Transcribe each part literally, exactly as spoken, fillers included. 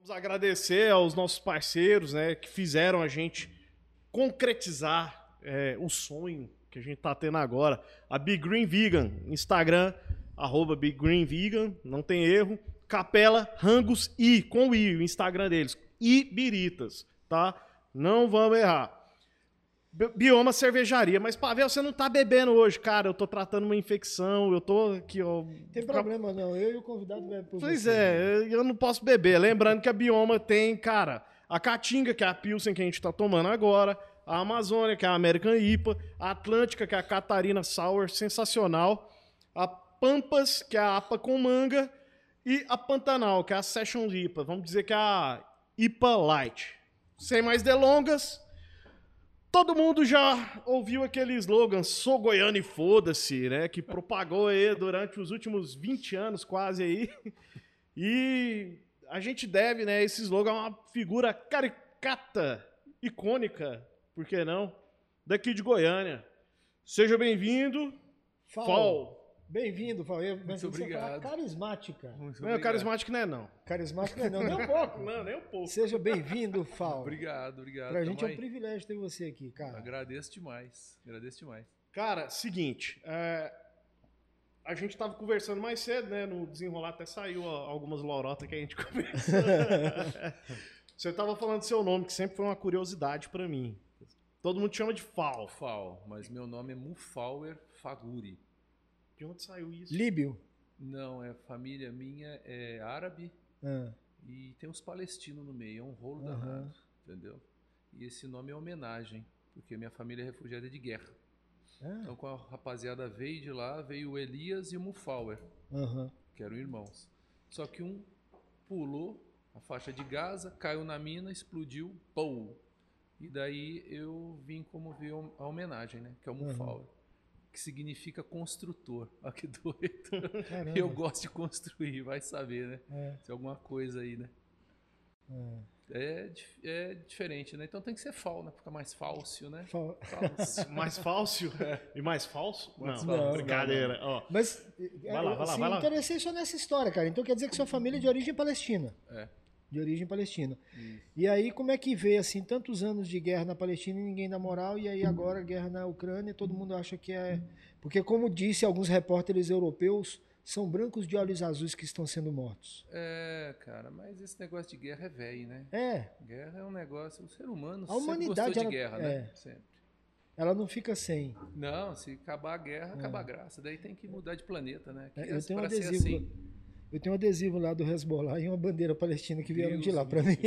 Vamos agradecer aos nossos parceiros, né, que fizeram a gente concretizar é, o sonho que a gente tá tendo agora. A Big Green Vegan, Instagram, arroba Big Green Vegan, não tem erro. Capela Rangos I, com o I, o Instagram deles. Ibiritas, tá? Não vamos errar. Bioma cervejaria, mas Pavel, você não tá bebendo hoje, cara. Eu tô tratando uma infecção, eu tô aqui, ó. Tem problema não, eu e o convidado bebem por Pois você, é, né? eu não posso beber. Lembrando que a Bioma tem, cara, a Caatinga, que é a Pilsen que a gente tá tomando agora, a Amazônia, que é a American I P A, a Atlântica, que é a Catarina Sour, sensacional, a Pampas, que é a A P A com manga, e a Pantanal, que é a Session I P A. Vamos dizer que é a I P A Light. Sem mais delongas, todo mundo já ouviu aquele slogan "Sou goiano e foda-se", né? Que propagou aí durante os últimos vinte anos quase aí. E a gente deve, né, esse slogan a uma figura caricata, icônica, por que não? Daqui de Goiânia. Seja bem-vindo, Fal. Fal. Bem-vindo, Fal. Eu- Mas Muito você fala obrigado. carismática. Muito Não, obrigado. carismático não é não. Carismática não, nem um pouco. Não, nem um pouco. Seja bem-vindo, Fal. Obrigado, obrigado. Pra gente é Tamo um aí. privilégio ter você aqui, cara. Agradeço demais. Agradeço demais. Cara, seguinte, é, a gente tava conversando mais cedo, né? No desenrolar até saiu ó, algumas lorotas que a gente conversou. Você tava falando seu nome, que sempre foi uma curiosidade pra mim. Todo mundo chama de Fal. Fal, mas meu nome é Mufauer Faguri. De onde saiu isso? Líbio. Não, é família minha, é árabe Ah, e tem uns palestinos no meio, é um rolo Aham. danado, entendeu? E esse nome é homenagem, porque minha família é refugiada de guerra. ah, Então, quando a rapaziada veio de lá, veio o Elias e o Mufauer, aham. que eram irmãos. Só que um pulou a faixa de Gaza, caiu na mina, explodiu, pum! E daí eu vim como ver a homenagem, né? Que é o Mufauer, que significa construtor. Olha que doido. Caramba. E eu gosto de construir, vai saber, né? É, Se é alguma coisa aí, né? é. É, dif- é diferente, né? Então tem que ser Fal, né? Fica mais fácil, né? Fal- Fácil. Mais falso? E mais falso? Mais não, falso. brincadeira. Ó, Mas Vai lá, vai lá, assim, vai lá. interessei só nessa história, cara. Então quer dizer que sua família é de origem palestina. É. De origem palestina. Isso. E aí, como é que veio, assim, tantos anos de guerra na Palestina e ninguém dá moral, e aí agora guerra na Ucrânia, todo mundo acha que é... Porque, como disse alguns repórteres europeus, são brancos de olhos azuis que estão sendo mortos. É, cara, mas esse negócio de guerra é velho, né? É, Guerra é um negócio. O ser humano A sempre humanidade, gostou de ela- guerra, é. né? Sempre. ela não fica sem. Não, se acabar a guerra, acaba a graça. Daí tem que mudar de planeta, né? Que É, eu é tenho um pra ser adesivo... assim. Eu tenho um adesivo lá do Hezbollah e uma bandeira palestina que vieram Deus de lá me pra mim.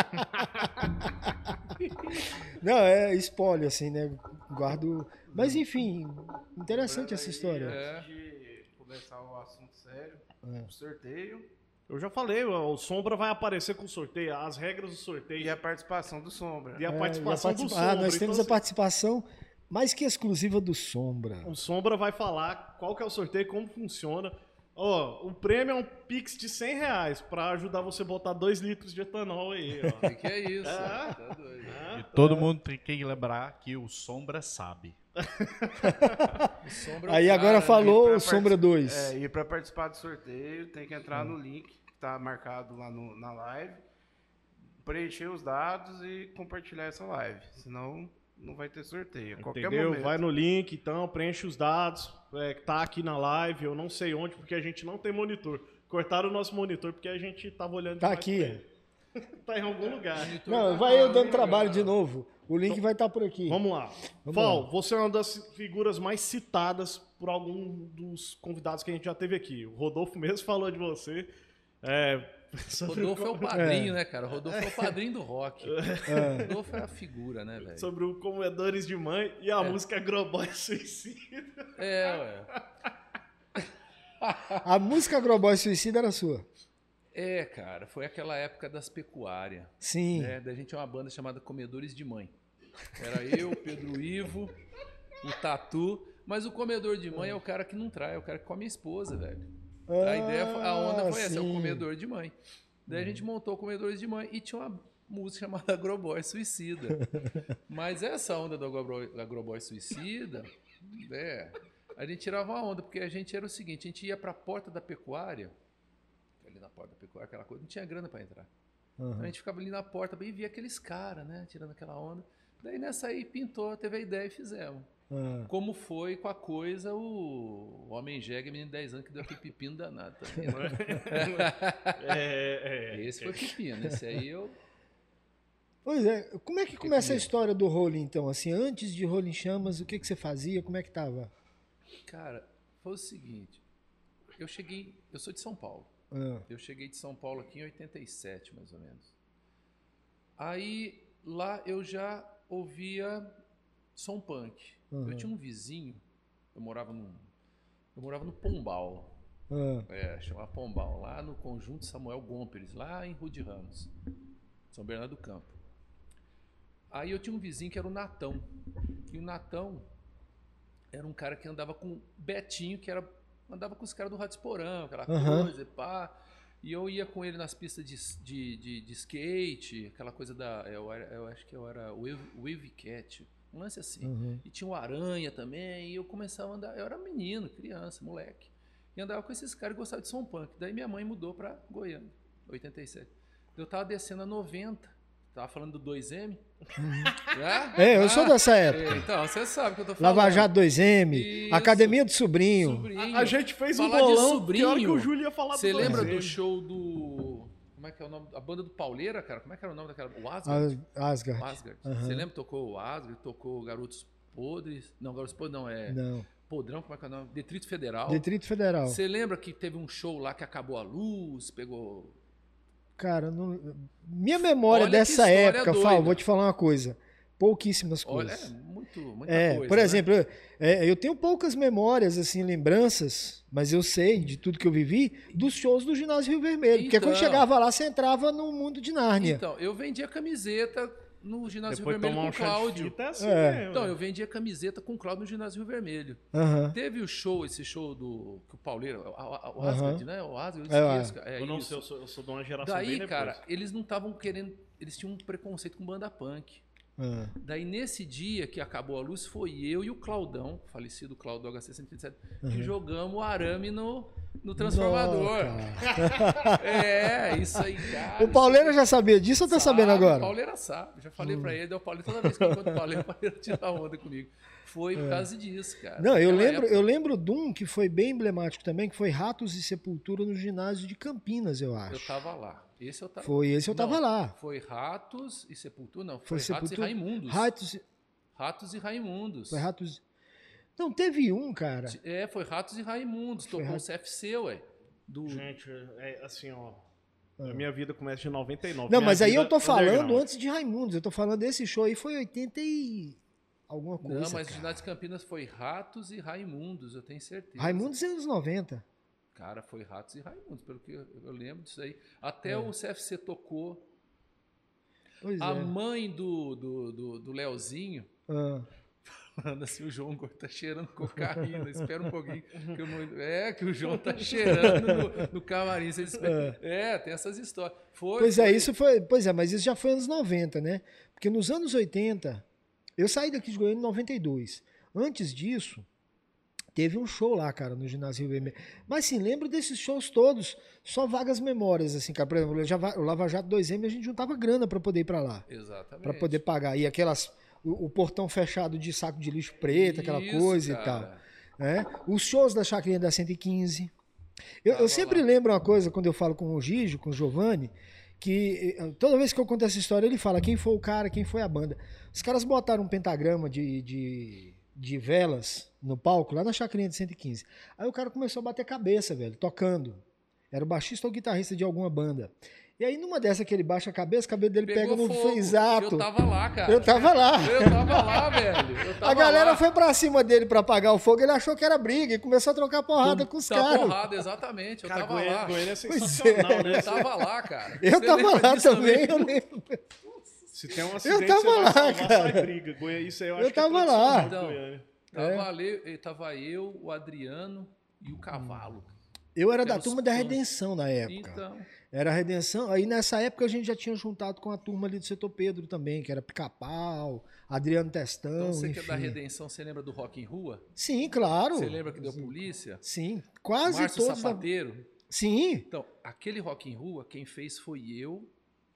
Não, é espólio, assim, né? Guardo... Mas, enfim, interessante essa história. É. Antes de começar o assunto sério, É. o sorteio eu já falei, ó, o Sombra vai aparecer com o sorteio, as regras do sorteio e a participação do Sombra. e a É, participação e a do participa- Sombra. Ah, nós Então, temos a assim, participação mais que exclusiva do Sombra. o Sombra vai falar qual que é o sorteio, como funciona. Ó, o prêmio é um Pix de cem reais pra ajudar você a botar dois litros de etanol aí, ó. O que, que é isso? Ah. Tá doido. Ah, E todo mundo tem que lembrar que o Sombra sabe. O Sombra é o Aí cara, agora né? falou pra o Sombra partic- dois. É, e para participar do sorteio, tem que entrar no link que tá marcado lá no- na live, preencher os dados e compartilhar essa live. Senão, não vai ter sorteio. A qualquer entendeu? momento. Vai no link, então, preenche os dados, é, que tá aqui na live, eu não sei onde, porque a gente não tem monitor. Cortaram o nosso monitor porque a gente tava olhando Tá demais aqui. pra ele. Tá em algum lugar. Monitor Não, tá vai eu lá, dando né, trabalho cara? de novo. O link vai estar por aqui. Vamos lá. Vamos Fal, lá. você é uma das figuras mais citadas por algum dos convidados que a gente já teve aqui. O Rodolfo mesmo falou de você. É, sobre, Rodolfo é o, o padrinho, né, cara? Rodolfo é o padrinho do rock. É. Rodolfo é a figura, né, velho? sobre o Comedores de Mãe e a É. música Agroboy Suicida. É, ué. A música Agroboy Suicida era sua. É, cara, foi aquela época das pecuárias. Sim. Né? Da gente tinha uma banda chamada Comedores de Mãe. Era eu, Pedro Ivo, o Tatu. Mas o comedor de mãe é o cara que não trai, é o cara que come a esposa, velho. A ideia, foi- a onda foi essa, é o sim. comedor de mãe. Daí a gente montou o Comedores de Mãe e tinha uma música chamada Agroboy Suicida. Mas essa onda do Agroboy, Agroboy Suicida, é, a gente tirava uma onda, porque a gente era o seguinte, a gente ia pra porta da pecuária, ali na porta da pecuária, aquela coisa, não tinha grana pra entrar. Uhum. Então a gente ficava ali na porta bem e via aqueles caras, né? Tirando aquela onda. Daí nessa aí pintou, teve a ideia e fizemos. Uhum. Como foi com a coisa o, o Homem Jegue, menino de dez anos, que deu aquele pepino danado também. é, é, Esse foi pepino, esse aí eu... Pois é, como é que começa a história do Rolling, então? Assim, antes de Rolling Chamas, o que, que você fazia? Como é que tava? Cara, foi o seguinte, eu cheguei, eu sou de São Paulo, Ah. eu cheguei de São Paulo aqui em oitenta e sete, mais ou menos. Aí, lá eu já ouvia som punk. Uhum. Eu tinha um vizinho, eu morava num, eu morava no Pombal, Ah. é, chamava Pombal, lá no Conjunto Samuel Gomperes, lá em Rude Ramos, São Bernardo do Campo. Aí eu tinha um vizinho que era o Natão, e o Natão era um cara que andava com o Betinho, que era, andava com os caras do Rádio Esporão, aquela Uhum. coisa, e pá. E eu ia com ele nas pistas de, de, de, de skate, aquela coisa da, eu, era, eu acho que eu era o Wave, Wave Cat, um lance assim. Uhum. E tinha o Aranha também, e eu começava a andar, eu era menino, criança, moleque. E andava com esses caras e gostava de som punk. Daí minha mãe mudou pra Goiânia, oitenta e sete. Eu tava descendo a noventa, tava falando do dois M. É, é eu sou dessa época. É, então, você sabe o que eu tô falando. Lava Jato dois M, Isso. Academia do Sobrinho. Sobrinho. A, a gente fez um Falar de bolão, sobrinho. pior que o Júlio ia falar Você do lembra dois M. do show do... Como é que é o nome? A banda do Pauleira, cara? Como é que era o nome daquela? O Asgard? A- Asgard. O Asgard. Aham. Você lembra? Tocou o Asgard, tocou Garotos Podres. Não, Garotos Podres não, é... Não. Podrão, como é que é o nome? Detrito Federal. Distrito Federal. Você lembra que teve um show lá que acabou a luz, pegou... Cara, não... minha memória Olha que dessa história época, doida. Fal, vou te falar uma coisa. Pouquíssimas Olha, é coisas. muito, muita É, coisa, por né? exemplo, eu- é, eu tenho poucas memórias, assim, lembranças, mas eu sei de tudo que eu vivi dos shows do Ginásio Rio Vermelho. Porque quando Então. chegava lá, você entrava no mundo de Nárnia. Então, eu vendia camiseta no Ginásio Depois Rio Vermelho tomar com um o chá de Cláudio. fita, é assim É. mesmo, Então, né? eu vendia camiseta com o Cláudio no Ginásio Rio Vermelho. Aham. Teve o show, esse show do que o Pauleiro, o, o, o Aham. Asgard, né? O Asgard, eu É, esqueço, cara. É Eu não isso. sei, eu sou, eu sou de uma geração Daí, bem cara, depois. eles não estavam querendo, eles tinham um preconceito com banda punk. Ah. Daí, nesse dia que acabou a luz, foi eu e o Claudão, falecido Claudão H C cento e trinta e sete, que jogamos o arame no, no transformador. Não, É, isso aí, cara. O Pauleira já sabia disso ou tá Sabe, sabendo agora? O Pauleira sabe. Já falei pra ele, daí o Pauleira, toda vez que eu encontro o Pauleira, o Pauleira tira onda comigo. Foi por causa disso, cara. É. Não, eu Naquela lembro, época- eu lembro de um que foi bem emblemático também, que foi Ratos e Sepultura no ginásio de Campinas, eu acho. Eu tava lá. Esse eu tava. Foi esse eu tava Não, lá. Foi Ratos e Sepultura, não. Foi Foi, Ratos Sepultura- e Raimundos. Ratos, Ratos e Raimundos. foi Ratos. Não, teve um, cara. É, foi Ratos e Raimundos. Foi Tocou o Ratos- C F C, ué. Do... Gente, é assim, ó. A minha vida começa de noventa e nove. Ah. Não, minha mas aí vida eu tô falando underground. antes de Raimundos. Eu tô falando desse show aí, foi oitenta e alguma coisa. Não, mas o cara. ginásio de Campinas foi Ratos e Raimundos, eu tenho certeza. Raimundos é anos noventa. Cara, foi Ratos e Raimundos, pelo que eu, eu lembro disso aí. Até É. o C F C tocou. Pois A é. mãe do, do, do, do Leozinho, Ah, falando assim, o João tá cheirando cocaína, espera um pouquinho. Que eu não- é, que o João tá cheirando no, no camarim. Você espera. É, tem essas histórias. Foi, Pois é, foi. isso foi. Pois é, mas isso já foi anos noventa, né? Porque nos anos oitenta, eu saí daqui de Goiânia em noventa e dois. Antes disso, teve um show lá, cara, no Ginásio Rio Vermelho. Mas sim, lembro desses shows todos, só vagas memórias, assim, cara. Por exemplo, o Java- o Lava Jato dois M, a gente juntava grana pra poder ir pra lá. Exatamente. Pra poder pagar. E aquelas. O, o portão fechado de saco de lixo preto, aquela Isso, coisa e cara. tal. Né? Os shows da Chacrinha da cento e quinze. Eu, eu Tava sempre lá. lembro uma coisa quando eu falo com o Gijo, com o Giovanni, que eh, toda vez que eu conto essa história, ele fala quem foi o cara, quem foi a banda. Os caras botaram um pentagrama de, de, de velas no palco, lá na Chacrinha de cento e quinze. Aí o cara começou a bater cabeça, velho, tocando. Era o baixista ou guitarrista de alguma banda. E aí, numa dessa que ele baixa a cabeça, o cabelo dele Pegou pega no fogo. exato. Eu tava lá, cara. Eu tava lá. Eu tava lá, velho. Eu tava A galera lá. foi pra cima dele pra apagar o fogo, ele achou que era briga e começou a trocar porrada com os Tá caras. porrada, exatamente. Eu Cara, tava Goiânia, lá. Goiânia é Pois sensacional, né? Eu tava lá, cara. Eu Você tava lembra lá disso também, eu lembro. Se tem um acidente, tava você vai lá, salvar, cara. sai briga. Goiânia, isso aí eu Eu acho que é tava lá. tradicional de Então, Goiânia. Tava, eu, tava eu, o Adriano e o Cavalo. Eu era Que da era os turma da fãs. Redenção na época. Então, Era a Redenção. Aí nessa época a gente já tinha juntado com a turma ali do Setor Pedro também, que era Pica-Pau, Adriano Testão, então você que é enfim. da Redenção, você lembra do Rock em Rua? Sim, claro. Você lembra que deu polícia? Sim, quase Márcio todos. da- Sapateiro? Sim, Então, aquele Rock em Rua, quem fez foi eu,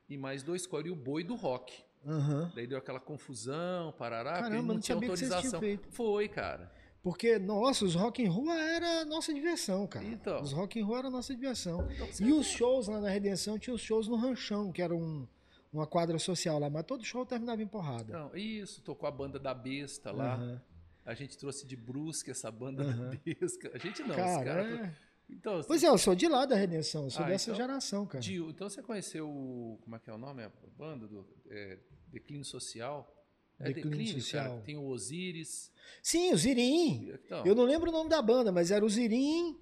e mais dois coros e o boi do rock. Aham. Daí deu aquela confusão, parará, Caramba, porque não, não tinha sabia que vocês tinham autorização. feito. Foi, cara. Porque, nossa, os rock and roll era a nossa diversão, cara. Então. Os rock and roll era a nossa diversão. Então, E os shows lá na Redenção, tinha os shows no Ranchão, que era um, uma quadra social lá, mas todo show terminava em porrada. Então, isso, tocou a banda da Besta lá. Aham. A gente trouxe de Brusque essa banda Aham. da Besta. A gente não, os Cara, caras. é... Então, Pois é, eu sou de lá da Redenção, eu sou Ah, dessa então- geração, cara. Dio, então você conheceu o. Como é que é o nome? A banda do é, Declínio Social? É Declínio Declínio, Social. cara. Tem o Osiris. Sim, o Zirim. Então, Eu não lembro o nome da banda, mas era o Zirim,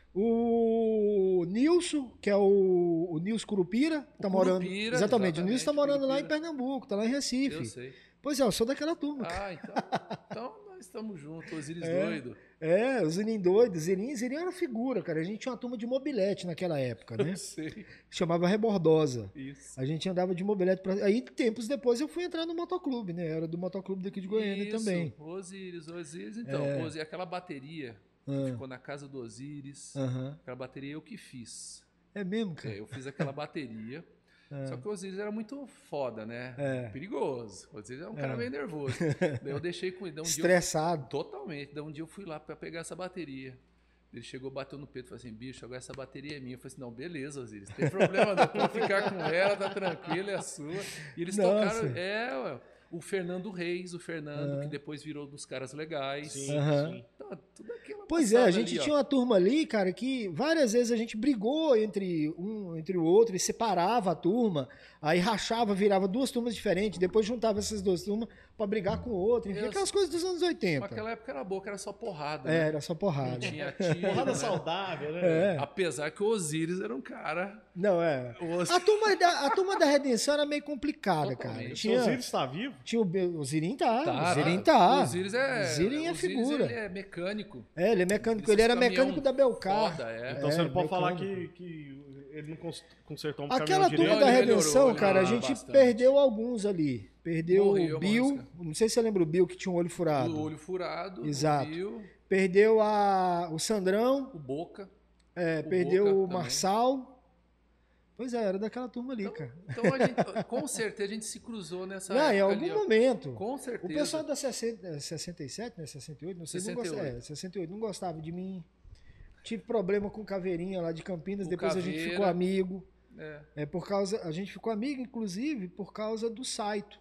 o Nilson, que é o, o Nilson Curupira, que tá morando. Curupira, Exatamente, o Nilson tá exatamente, morando lá em Curupira. Pernambuco, tá lá em eu Recife. sei. Pois é, eu sou daquela turma. Ah, então. Então nós estamos juntos, Osiris É. doido. É, o Zirim doido, Zirim, Zirim era figura, cara. A gente tinha uma turma de mobilete naquela época, né? Eu sei. Chamava Rebordosa. Isso. A gente andava de mobilete pra... Aí, tempos depois, eu fui entrar no motoclube, né? Era do motoclube daqui de Goiânia Isso, também. Osiris, Osiris. Então, É. Osiris, aquela bateria que Ah. ficou na casa do Osiris. Aham. Aquela bateria eu que fiz. É mesmo, cara? É, eu fiz aquela bateria. Ah. Só que o Osiris era muito foda, né? É. Perigoso. O Osiris é um cara É. meio nervoso. Daí eu deixei com ele. Daí um dia eu- Estressado. Totalmente. Daí um dia eu fui lá pra pegar essa bateria. Ele chegou, bateu no peito e falou assim: bicho, agora essa bateria é minha. Eu falei assim: não, beleza, Osiris. Não tem problema, não. Pode ficar com ela, tá tranquilo, é a sua. E eles Nossa. tocaram. É, ué, o Fernando Reis, o Fernando, Ah. que depois virou dos caras legais. Sim, Aham. sim. Então, tudo aquilo. Pois é, a gente tinha uma turma ali, cara, que várias vezes a gente brigou entre um entre o outro e separava a turma, aí rachava, virava duas turmas diferentes, depois juntava essas duas turmas pra brigar com o outro, enfim, Eu- aquelas coisas dos anos oitenta. Naquela época era boa, que era só porrada. É, né? era só Não porrada. tinha tiro. Porrada né? saudável, né? É. Apesar que o Osiris era um cara. Não, é. O Osiris- A turma da, a turma da Redenção era meio complicada, cara. Totalmente. O Tinha, Osiris está vivo? tinha o, Be- o Zirim tá, Tá, o Zirim tá. tá. O Osiris é. O Zirim é o Osiris, figura. Ele é mecânico. É, ele é mecânico, Esses ele era caminhão mecânico da Belcar. Foda, é. Então É, você não pode falar mecânico. que, que ele não cons- consertou um Aquela caminhão turma direito. da Ele melhorou, Redenção, ele cara, a melhorou gente bastante. perdeu alguns ali. Perdeu Morreu, o Bill, música. não sei se você lembra o Bill que tinha um olho furado. O olho furado. Exato. O Bill, Perdeu a, o Sandrão, o Boca. é, O perdeu Boca o também. Marçal. Pois é, era daquela turma ali, cara. Então, a gente, com certeza, a gente se cruzou nessa Não, em época algum ali, ó. momento. Com O certeza. pessoal da sessenta, é, sessenta e sete, né? sessenta e oito, não sei, sessenta e não oito. gostava, é, sessenta e oito, não gostava de mim. Tive problema com o Caveirinha lá de Campinas, O depois a gente Caveira. ficou amigo. É. É por causa, a gente ficou amigo, inclusive, por causa do Saito,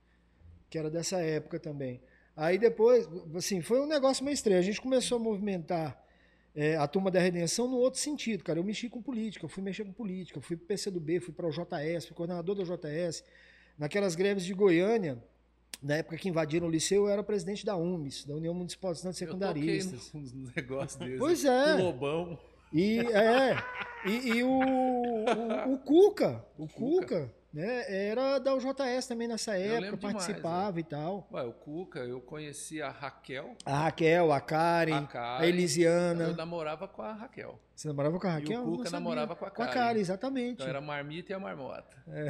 que era dessa época também. Aí depois, assim, foi um negócio meio estranho. A gente começou a movimentar é, a Turma da Redenção no outro sentido, cara. Eu mexi com política, eu fui mexer com política, eu fui pro P C do B, fui para o J S, fui coordenador da J S. Naquelas greves de Goiânia, na época que invadiram o liceu, eu era presidente da U M S, da União Municipal de Estudantes Eu toquei Secundaristas. nos negócios deles. Pois é. O Lobão. E, é, e, e o, o, o Cuca, o Cuca, né, era da U J S também nessa época, lembro demais, participava e tal. Ué, o Cuca, eu conheci a Raquel. A Raquel, a Karen, A a, Karen. Elisiana. Eu namorava com a Raquel. Você namorava com a E o Raquel? Eu Cuca não sabia. namorava com a Com a Karen. Karen, exatamente. Então era a marmita e a marmota. É.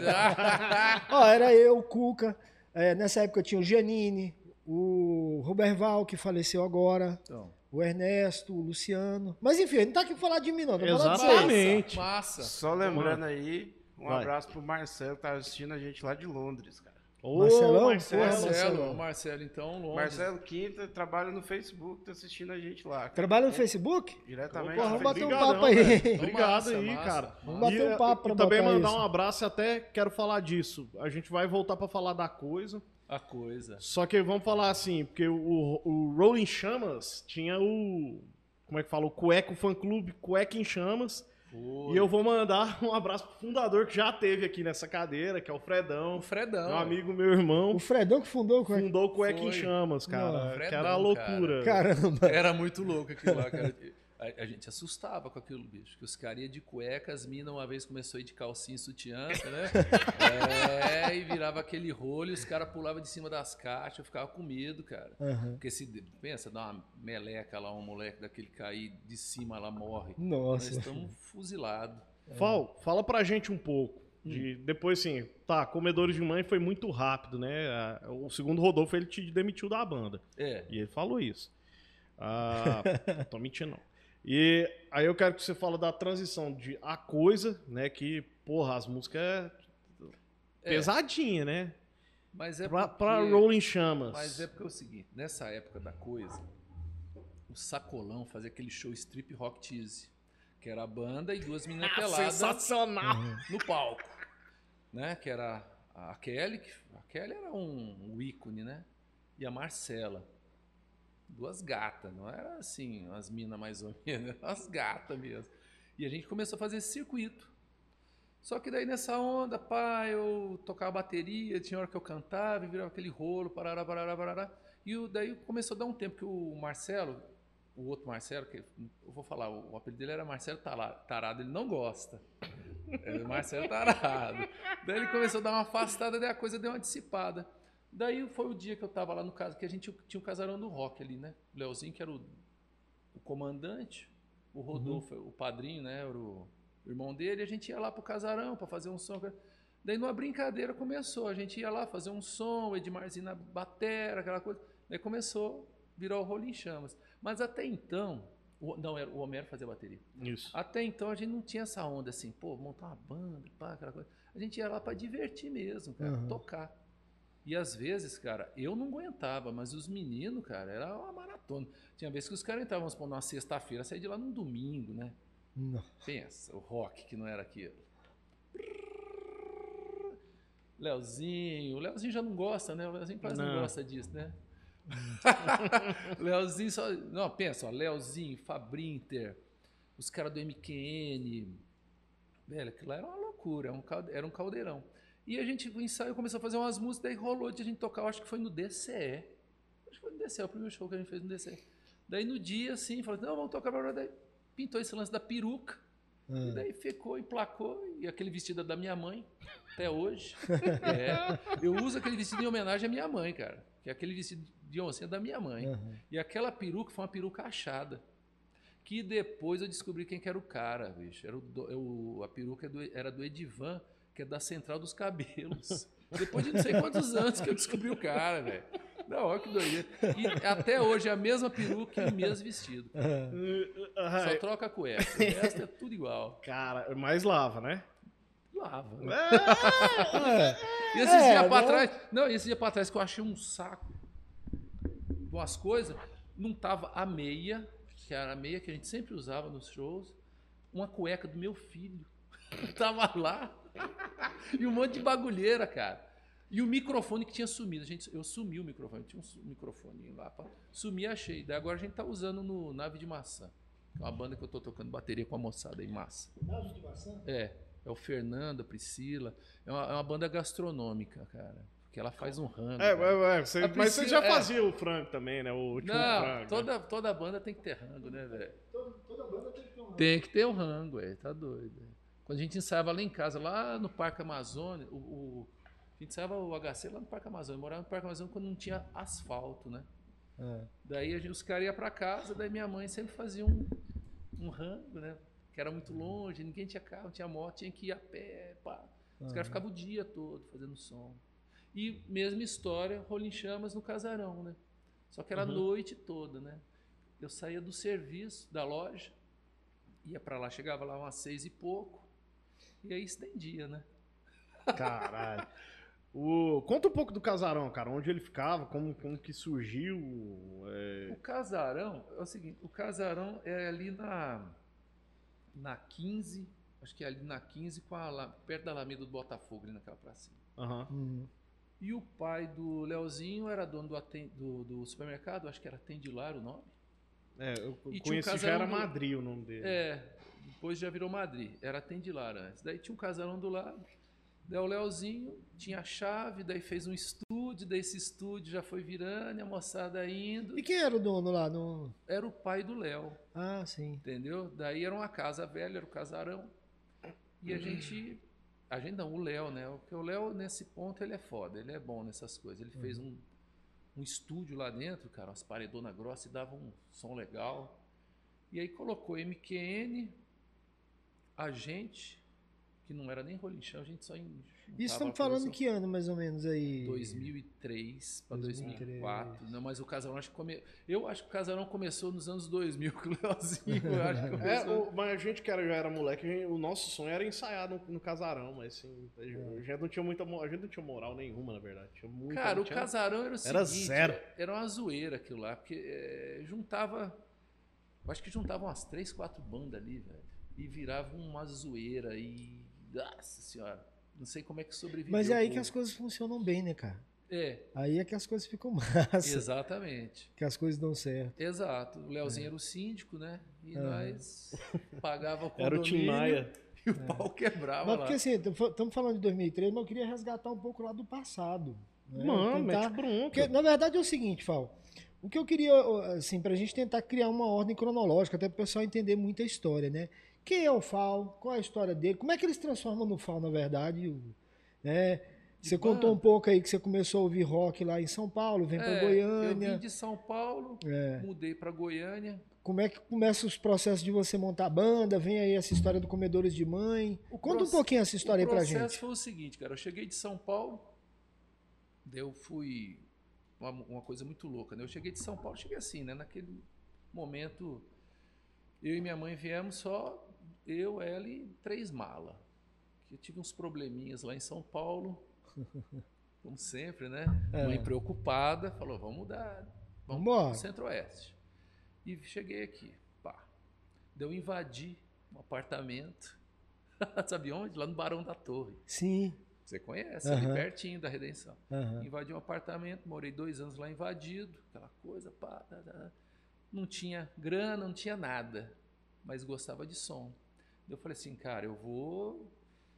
Então, Ó, era eu, o Cuca. É, nessa época tinha o Giannini, o Roberval, que faleceu agora, então, o Ernesto, o Luciano. Mas enfim, ele não tá aqui pra falar de mim, não. Tá falando de vocês. Exatamente. massa. Só lembrando aí, um Vai. abraço pro Marcelo que tá assistindo a gente lá de Londres, cara. Ô, Marcelão, Marcelo. porra, Marcelo, Marcelo. Marcelo, então, longe. Marcelo Quinta trabalha no Facebook, tá assistindo a gente lá. cara. Trabalha no Facebook? Diretamente. Porra, no vamos Facebook. bater um Obrigadão, papo aí. velho. Obrigado Massa, aí, massa, cara. Vamos bater um papo pra e também botar mandar isso. um abraço e até quero falar disso. A gente vai voltar pra falar da coisa. A coisa. Só que vamos falar assim, porque o, o Rolling Chamas tinha o... Como é que fala? O Cueca, o fã-clube Cueca em Chamas. Foi. E eu vou mandar um abraço pro fundador que já teve aqui nessa cadeira, que é o Fredão. O Fredão. Meu amigo, meu irmão. O Fredão que fundou o Cueca. Fundou o Cueca em Foi. Chamas, cara. Não, que Fredão, era a loucura. Caramba. Era muito louco aquilo lá, cara. A, a gente assustava com aquilo, bicho. Que os caras iam de cueca, as minas uma vez começou a ir de calcinha e sutiã, né? É, e virava aquele rolo e os caras pulavam de cima das caixas. Eu ficava com medo, cara. Aham. Porque se, pensa, dá uma meleca lá, um moleque daquele cair de cima, ela morre. Nós Nossa. estamos fuzilados. Fal, fala pra gente um pouco. De, depois, assim, tá, Comedores de Mãe foi muito rápido, né? A- O segundo Rodolfo, ele te demitiu da banda. É. E ele falou isso. Ah, não tô mentindo, não. E aí eu quero que você fale da transição de A Coisa, né? Que, porra, as músicas pesadinha, né? Mas é Pra, porque, pra Rolling Chamas. Mas é porque é o seguinte, nessa época da coisa, o Sacolão fazia aquele show Strip Rock Tease, que era a banda e duas meninas peladas Sensacional! no palco, né? Que era a Kelly, que a Kelly era um, um ícone, né? E a Marcela. Duas gatas, não era assim, as minas mais ou menos, eram as gatas mesmo. E a gente começou a fazer esse circuito. Só que daí nessa onda, pá, eu tocava bateria, tinha hora que eu cantava e virava aquele rolo, parará, parará, parará. E o, daí começou a dar um tempo que o Marcelo, o outro Marcelo, que eu vou falar, o, o apelido dele era Marcelo Tarado, ele não gosta. É Marcelo Tarado. Daí ele começou a dar uma afastada, daí a coisa deu uma dissipada. Daí foi o dia que eu tava lá no caso, que a gente tinha o casarão do rock ali, né? O Leozinho, que era o, o comandante, o Rodolfo, uhum. o padrinho, né? Era o irmão dele, e a gente ia lá pro casarão para fazer um som. Daí numa brincadeira começou, a gente ia lá fazer um som, o Edmarzinho na batera, aquela coisa. Daí começou a virar o Rolling Chamas. Mas até então, o, não, era, o Homero fazia bateria. Isso. Até então a gente não tinha essa onda assim, pô, montar uma banda, pá, aquela coisa. A gente ia lá para divertir mesmo, cara, uhum. tocar. E às vezes, cara, eu não aguentava, mas os meninos, cara, era uma maratona. Tinha vezes que os caras entravam, vamos supor, numa sexta-feira, saía de lá num domingo, né? Não. Pensa, o rock que não era aquilo. Leozinho, o Leozinho já não gosta, né? O Leozinho quase não, não gosta disso, né? Leozinho só. Não, pensa, ó, Leozinho, Fabrinter, os caras do M Q N. Velho, aquilo lá era uma loucura, era um caldeirão. E a gente, o ensaio começou a fazer umas músicas, daí rolou de a gente tocar, eu acho que foi no D C E. Acho que foi no D C E, o primeiro show que a gente fez no D C E. Daí no dia, assim, falou, não, vamos tocar pra daí pintou esse lance da peruca. Hum. E daí ficou, emplacou, e aquele vestido é da minha mãe, até hoje. É, eu uso aquele vestido em homenagem à minha mãe, cara. Que é aquele vestido de oncinha da minha mãe. Uhum. E aquela peruca foi uma peruca achada. Que depois eu descobri quem que era o cara, bicho. Era o, o, a peruca era do Edivan, que é da Central dos Cabelos. Depois de não sei quantos anos que eu descobri o cara, velho. Não, olha que doideira. E até hoje é a mesma peruca e o mesmo vestido. Uhum. Só troca a cueca. O resto é tudo igual. Cara, mais lava, né? Lava. É. E esses é, dias pra trás... Não, esse dia pra trás que eu achei um saco com as coisas, não tava a meia, que era a meia que a gente sempre usava nos shows, uma cueca do meu filho. Tava lá. E um monte de bagulheira, cara. E o microfone que tinha sumido. A gente, eu sumi o microfone. Tinha um microfone lá. Pra, sumi e achei. Daí agora a gente tá usando no Nave de Maçã. Que é uma banda que eu tô tocando bateria com a moçada aí, massa. Nave de Maçã? É. É o Fernando, a Priscila. É uma, é uma banda gastronômica, cara. Porque ela faz um rango. É, é, é você, Priscila, mas você já fazia é. o frango também, né? O último Não, frango. Toda, toda banda tem que ter rango, né, velho? Toda, toda banda tem que ter um rango. Tem que ter um rango, é. Tá doido. É. Quando a gente ensaiava lá em casa, lá no Parque Amazônia, o, o, a gente ensaiava o H C lá no Parque Amazônia. Eu morava no Parque Amazônia quando não tinha asfalto, né? É. Daí a gente, os caras iam pra casa, daí minha mãe sempre fazia um, um rango, né? Que era muito longe, ninguém tinha carro, tinha moto, tinha que ir a pé, pá. Os uhum. caras ficavam o dia todo fazendo som. E mesma história, Rolling Chamas no casarão, né? Só que era a uhum. noite toda, né? Eu saía do serviço, da loja, ia pra lá, chegava lá umas seis e pouco, e aí estendia, né? Caralho. O... Conta um pouco do casarão, cara. Onde ele ficava, como, como que surgiu. É... O casarão é o seguinte, o casarão é ali na, na quinze, acho que é ali na quinze, com a, perto da Alameda do Botafogo, ali naquela pracinha. Uhum. Uhum. E o pai do Leozinho era dono do, aten... do, do supermercado, acho que era Atendilar o nome. É, eu e conheci, um já era do... Madri o nome dele. É, depois já virou Madri, era Atendilar antes. Daí tinha um casarão do lado, daí o Leozinho tinha a chave, daí fez um estúdio, daí esse estúdio já foi virando, e a moçada indo. E quem era o dono lá? No... Era o pai do Léo. Ah, sim. Entendeu? Daí era uma casa velha, era o casarão. E a gente... A gente não, o Léo, né? Porque o Léo, nesse ponto, ele é foda, ele é bom nessas coisas. Ele uhum. fez um, um estúdio lá dentro, cara, umas paredonas grossas e dava um som legal. E aí colocou M Q N, a gente que não era nem Rolling Chão, a gente só em Isso estamos falando que ano, mais ou menos, aí? dois mil e três para dois mil e quatro. Não, mas o Casarão, acho que come... eu acho que o Casarão começou nos anos dois mil com o Leozinho. Eu acho que É, começou... o- mas a gente que era, já era moleque, a gente- o nosso sonho era ensaiar no, no casarão, mas assim, a gente, a gente não tinha muita, mo- a gente não tinha moral nenhuma, na verdade. Tinha muita, Cara, não o tinha- Casarão era o seguinte, Era zero. era uma zoeira aquilo lá, porque é, juntava, eu acho que juntava umas três, quatro bandas ali, velho, e virava uma zoeira e, nossa senhora, não sei como é que sobreviveu. Mas é aí o que as povo. coisas funcionam bem, né, cara? É, Aí é que as coisas ficam massa, exatamente. que as coisas dão certo. Exato. O Leozinho era o síndico, né? E Aham. nós pagava o Era o Tim condomínio Maia. e o pau quebrava Mas lá. porque assim, estamos falando de dois mil e três, mas eu queria resgatar um pouco lá do passado. Né? Mano, Tentar- mete bronca. Porque, na verdade, é o seguinte, Fal. O que eu queria, assim, pra gente tentar criar uma ordem cronológica, até pro pessoal entender muita história, né? Quem é o Fal? Qual é a história dele? Como é que eles transformam no Fal, na verdade? O- né? Você contou um pouco aí que você começou a ouvir rock lá em São Paulo, vem pra É, eu Goiânia. vim de São Paulo, É. mudei para Goiânia. Como é que começa os processos de você montar a banda? Vem aí essa história do Comedores de Mãe. O Conta um proce- pouquinho essa história aí O pra processo gente. foi o seguinte, cara. Eu cheguei de São Paulo, daí eu fui... Uma, uma coisa muito louca, né? Eu cheguei de São Paulo, cheguei assim, né? Naquele momento, eu e minha mãe viemos só, eu, ela e três malas. Eu tive uns probleminhas lá em São Paulo, como sempre, né? É. Mãe preocupada, falou, vamos mudar, vamos Vambora. pro Centro-Oeste. E cheguei aqui, pá. Daí eu invadi um apartamento, sabe onde? Lá no Barão da Torre. Sim. Você conhece, ali Aham. pertinho da Redenção. Aham. Invadi um apartamento, morei dois anos lá invadido, aquela coisa, pá, tá, tá. Não tinha grana, não tinha nada, mas gostava de som. Eu falei assim, cara, eu vou,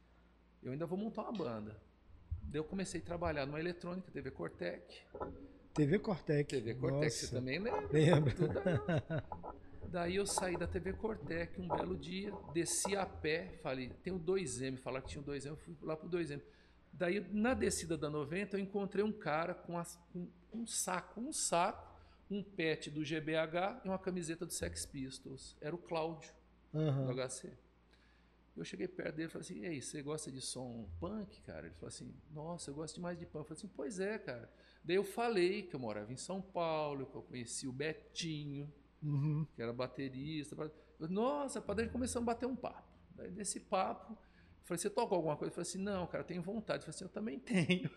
eu ainda vou montar uma banda. Daí eu comecei a trabalhar numa eletrônica, T V Cortec. T V Cortec. T V Cortec, Nossa. você também lembra? Lembra. Tudo aí. Daí eu saí da T V Cortec um belo dia, desci a pé, falei, tenho dois M, falaram que tinha um dois M, eu fui lá pro dois M. Daí, na descida da noventa, eu encontrei um cara com, as- com um saco, um saco, um pet do G B H e uma camiseta do Sex Pistols. Era o Cláudio, do Aham. H C. Eu cheguei perto dele e falei assim, e aí, você gosta de som punk, cara? Ele falou assim, nossa, eu gosto demais de punk. Eu falei assim, pois é, cara. Daí eu falei que eu morava em São Paulo, que eu conheci o Betinho, Uhum. que era baterista. Eu, nossa, para daí começamos a bater um papo. Daí desse papo, eu falei, você toca alguma coisa? Eu falei assim, não, cara, eu tenho vontade. Eu falei assim, eu também tenho.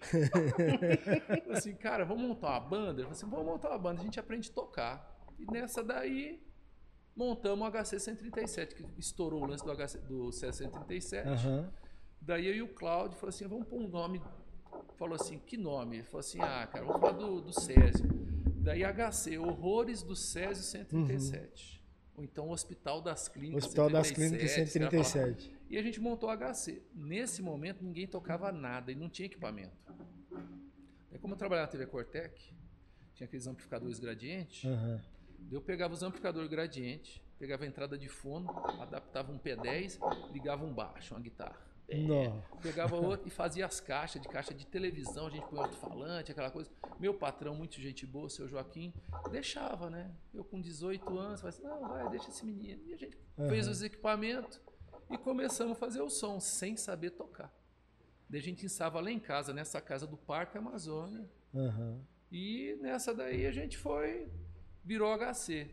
Eu falei assim, cara, vamos montar uma banda? Ele falou assim, vamos montar uma banda, a gente aprende a tocar. E nessa daí, montamos o H C cento e trinta e sete, que estourou o lance do, H C, do C S cento e trinta e sete. Aham. Daí eu e o Cláudio falou assim, vamos pôr um nome. Falou assim, que nome? Ele falou assim, ah, cara, vamos falar do, do Césio. Daí H C, Horrores do Césio cento e trinta e sete. Ou então Hospital das Clínicas Hospital das cento e trinta e Clínicas sete, cento e trinta e sete. E a gente montou o H C. Nesse momento ninguém tocava nada e não tinha equipamento. Daí como eu trabalhava na T V Cortec, tinha aqueles amplificadores gradientes, Aham. daí eu pegava os amplificadores gradientes, pegava a entrada de fono, adaptava um P dez, ligava um baixo, uma guitarra. Nó. Pegava outro e fazia as caixas, de caixa de televisão, a gente põe alto-falante, aquela coisa. Meu patrão, muito gente boa, seu Joaquim, deixava, né? Eu com dezoito anos, falei assim, não, vai, deixa esse menino. E a gente Aham. fez os equipamentos e começamos a fazer o som, sem saber tocar. Daí a gente ensaiava lá em casa, nessa casa do Parque Amazônia. Aham. E nessa daí a gente foi, virou H C.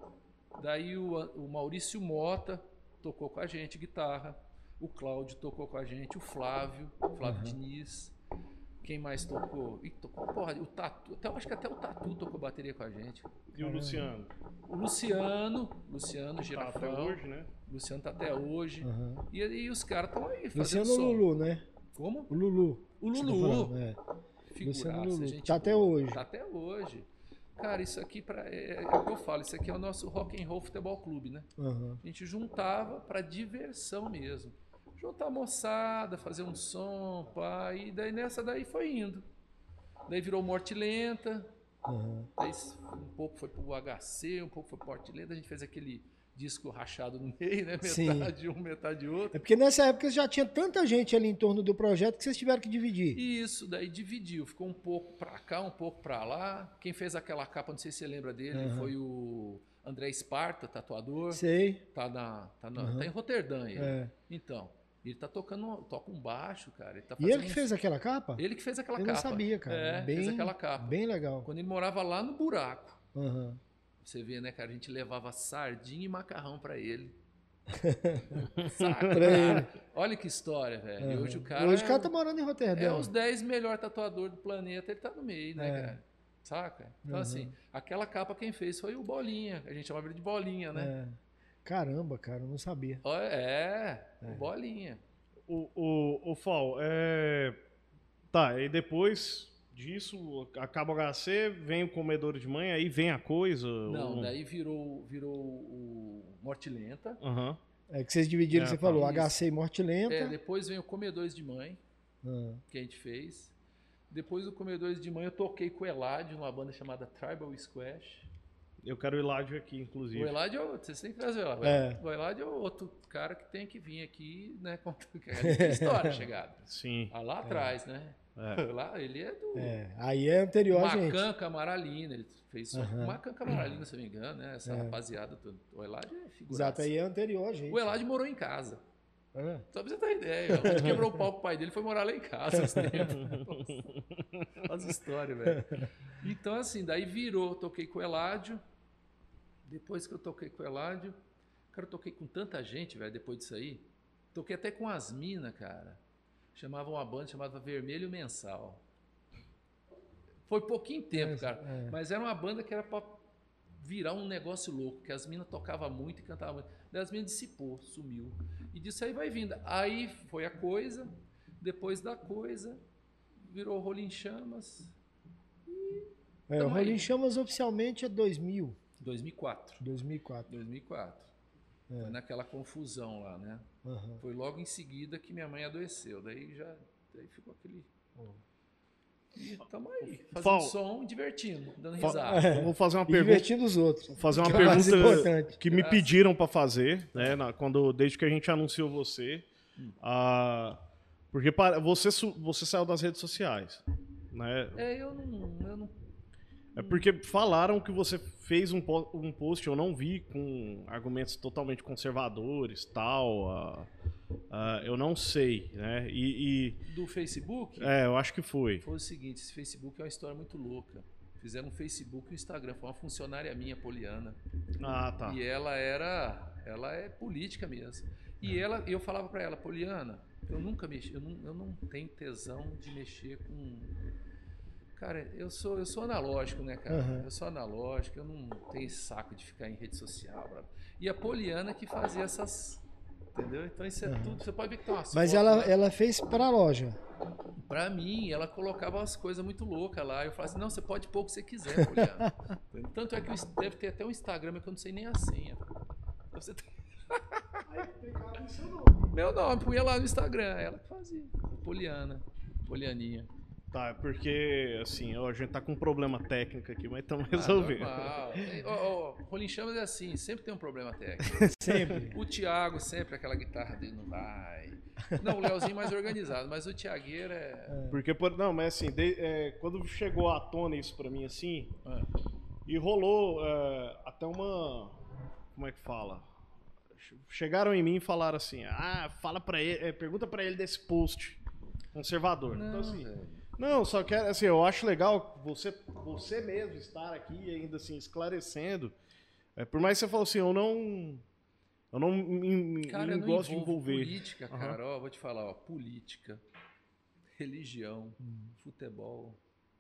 Daí o, o Maurício Mota tocou com a gente guitarra. O Cláudio tocou com a gente, o Flávio, o Flávio Diniz. Quem mais tocou? Ih, tocou, porra, o Tatu, até, eu acho que até o Tatu tocou bateria com a gente. E o Luciano? O Luciano, Luciano Tá Girafão. até hoje, né? O Luciano tá até hoje. Aham. E, e os caras estão aí fazendo Luciano som. Lulu, né? Como? O Lulu. O Você tá Lulu. falando, é. Luciano Figuraça, Lulu. gente Tá até boa. hoje. Tá até hoje. Cara, isso aqui pra, é, é o que eu falo, isso aqui é o nosso rock and roll futebol clube, né? Aham. A gente juntava pra diversão mesmo. Juntar a moçada, fazer um som, pá, e daí nessa daí foi indo. Daí virou Morte Lenta, Aham. daí um pouco foi pro H C, um pouco foi pro Morte Lenta, a gente fez aquele disco rachado no meio, né? Sim. Metade um, metade outro. É porque nessa época já tinha tanta gente ali em torno do projeto que vocês tiveram que dividir. E isso, daí dividiu, ficou um pouco pra cá, um pouco pra lá. Quem fez aquela capa, não sei se você lembra dele, Aham. foi o André Esparta, tatuador. Sei. Tá, na, tá, na, Aham. tá em Roterdã ele. É. Então, Ele tá tocando, toca um baixo, cara. Ele tá E ele fazendo que um- fez aquela capa? Ele que fez aquela Eu capa. não sabia, cara. É, bem, fez aquela capa. Bem legal. Quando ele morava lá no buraco. Aham. Você vê, né, cara? A gente levava sardinha e macarrão pra ele. Saca, Pra ele. cara? Olha que história, velho. E Aham. hoje o cara. Hoje o cara é- tá morando em É Roterdã. os dez melhores tatuadores do planeta, ele tá no meio, né, É. cara? Saca? Então, Uhum. assim, aquela capa quem fez foi o Bolinha. A gente chamava ele de Bolinha, né? É. Caramba, cara, eu não sabia. Olha, É, É. o Bolinha. O, o, o Fal, é... Tá, e depois disso, acaba o H C, vem o comedor de mãe, aí vem a coisa? Não, ou- daí virou, virou o Morte Lenta. Aham. É que vocês dividiram, É, você tá. falou, Isso. H C e Morte Lenta. É, depois vem o Comedores de Mãe, Ah, que a gente fez. Depois do Comedores de Mãe, eu toquei com o Eladio, numa banda chamada Tribal Squash. Eu quero o Hiládio aqui, inclusive. O Eladio, é o- vocês têm que trazer o Eladio. É. O Eladio é outro cara que tem que vir aqui, né? Contar que tem história chegada. Sim. Ah, lá atrás, né? É. Lá, ele é do é, aí é anterior a gente. Macan Camaralina. Ele fez só Aham. Macan Camaralina, se eu não me engano, né? Essa É. rapaziada toda. O Eladio é figuraça. Exato, aí é anterior a gente. O Eladio morou em casa. É. Só pra você ter ideia. A gente quebrou o pau com o pai dele e foi morar lá em casa esse tempo. Olha as histórias, velho. Então, assim, daí virou, toquei com o Eladio. Depois que eu toquei com o Eladio, cara, eu toquei com tanta gente, velho, depois disso aí. Toquei até com as minas, cara. Chamavam uma banda chamada Vermelho Mensal. Foi pouquinho tempo, É, cara. é. Mas era uma banda que era pra virar um negócio louco, que as minas tocavam muito e cantavam muito. Daí as minas dissipou, sumiu. E disso aí vai vindo. Aí foi a coisa, depois da coisa, virou Rolim Chamas, É, o Tamo aí. Rolim Chamas oficialmente é dois mil, dois mil e quatro. dois mil e quatro. dois mil e quatro. É. Foi naquela confusão lá, né? Aham. Foi logo em seguida que minha mãe adoeceu. Daí já daí ficou aquele. E tamo aí, fazendo Fal- som, divertindo, dando Fa- risada. Eu vou fazer uma E pergunta. divertindo os outros. Vou fazer uma Que é o mais pergunta importante. que me Graças. pediram pra fazer, né? na- quando, desde que a gente anunciou você. Ah, porque para, você, su- você saiu das redes sociais, né? É, eu não. Eu não É porque falaram que você fez um, po- um post, eu não vi, com argumentos totalmente conservadores, tal. ah, ah, eu não sei, né? E, e- do Facebook, é, eu acho que foi. foi o seguinte: esse Facebook é uma história muito louca. Fizeram um Facebook e um Instagram. Foi uma funcionária minha, Poliana. Ah, tá. E ela era. Ela é política mesmo. E ela, eu falava pra ela, Poliana, eu nunca mexi, eu não, eu não tenho tesão de mexer com. Cara, eu sou, eu sou analógico, né, cara? Aham. Eu sou analógico, eu não tenho saco de ficar em rede social. Bravo. E a Poliana que fazia essas. Entendeu? Então isso é Aham. tudo. Você pode ver que tem umas Mas fotos ela, lá. ela fez pra loja. Pra mim, ela colocava umas coisas muito loucas lá. Eu falava assim, não, você pode pôr o que você quiser, Poliana. Tanto é que eu- deve ter até um Instagram que eu não sei nem a senha. Você tem... Meu nome, punha lá no Instagram. Ela que fazia. Poliana. Polianinha. Tá, é porque, assim, ó, a gente tá com um problema técnico aqui, mas estamos Ah, resolvendo. normal. Tem- ó, ó, Rolim Chamas é assim, sempre tem um problema técnico. Sempre. O Thiago sempre, aquela guitarra dele não vai. Não, o Leozinho mais organizado, mas o Thiagueiro é... Porque, por- não, mas assim, de- é, quando chegou à tona isso pra mim, assim, Ah, e rolou é, até uma. Como é que fala? Chegaram em mim e falaram assim: ah, fala pra ele, é, pergunta pra ele desse post conservador. não, então, assim, velho. não, só que assim, eu acho legal você, você mesmo estar aqui e ainda assim esclarecendo. É, por mais que você falou assim, eu não. Eu não me, me- Cara, me eu não gosto de envolvo envolver. política, Aham. cara. Ó, vou te falar, ó, política, religião, Hum. futebol.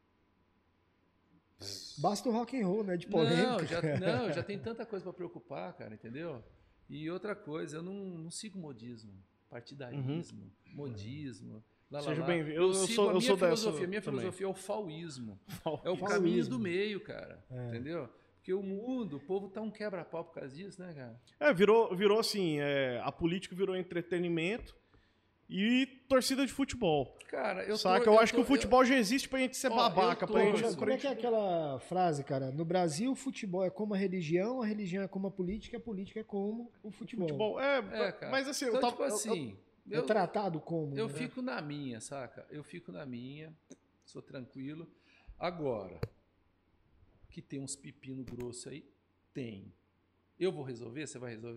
Basta o rock and roll, né? De polêmica. Não, já, não, já tem tanta coisa pra preocupar, cara, entendeu? E outra coisa, eu não, não sigo modismo, partidarismo, modismo. Lá, lá, Uhum. Seja lá. bem-vindo. Eu- Eu, eu sigo sou- a eu minha sou dessa filosofia. Minha também. filosofia é o fauísmo. É o Fauísmo. caminho do meio, cara. É. Entendeu? Porque o mundo, o povo tá um quebra-pau por causa disso, né, cara? É, virou, virou assim, é, a política virou entretenimento e torcida de futebol. Cara, eu Saca? tô- eu, acho tô- que o futebol já existe pra gente ser Ó, babaca. eu tô- pra Como, gente, como é que é aquela frase, cara? No Brasil, o futebol é como a religião, a religião é como a política, a política é como o futebol. futebol. É, É, cara. mas assim, Então, eu tava. tipo eu- eu- assim, É eu, tratado como. eu né? fico na minha, saca? Eu fico na minha, sou tranquilo. Agora, que tem uns pepino grosso aí, tem. Eu vou resolver? Você vai resolver?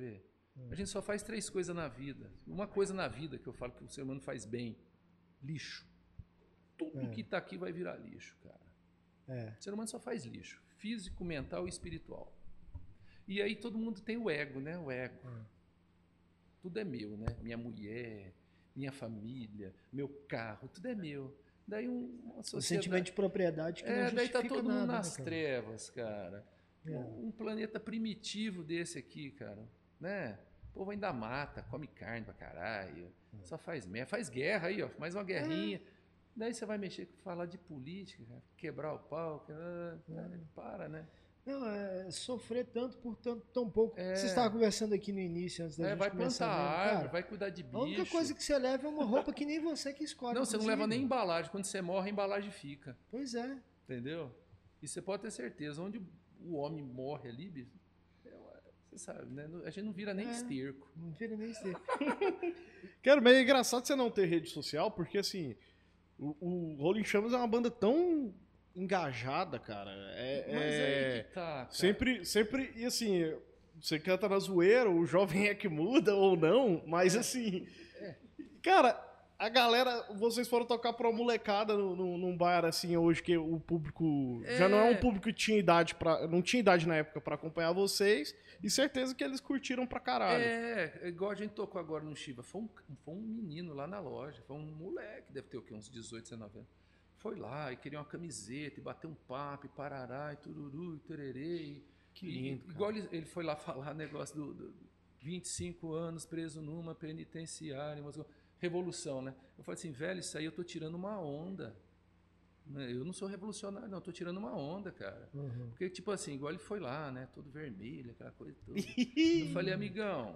A gente só faz três coisas na vida. Uma coisa na vida que eu falo que o ser humano faz bem: lixo. Tudo É. que está aqui vai virar lixo, cara. É. O ser humano só faz lixo. Físico, mental e espiritual. E aí todo mundo tem o ego, né? O ego. É. Tudo é meu, né? Minha mulher, minha família, meu carro, tudo é meu. Daí um, uma O sociedade... sentimento de propriedade que não É, daí justifica tá todo nada, mundo né, nas cara? trevas, cara. É. Um, um planeta primitivo desse aqui, cara, né? O povo ainda mata, come carne pra caralho, É. só faz merda, faz guerra aí, ó, mais uma guerrinha. Daí você vai mexer, falar de política, cara, quebrar o pau, quebrar... É. para, né? Não, é sofrer tanto por tanto, tão pouco. É. Você estava conversando aqui no início, antes da É, gente vai começar plantar mesmo, árvore, cara. vai cuidar de bicho. A única coisa que você leva é uma roupa que nem você que escolhe. Não, você não leva nem inclusive. embalagem. Quando você morre, a embalagem fica. Pois é. Entendeu? E você pode ter certeza, onde o homem morre ali, bicho, é uma- você sabe, né? A gente não vira nem É. esterco. Não vira nem ser. Quero, mas é engraçado você não ter rede social, porque assim, o, o Rolling Chamas é uma banda tão engajada, cara. É, Mas é- aí que tá, cara. sempre, sempre, e assim, você canta na zoeira, o jovem é que muda ou não, mas assim, cara, a galera, vocês foram tocar pra uma molecada no- no- num bar assim hoje que o público já não é um É. público que tinha idade para, não tinha idade na época pra acompanhar vocês, e certeza que eles curtiram pra caralho. É, igual a gente tocou agora no Shiva. Foi um, foi um menino lá na loja, foi um moleque, deve ter o quê? Uns dezoito, dezenove anos. Foi lá e queria uma camiseta, e bater um papo, e parará, e tururu, e tererê. E, Que e- lindo, cara. Igual ele, ele foi lá falar negócio do, do vinte e cinco anos preso numa penitenciária, mas- revolução, né? Eu falei assim, velho, isso aí eu tô tirando uma onda. Né? Eu não sou revolucionário, não, eu tô tirando uma onda, cara. Uhum. Porque, tipo assim, igual ele foi lá, né? Todo vermelho, aquela coisa toda. Eu falei, amigão,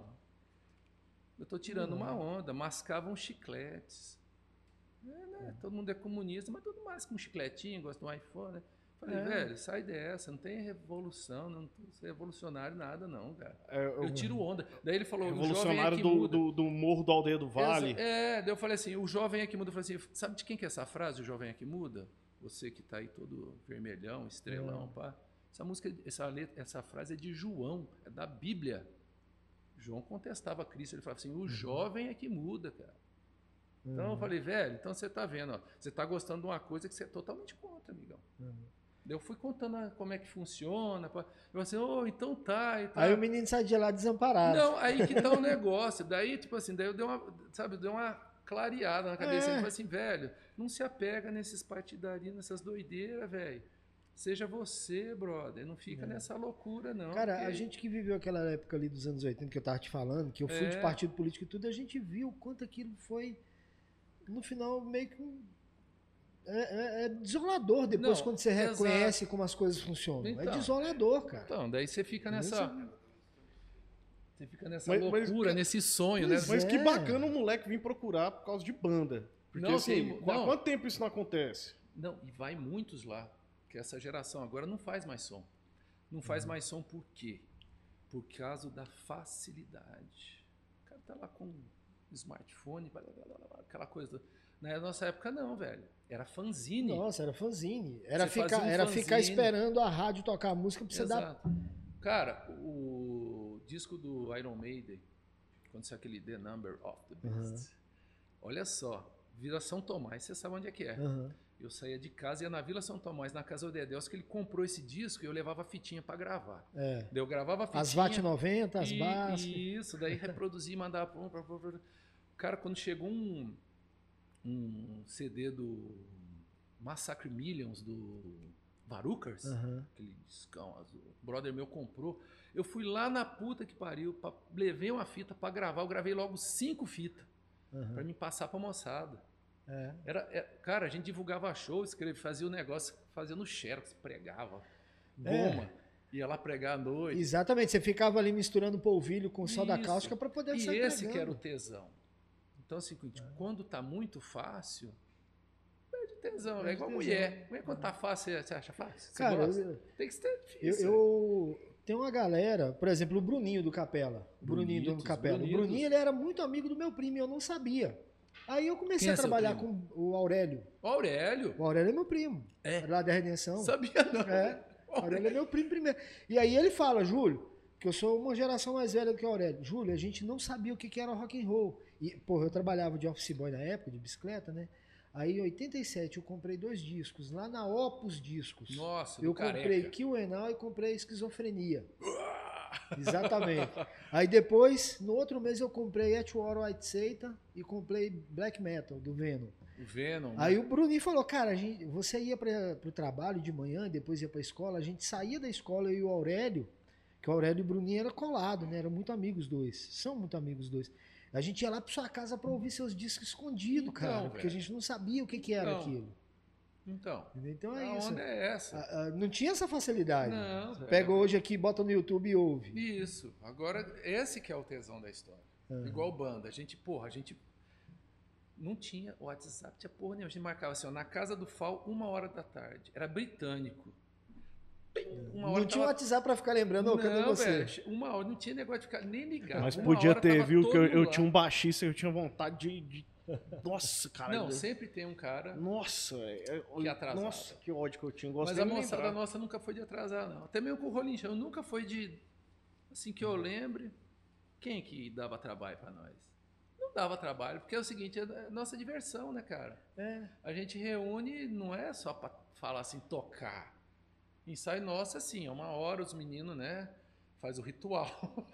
eu tô tirando uma onda, mascavam chicletes. É, né? Todo mundo é comunista, mas todo mundo masca um chicletinho, gosta de um iPhone, né? Falei, É. velho, sai dessa, não tem revolução, não tô ser revolucionário nada, não, cara. É, Eu tiro onda. Daí ele falou, o jovem é revolucionário que do, muda. do, do Morro do Aldeia do Vale. Exa- É, daí eu falei assim, o jovem é que muda. Eu falei assim, sabe de quem que é essa frase, o jovem é que muda? Você que tá aí todo vermelhão, estrelão, pá. Essa música, essa, letra, essa frase é de João, é da Bíblia. João contestava Cristo, ele falava assim, o jovem é que muda, cara. Então eu falei, velho, então você tá vendo, ó, você tá gostando de uma coisa que você é totalmente contra, amigão. Daí eu fui contando a- como é que funciona. pá. Eu falei assim, ô, então tá. E tá. Aí o menino sai de lá desamparado. Não, aí que tá o negócio. Daí, tipo assim, daí eu dei uma, sabe, eu dei uma clareada na cabeça. É. Eu falei assim, velho, não se apega nesses partidarismos, nessas doideiras, velho. Seja você, brother. Não fica nessa loucura, não. Cara, porque- a gente que viveu aquela época ali dos anos oitenta que eu tava te falando, que eu fui de É. partido político e tudo, a gente viu o quanto aquilo foi, no final, meio que um... É, é- é desolador depois Não, quando você exato. reconhece como as coisas funcionam. é Então. desolador, cara. Então, daí você fica nessa... Você fica nessa Mas- mas- loucura, nesse sonho, né? Pois Mas que É. bacana o moleque vir procurar por causa de banda. Porque Não, assim, tem- qu- há não. quanto tempo isso não acontece? Não, e vai muitos lá, que essa geração agora não faz mais som. Não faz Uhum. mais som por quê? Por causa da facilidade. O cara tá lá com um smartphone, blá, blá, blá, blá, aquela coisa. Na nossa época não, velho. Era fanzine. Nossa, era fanzine. Era, Você ficar, fazia um era ficar fanzine. esperando a rádio tocar a música pra você dar. Exato. Cara, o disco do Iron Maiden, quando saiu aquele The Number of the Beast, olha só, Vila São Tomás, você sabe onde é que é. Aham. Eu saía de casa, ia na Vila São Tomás, na casa do Dedelso, que ele comprou esse disco e eu levava a fitinha pra gravar. É. Daí eu gravava a fitinha. As V A T noventa, as e- Basque. Isso, daí reproduzia e mandava pra um, pra um, pra um. Cara, quando chegou um, um C D do Massacre Millions, do Varukers, Aham. aquele discão azul, o brother meu comprou, eu fui lá na puta que pariu, pra, levei uma fita pra gravar, eu gravei logo cinco fitas, Aham. pra me passar pra moçada. É. Era, é- cara, a gente divulgava show, escrevia, fazia o negócio, fazia no Xerox, pregava, É. goma, ia lá pregar à noite. Exatamente, você ficava ali misturando polvilho com soda Isso. cáustica pra poder E sair esse pregando. que era o tesão. Então, assim, quando tá muito fácil, perde tesão. Perde é igual tesão. mulher. Mulher, quando tá fácil, você- você acha fácil? Você Cara, gosta? eu, Tem que ser eu, difícil. eu tenho uma galera, por exemplo, o Bruninho do Capela. O Bruninho do Bonitos, Capela. bonitos. O Bruninho, ele era muito amigo do meu primo e eu não sabia. Aí eu comecei Quem é a seu trabalhar primo? com o Aurélio. O Aurélio. O Aurélio é meu primo. É. Lá da Redenção. Sabia não. É. O Aurélio é meu primo primeiro. E aí ele fala, Júlio, que eu sou uma geração mais velha do que o Aurélio. Júlio, a gente não sabia o que que era rock and roll. E, porra, eu trabalhava de office boy na época, de bicicleta, né? Aí em oitenta e sete eu comprei dois discos, lá na Opus Discos. Nossa, eu do comprei Careca. Kill and Now e comprei Esquizofrenia. Exatamente. Aí depois, no outro mês, eu comprei At War White Satan e comprei Black Metal, do Venom. O Venom. Aí o Bruninho falou, cara, a gente, você ia para o trabalho de manhã, depois ia para a escola, a gente saía da escola, eu e o Aurélio, que o Aurélio e o Bruninho eram colados, né? Eram muito amigos os dois, são muito amigos os dois. A gente ia lá para sua casa para ouvir seus discos escondidos, Então, cara, velho. porque a gente não sabia o que, que era Então. aquilo. Então, Então é a isso. onda é essa. Ah, ah, Não tinha essa facilidade. Não, Você velho. pega hoje aqui, bota no YouTube e ouve. Isso. Agora, esse que é o tesão da história. Uhum. Igual banda. A gente, porra, a gente não tinha WhatsApp, tinha porra nenhuma. A gente marcava assim, ó, na casa do Fal, uma hora da tarde. Era britânico. Bem, uma hora Não tinha tava... WhatsApp para ficar lembrando, ô, cadê Não, você? velho, uma hora, não tinha negócio de ficar nem ligado. Mas Uma podia hora ter, tava viu, que todo eu, mundo eu lá. tinha um baixista e eu tinha vontade de... de- Nossa, cara. Não, eu- sempre tem um cara. Nossa, é- Que atrasado. Nossa, que ódio que eu tinha. Mas Gostei a de moçada lembrar. nossa nunca foi de atrasar, não. Até mesmo com o Rolim Chão, nunca foi de. Assim que eu lembre, quem que dava trabalho pra nós? Não dava trabalho, porque é o seguinte, é nossa diversão, né, cara? É. A gente reúne, não é só pra falar assim, tocar. Ensaio nosso, assim, é uma hora os meninos, né? Faz o ritual.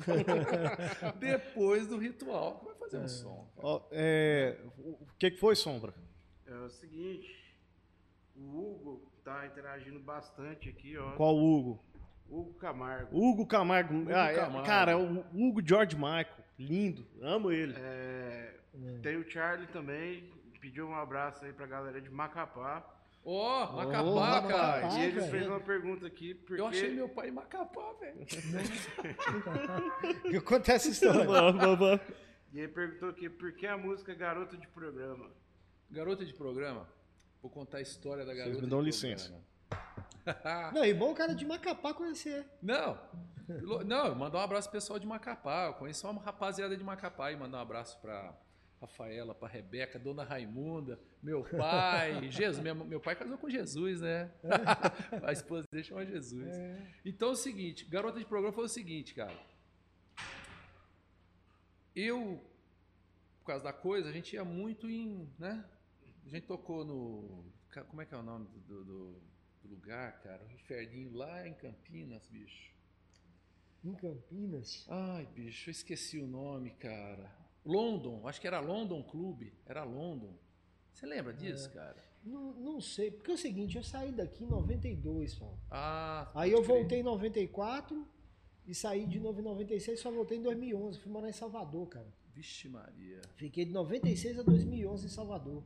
Depois do ritual, vai fazer um som. cara. Ó, é, o o que, que foi, Sombra? É o seguinte, o Hugo tá interagindo bastante aqui, ó. Qual Hugo? Hugo Camargo. Hugo Camargo. Ah, é, Camargo. Cara, o Hugo George Michael. Lindo. Amo ele. É, tem o Charlie também, pediu um abraço aí pra galera de Macapá. Ó, Ô, Macapá, cara. rapaz. e eles velho. fez uma pergunta aqui, porque... Eu achei meu pai em Macapá, velho. Que acontece essa história. Vamos, vamos, vamos. E ele perguntou aqui, por que a música Garota de Programa? Garota de programa? Vou contar a história da garota me dão de licença. programa. Não, e bom o cara de Macapá conhecer. Não, lo- não, mandar um abraço pro pessoal de Macapá. Eu conheço uma rapaziada de Macapá e mandar um abraço pra Rafaela, pra Rebeca, Dona Raimunda, meu pai, Jesus. Meu, meu pai casou com Jesus, né? A esposa dele chama Jesus. Então é o seguinte, garota de programa foi o seguinte, cara. Eu, por causa da coisa, a gente ia muito em, né? A gente tocou no, ca- como é que é o nome do, do- do lugar, cara? Um inferninho lá em Campinas, bicho. Em Campinas. Ai, bicho, eu esqueci o nome, cara. London, acho que era London Club, era London. Você lembra disso, cara? Não, não sei, porque é o seguinte, eu saí daqui em noventa e dois, Paulo. Ah, Aí pode eu crer. voltei em noventa e quatro e saí de novo em noventa e seis, só voltei em dois mil e onze. Fui morar em Salvador, cara. Vixe Maria. Fiquei de noventa e seis a dois mil e onze em Salvador.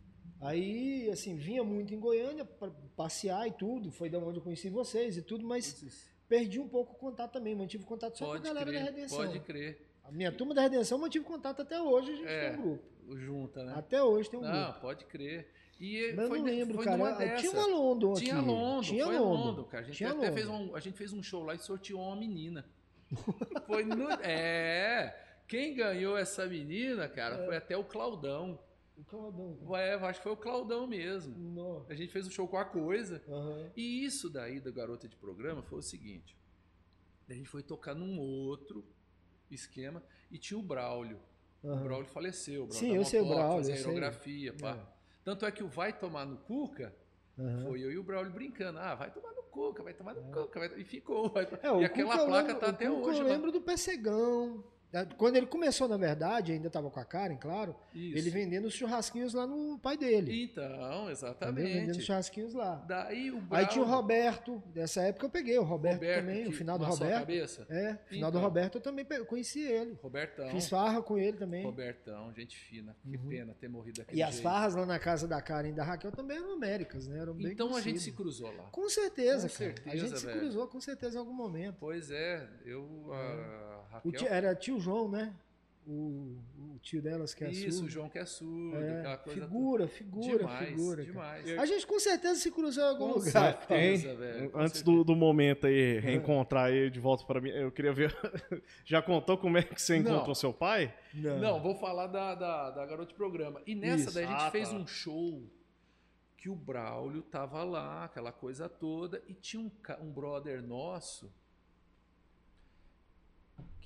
Aí, assim, vinha muito em Goiânia para passear e tudo. Foi da onde eu conheci vocês e tudo, mas perdi um pouco o contato também. Mantive contato só com a Pode galera da crer, Redenção. pode crer. A minha turma da Redenção mantive contato até hoje, a gente É. tem um grupo. O Junta, né? Até hoje tem um Não, grupo. pode crer. E Mas eu foi, não de- lembro, foi cara. numa Ah, dessa. Tinha uma London aqui. Tinha London, Tinha foi London. London, cara. A gente Tinha até London. fez um, a gente fez um show lá e sorteou uma menina. Foi no, é, quem ganhou essa menina, cara, foi até o Claudão. O Claudão. É, acho que foi o Claudão mesmo. Nó. A gente fez um show com a coisa. Aham. E isso daí da garota de programa foi o seguinte. A gente foi tocar num outro esquema e tinha o Braulio. O Aham. Braulio faleceu. O Braulio Sim, da eu sei o motoca, Braulio, fazia eu sei. aerografia, pá. Tanto é que o Vai Tomar no Cuca Aham. foi eu e o Braulio brincando. Ah, vai tomar no Cuca, vai tomar no Cuca. Vai... E ficou. Vai... É, o e aquela Cuca eu placa lembro- tá o até Cuca hoje. Eu lá. lembro do Pessegão. Quando ele começou, na verdade, ainda estava com a Karen, claro, Isso. ele vendendo os churrasquinhos lá no pai dele. Então, Entendeu? Vendendo exatamente. os churrasquinhos lá. Daí o Aí Braulio... tinha o Roberto, dessa época eu peguei o Roberto, Roberto, também, o que final do amassou a Roberto. cabeça. É, o final do Então. Roberto eu também pe- conheci ele. Robertão. Fiz farra com ele também. Robertão, gente fina. Que pena ter morrido daquele E as jeito. farras lá na casa da Karen e da Raquel também eram Américas, né? Eram bem Então a gente se conhecidas. cruzou lá. Com certeza, Com cara. certeza, a gente se velho. cruzou com certeza em algum momento. Pois é, eu, a O Raquel... tio- era tio João, né? O, o tio delas que é Isso, o surdo. João que é surdo, É, aquela coisa figura, figura, demais, figura. cara. demais. A gente com certeza se cruzou em algum Com lugar. certeza. Hein? velho, com Antes certeza. do, do momento aí, reencontrar ele de volta para mim, eu queria ver. Já contou como é que você Não. encontrou seu pai? Não, vou falar da, da, da garota de programa. E nessa Isso. daí a gente Ah, fez tá. um show que o Braulio tava lá, aquela coisa toda, e tinha um, ca- um brother nosso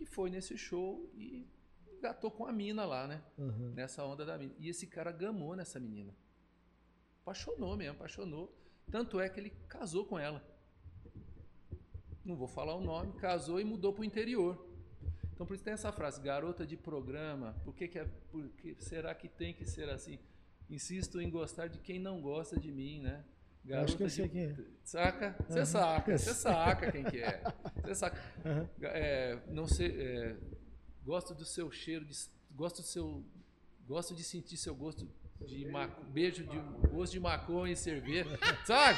que foi nesse show e engatou com a mina lá, né? Uhum. Nessa onda da mina. E esse cara gamou nessa menina. Apaixonou mesmo, apaixonou. Tanto é que ele casou com ela. Não vou falar o nome, casou e mudou para o interior. Então por isso tem essa frase, garota de programa, por que, que, é, por que será que tem que ser assim? Insisto em gostar de quem não gosta de mim, né? Garota Acho que eu de, sei quem é. Saca? Você Uhum. saca, você saca quem que é. Você saca. Uhum. É, não sei, é, gosto do seu cheiro, de, gosto do seu, gosto de sentir seu gosto de maco, beijo de gosto de maconha e cerveja, sabe?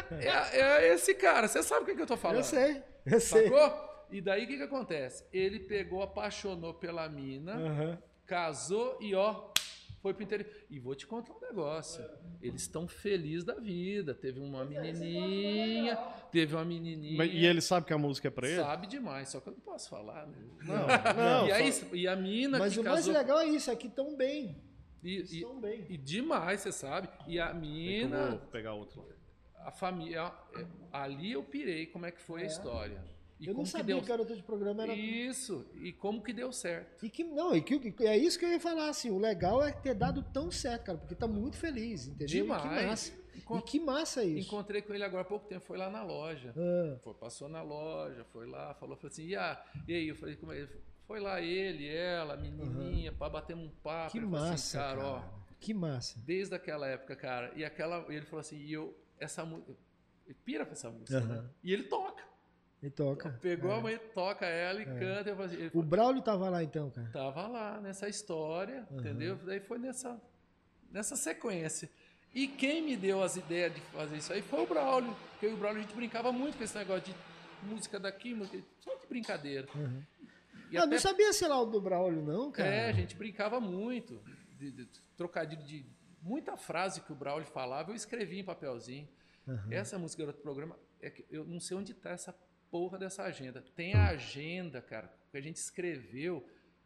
É, é esse cara, você sabe o que, que eu tô falando? Eu sei, eu sei. Sacou? E daí o que, que acontece? Ele pegou, apaixonou pela mina, Uhum. casou e ó, foi pro interior. E vou te contar um negócio. Eles estão felizes da vida. Teve uma menininha, teve uma menininha. Mas- E ele sabe que a música é pra ele? Sabe demais, só que eu não posso falar, né? Não, não. e, aí, só- e a mina Mas que o mais casou... legal é isso, é que estão bem. E, e, Estão bem. e demais, você sabe. E a Eu mina, vou pegar outro lá. a família... é, ali eu pirei como é que foi a história. E Eu não como que sabia deu... que garota de programa era. Isso, e como que deu certo. E que, não, e que, que- é isso que eu ia falar, assim, o legal é ter dado tão certo, cara, porque tá muito feliz, entendeu? E Demais. que massa. Encont- E que massa isso. Encontrei com ele agora há pouco tempo, foi lá na loja. Ah, Foi, passou na loja, foi lá, falou, falou assim, e, a, e aí? Eu falei, como é? Foi lá ele, ela, a menininha, para bater um papo. que Ele falou assim, massa, cara, cara. ó, Que massa. desde aquela época, cara, e aquela, e ele falou assim, e eu, essa música, ele pira pra essa música, Aham. né? E ele toca. E toca. Pegou É. a mãe, toca ela e canta. Eu falei, assim, ele O falou, Braulio tava lá então, cara. tava lá nessa história, Aham. entendeu? Daí foi nessa, nessa sequência. E quem me deu as ideias de fazer isso aí foi o Braulio. Porque eu e o Braulio a gente brincava muito com esse negócio de música daqui, música, só de brincadeira. Uhum. E Ah, até- não sabia ser lá o do Braulio, não, cara. É, a gente brincava muito. De, de, trocadilho de muita frase que o Braulio falava, eu escrevia em papelzinho. Uhum. Essa música do programa, é que eu não sei onde está essa porra dessa agenda. Tem a agenda, cara, que a gente escreveu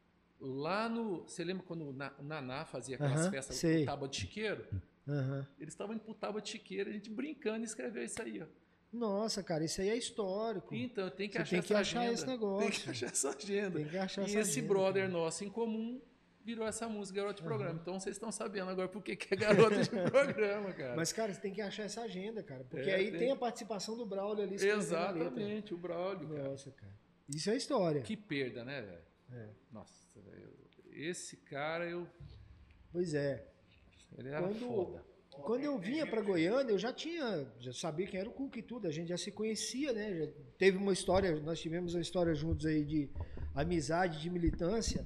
lá no. Você lembra quando o Na- o Naná fazia aquelas Aham, festas sei. com tábua de chiqueiro? Aham. Eles estavam indo pro tábua de chiqueiro, a gente brincando e escreveu isso aí, ó. Nossa, cara, isso aí é histórico. Então, eu tenho que Você achar tem que essa achar agenda. esse negócio. Tem que achar essa agenda. Tem que achar E essa esse agenda, brother cara. nosso em comum virou essa música, Garota de Programa. Então vocês estão sabendo agora por que que é Garota de Programa, cara. Mas, cara, você tem que achar essa agenda, cara. Porque É, aí tem. tem a participação do Braulio ali escrevendo a letra. Exatamente, o Braulio, cara. Nossa, cara. Isso é história. Que perda, né, velho? É. Nossa, velho. Esse cara, eu. Pois é. Ele era Quando- foda. Quando eu vinha para Goiânia, eu já tinha, já sabia quem era o Cuca e tudo, a gente já se conhecia, né? Já teve uma história, nós tivemos uma história juntos aí de amizade, de militância,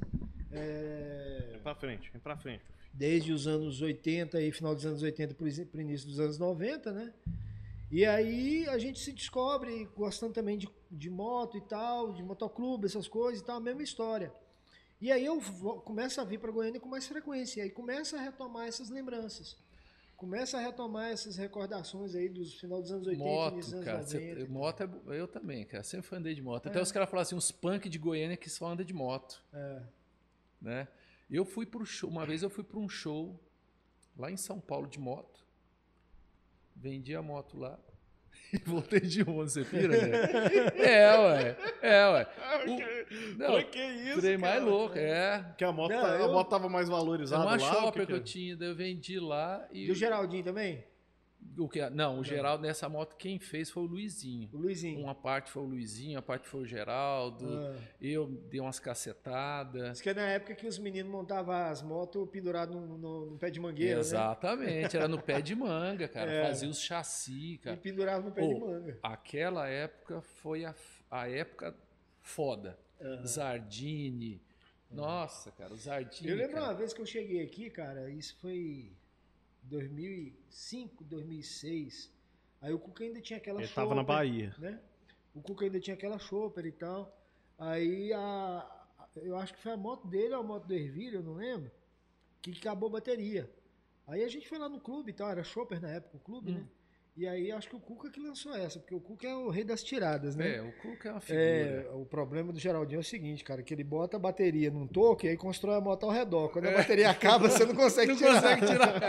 é, Vem pra frente, vem pra frente. desde os anos oitenta e final dos anos oitenta para o início dos anos noventa, né? E aí a gente se descobre gostando também de, de moto e tal, de motoclube, essas coisas e tal, a mesma história. E aí eu vou, começo a vir para Goiânia com mais frequência, e aí começa a retomar essas lembranças. Começa a retomar essas recordações aí dos final dos anos oitenta, Moto, início dos cara. anos cê- noventa. moto é, bo- eu também, cara. Sempre fui andei de moto. É. Até os caras falam assim, uns punk de Goiânia que só anda de moto, É. né? Eu fui pro show, uma vez eu fui para um show lá em São Paulo de moto. Vendi a moto lá e voltei de ônibus, você pira, né? É, ué. É, ué. O, não, Pra que isso, trem mais cara? louco, é. Porque a moto, Não, tá- a eu- moto tava mais É valorizada uma lá. o shopper que, que eu que- tinha, daí eu vendi lá e. E o Geraldinho também? O que, não, o Geraldo nessa moto quem fez foi o Luizinho. O Luizinho. Uma parte foi o Luizinho, a parte foi o Geraldo. Ah. Eu dei umas cacetadas. Diz que é na época que os meninos montavam as motos penduradas no, no- no pé de mangueira, né? Exatamente, era no pé de manga, cara. É. Fazia os chassi, E cara. penduravam no pé de Ô, manga. Aquela época foi a, a época foda. Aham. Zardini. Nossa, cara, o Zardini. Eu lembro cara. uma vez que eu cheguei aqui, cara, isso foi dois mil e cinco, dois mil e seis. Aí o Cuca ainda tinha aquela Ele tava na Chopper, Bahia. né? O Cuca ainda tinha aquela Chopper e tal. Aí a, eu acho que foi a moto dele ou a moto do Ervilho, eu não lembro, que acabou a bateria. Aí a gente foi lá no clube e tal, era Chopper na época, o clube, Hum. né? E aí acho que o Cuca que lançou essa, porque o Cuca é o rei das tiradas, né? É, o Cuca é uma figura. É, o problema do Geraldinho é o seguinte, cara, que ele bota a bateria num toque e aí constrói a moto ao redor. Quando a bateria acaba, você não consegue Não tirar. consegue tirar.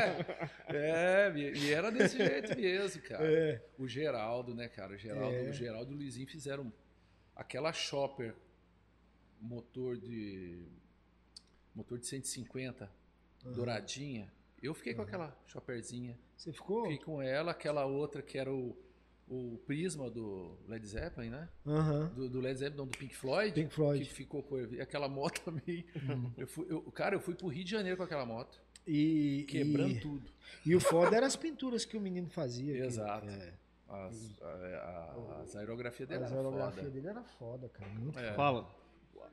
É, é, e era desse jeito mesmo, cara. É. O Geraldo, né, cara? O Geraldo, É. o Geraldo e o Luizinho fizeram aquela shopper motor de motor de cento e cinquenta, uhum. douradinha. Eu fiquei uhum. com aquela chopperzinha. Você ficou? Fiquei com ela, aquela outra que era o, o Prisma do Led Zeppelin, né? Uhum. Do, do Led Zeppelin, não, do Pink Floyd. Pink Floyd. Que ficou com aquela moto também. Uhum. Eu fui, eu, cara, eu fui pro Rio de Janeiro com aquela moto. E, quebrando e, tudo. E o foda eram as pinturas que o menino fazia. Exato. Que, é. As, a, a, as aerografias dele as era aerografia foda. dele era foda, cara. Muito é. foda. Fala.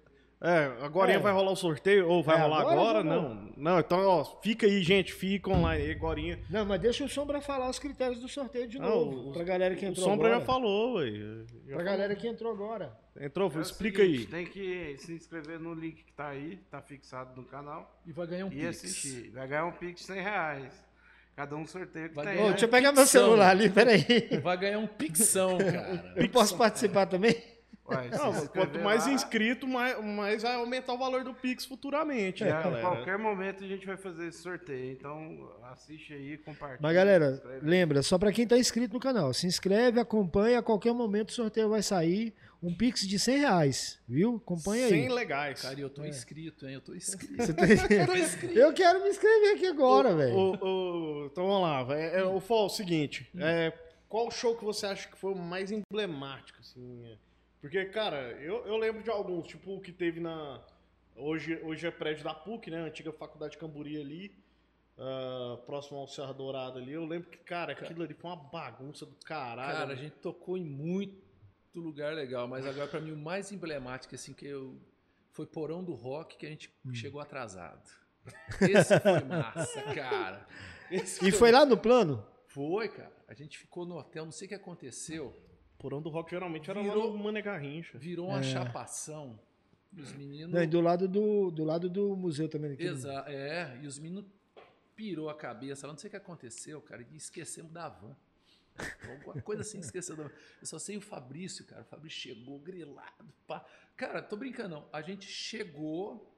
É, agora É. vai rolar o sorteio, ou vai É, rolar agora agora? já Não. não. Não, então, ó, fica aí, gente, fica online aí, agorinha. Não, mas deixa o Sombra falar os critérios do sorteio de Não, novo. o- pra galera que O entrou Sombra agora. já falou, ué. Já Pra galera que entrou agora. Entrou, É o explica seguinte, aí. Tem que se inscrever no link que tá aí, tá fixado no canal. E vai ganhar um E Pix. assistir. Vai ganhar um Pix de cem reais. Cada um sorteio que Vai tem. ganhar Ô, né? deixa eu pegar meu Pixão. celular ali, peraí. Vai ganhar um pixão, cara. Eu posso participar também? Ué, se Não, inscrever quanto mais lá, inscrito, mais, mais vai aumentar o valor do Pix futuramente, né, a galera? qualquer momento a gente vai fazer esse sorteio. Então assiste aí, compartilha. Mas galera, inscreve. lembra, só pra quem tá inscrito no canal, se inscreve, acompanha, a qualquer momento o sorteio vai sair. Um Pix de cem reais, viu? Acompanha aí. Sem legais. Cara, e eu tô inscrito, hein? Eu tô inscrito. Você tá- Eu tô inscrito. Eu quero me inscrever aqui agora, velho. O- o- então vamos lá. É, é, o Fol, o seguinte. Hum. É, qual show que você acha que foi o mais emblemático, assim? é? Porque, cara, eu, eu lembro de alguns, tipo o que teve na... Hoje, hoje é prédio da P U C, né? Antiga Faculdade Camburi ali, ah, próximo ao Serra Dourada ali. Eu lembro que, cara, aquilo ali foi uma bagunça do caralho. Cara, a gente tocou em muito lugar legal, mas agora pra mim o mais emblemático, assim, que eu... foi Porão do Rock, que a gente Hum. chegou atrasado. Esse foi massa, cara. Esse E foi lá no plano? Foi, cara. A gente ficou no hotel, não sei o que aconteceu. Porão do Rock geralmente era Virou- lá no Mané Garrincha. Virou uma chapação. E os meninos... Não, e do lado do, do lado do museu também. aqui. Exa é, e os meninos pirou a cabeça lá, não sei o que aconteceu, cara, e esquecemos da van. Alguma coisa assim, esqueceu da van. Eu só sei o Fabrício, cara, o Fabrício chegou grilado, pá. Cara, tô brincando não, a gente chegou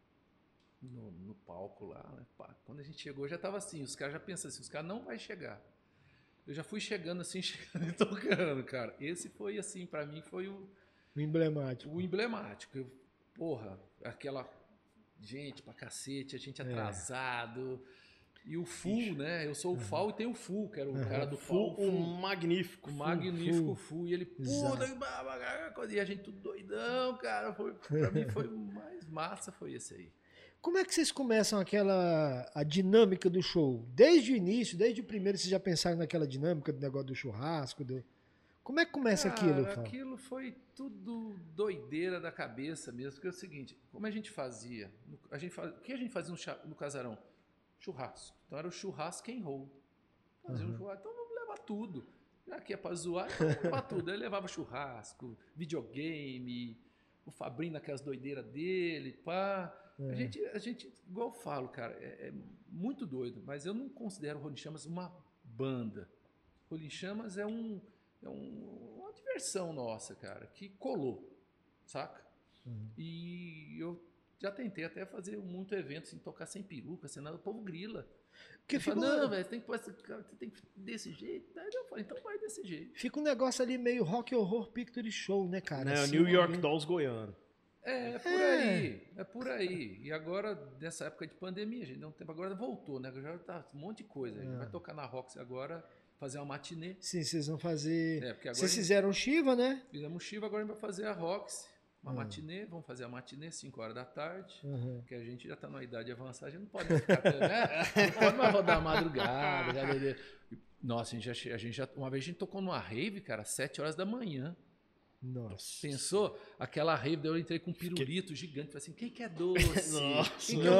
no, no palco lá, né, pá. Quando a gente chegou já tava assim, os caras já pensam assim, os caras não vai chegar. Eu já fui chegando assim, chegando e tocando, cara. Esse foi assim, pra mim foi o, O emblemático. o emblemático. Eu, porra, aquela gente pra cacete, a gente atrasado. E o Full, né? Eu sou o Fal e tem o Full, que era o cara do Full, Full. um magnífico. O Full. magnífico Full. E ele, Exato. puta que babagaca. E a gente tudo doidão, cara. Foi, pra mim foi o mais massa, foi esse aí. Como é que vocês começam aquela a dinâmica do show? Desde o início, desde o primeiro, vocês já pensaram naquela dinâmica do negócio do churrasco? Do... Como é que começa Cara, aquilo, Fal? aquilo foi tudo doideira da cabeça mesmo. Porque é o seguinte, como a gente fazia? A gente faz, o que a gente fazia no, cha- no casarão? Churrasco. Então era o churrasco and roll. Fazia um churrasco, então vamos levar tudo. Já que é pra zoar, então vamos levar tudo. Aí levava churrasco, videogame, o Fabrinho naquelas doideiras dele, pá. A, gente, a gente, igual eu falo, cara, é, é muito doido, mas eu não considero o Rolim Chamas uma banda. Rolim Chamas é, um, é um, uma diversão nossa, cara, que colou, saca? Uhum. E eu já tentei até fazer muito evento sem tocar sem peruca, sem nada, o povo grila. Porque Eu fica, falo, um- não, velho, você tem que fazer, cara, você tem que desse jeito. Aí eu falei, então vai desse jeito. fica um negócio ali meio rock horror picture show, né, cara? Né, Assim, New York alguém- Dolls Goiano. É, é por É. aí, é por aí. E agora, nessa época de pandemia, a gente deu um tempo, agora voltou, né? Já tá um monte de coisa. A gente É. vai tocar na Roxy agora, fazer uma matinê. Sim, vocês vão fazer... É, porque agora Vocês a gente- fizeram Shiva, né? fizemos Chiva, agora a gente vai fazer a Roxy, uma Hum. matinê, vamos fazer a matinê, cinco horas da tarde. Uhum. Porque a gente já tá numa idade avançada, a gente não pode mais ficar, né? Não pode mais rodar a madrugada. Já, já- Nossa, a gente, já, a gente já. Uma vez a gente tocou numa rave, cara, sete horas da manhã. Nossa. Pensou? Aquela rave, daí eu entrei com um pirulito gigante. Falei assim: quem que é doce? Nossa. Quem que é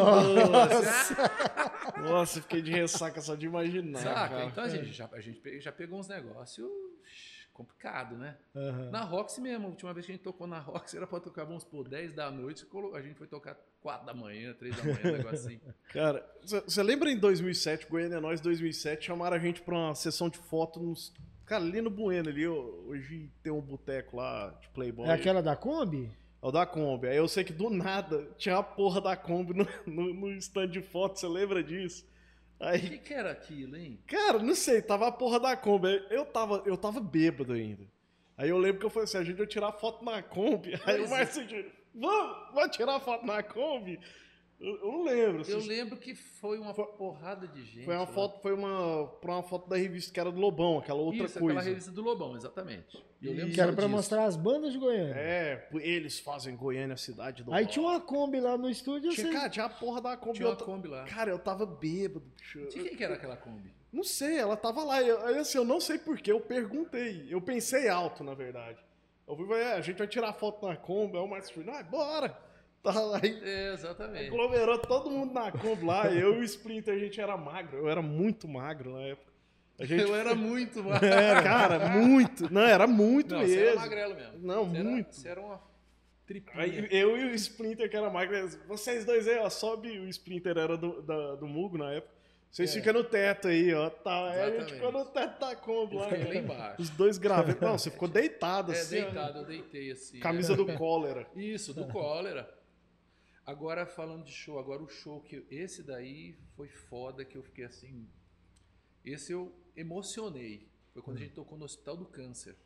doce? Nossa, fiquei de ressaca só de imaginar. Saca? cara. Então a gente já, a gente pe- já pegou uns negócios complicado, né? Uhum. Na Roxy mesmo, a última vez que a gente tocou na Roxy era pra tocar, vamos por dez da noite, colo- a gente foi tocar quatro da manhã, três da manhã, um negócio assim. Cara, você lembra em dois mil e sete, Goiânia é Nós dois mil e sete, chamaram a gente pra uma sessão de foto nos... Cara, ali no Bueno, ali, ó, hoje tem um boteco lá de Playboy. É aquela da Kombi? É o da Kombi. Aí eu sei que do nada tinha a porra da Kombi no, no, no stand de foto, você lembra disso? O Aí, que, que era aquilo, hein? cara, não sei, tava a porra da Kombi. Eu tava, eu tava bêbado ainda. Aí eu lembro que eu falei assim, a gente vai tirar foto na Kombi. Aí o Pois é. Márcio Júnior, Vamos, vamos tirar foto na Kombi? Eu, eu não lembro. Eu assim, lembro que foi uma porrada de gente. Foi uma lá. foto, foi uma, pra uma foto da revista que era do Lobão, aquela outra Isso, coisa. aquela revista do Lobão, exatamente. Eu lembro Que era só pra disso. mostrar as bandas de Goiânia. É, eles fazem Goiânia a cidade do Aí rock. tinha uma Kombi lá no estúdio. Tinha, Você... cara, tinha a porra da Kombi. Tinha uma eu ta- Kombi lá. Cara, eu tava bêbado, bicho. De quem que era aquela Kombi? Não sei, ela tava lá. Eu, aí, assim, eu não sei porquê, eu perguntei. Eu pensei alto, na verdade. Eu fui, é, a gente vai tirar foto na Kombi. Aí o Marcos falou, não, bora. Tá lá, aí É, exatamente. aglomerou todo mundo na Kombi lá. Eu e o Splinter, a gente era magro. Eu era muito magro na época. A gente, Eu era muito mais. Era, cara, muito. Não, era muito Não, mesmo. você era magrelo mesmo. Não, Você era- muito. Você era uma tripinha. Aí eu e o Splinter, que era magro, eles, vocês dois aí, ó, sobe. O Splinter era do, da- do Mugo na época. Vocês É. ficam no teto aí, ó. Tá, aí a gente Exatamente. ficou no teto da Kombi Eu lá. fiquei lá né? embaixo. Os dois graves. Não, você ficou deitado É, assim. ó. deitado, eu deitei assim. Camisa é. do cólera. Isso, do cólera. Agora, falando de show, agora o show que... Esse daí foi foda, que eu fiquei assim... Esse eu emocionei. Foi quando a gente tocou no Hospital do Câncer.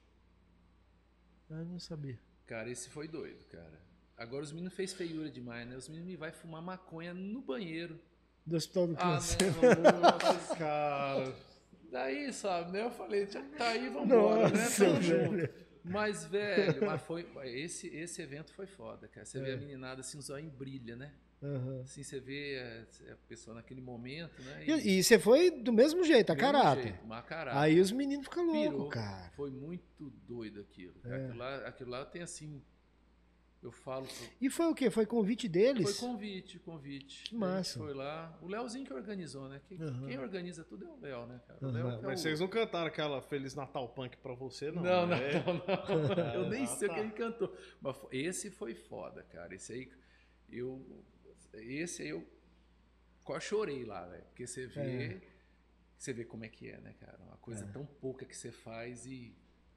Ah, não sabia. Cara, esse foi doido, cara. Agora os meninos fez feiura demais, né? Os meninos me vai fumar maconha no banheiro. Do Hospital do Ah, Câncer. não, nossa, Cara. daí, sabe, né? Eu falei, já tá aí, vambora, né? Nossa, Tamo velho. junto. Mas, velho, mas foi, esse, esse evento foi foda, cara. Você vê É. a meninada assim, os olhos brilha, né? Aham. Assim, você vê a, a pessoa naquele momento, né? E, e você foi do mesmo jeito, a mesmo caráter. jeito, mas a caráter. Aí os meninos ficam Pirou. loucos, cara. Foi muito doido aquilo. É. Aquilo, lá, aquilo lá tem assim. Eu falo. E foi o quê? Foi convite deles? Foi convite, convite. Que massa. A gente foi lá. O Léozinho que organizou, né? Quem, Aham. quem organiza tudo é o Léo, né, cara? O Aham. Léo que é Mas o- vocês não cantaram aquela Feliz Natal Punk pra você, não? Não, não, né? não, não. Eu nem Ah, sei o tá. que ele cantou. Mas fo- esse foi foda, cara. Esse aí, eu. Esse aí eu quase chorei lá, velho. Porque você vê. É. Você vê como é que é, né, cara? Uma coisa tão pouca que você faz e.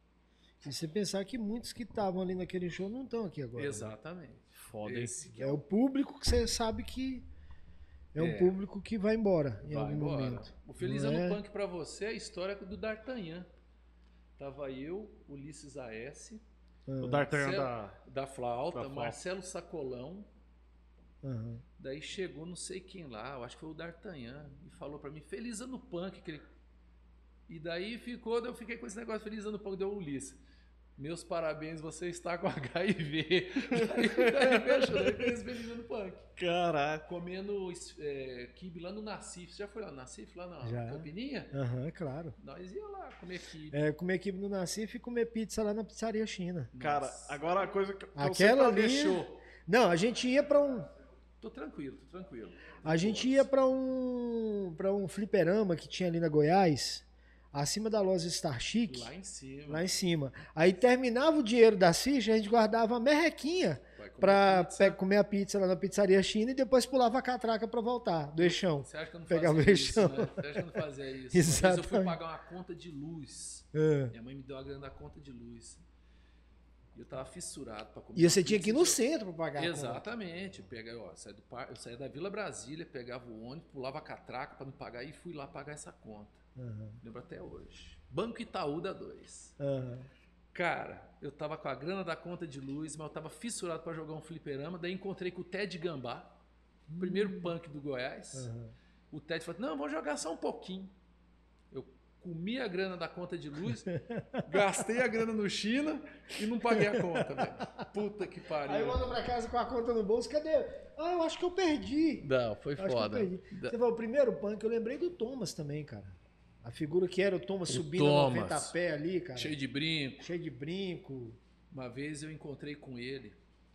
E você pensar que muitos que estavam ali naquele show não estão aqui agora. Exatamente. Foda, hein? Esse que É o público que você sabe que é um É. público que vai embora em vai algum embora. momento. O Feliz Não Ano é? Punk pra você é a história do D'Artagnan. Tava eu, Ulisses A S, O D'Artagnan Marcelo- da... da flauta, Da flauta. Marcelo Sacolão. Aham. Daí chegou não sei quem lá, eu acho que foi o D'Artagnan, e falou pra mim, Feliz Ano Punk. Que ele... E daí ficou, daí eu fiquei com esse negócio, Feliz Ano Punk, deu o Ulisses. Meus parabéns, você está com H I V. Daí, daí fechou, daí fez Feliz Ano Punk. Caraca. Comendo é, quibe lá no Nacif. Você já foi lá no Nacif, lá na Já. Campininha? Aham, claro. Nós ia lá comer quibe. É, comer equipe no Nacife e comer pizza lá na pizzaria China. Cara, Nossa. agora a coisa que que eu Aquela sempre ali- deixou. Não, a gente ia pra um. Tô tranquilo, tô tranquilo. A gente ia pra um. para um fliperama que tinha ali na Goiás, acima da loja Star Chic. Lá em cima. Lá em cima. Aí terminava o dinheiro das fichas, a gente guardava a merrequinha Vai comer pra pizza. pe- comer a pizza lá na pizzaria China e depois pulava a catraca pra voltar do eixão. Você acha que eu não Pegava fazia o isso, eixão. né? Você acha que eu não fazia isso? Uma vez eu fui Exatamente. pagar uma conta de luz. É. Minha mãe me deu a grana da conta de luz. E eu tava fissurado pra comer. E você uma tinha que ir pizza. no centro pra pagar a conta. Exatamente. Pega, ó, saí do par... Eu saía da Vila Brasília, pegava o ônibus, pulava a catraca pra não pagar e fui lá pagar essa conta. Aham, Lembro até hoje. Banco Itaú da dois. aham. Cara, eu tava com a grana da conta de luz, mas eu tava fissurado pra jogar um fliperama. Daí encontrei com o Ted Gambá, o primeiro punk do Goiás. Aham. O Ted falou: não, vamos jogar só um pouquinho. Eu comi a grana da conta de luz, gastei a grana no China e não paguei a conta, velho. Puta que pariu. Aí volta pra casa com a conta no bolso, cadê? Ah, eu acho que eu perdi. Não, foi Eu acho foda. que eu perdi. Da- Você falou, o primeiro punk, eu lembrei do Thomas também, cara. A figura que era o Thomas O subindo Thomas. a noventa pé ali, cara. Cheio de brinco. Cheio de brinco. Uma vez eu encontrei com ele,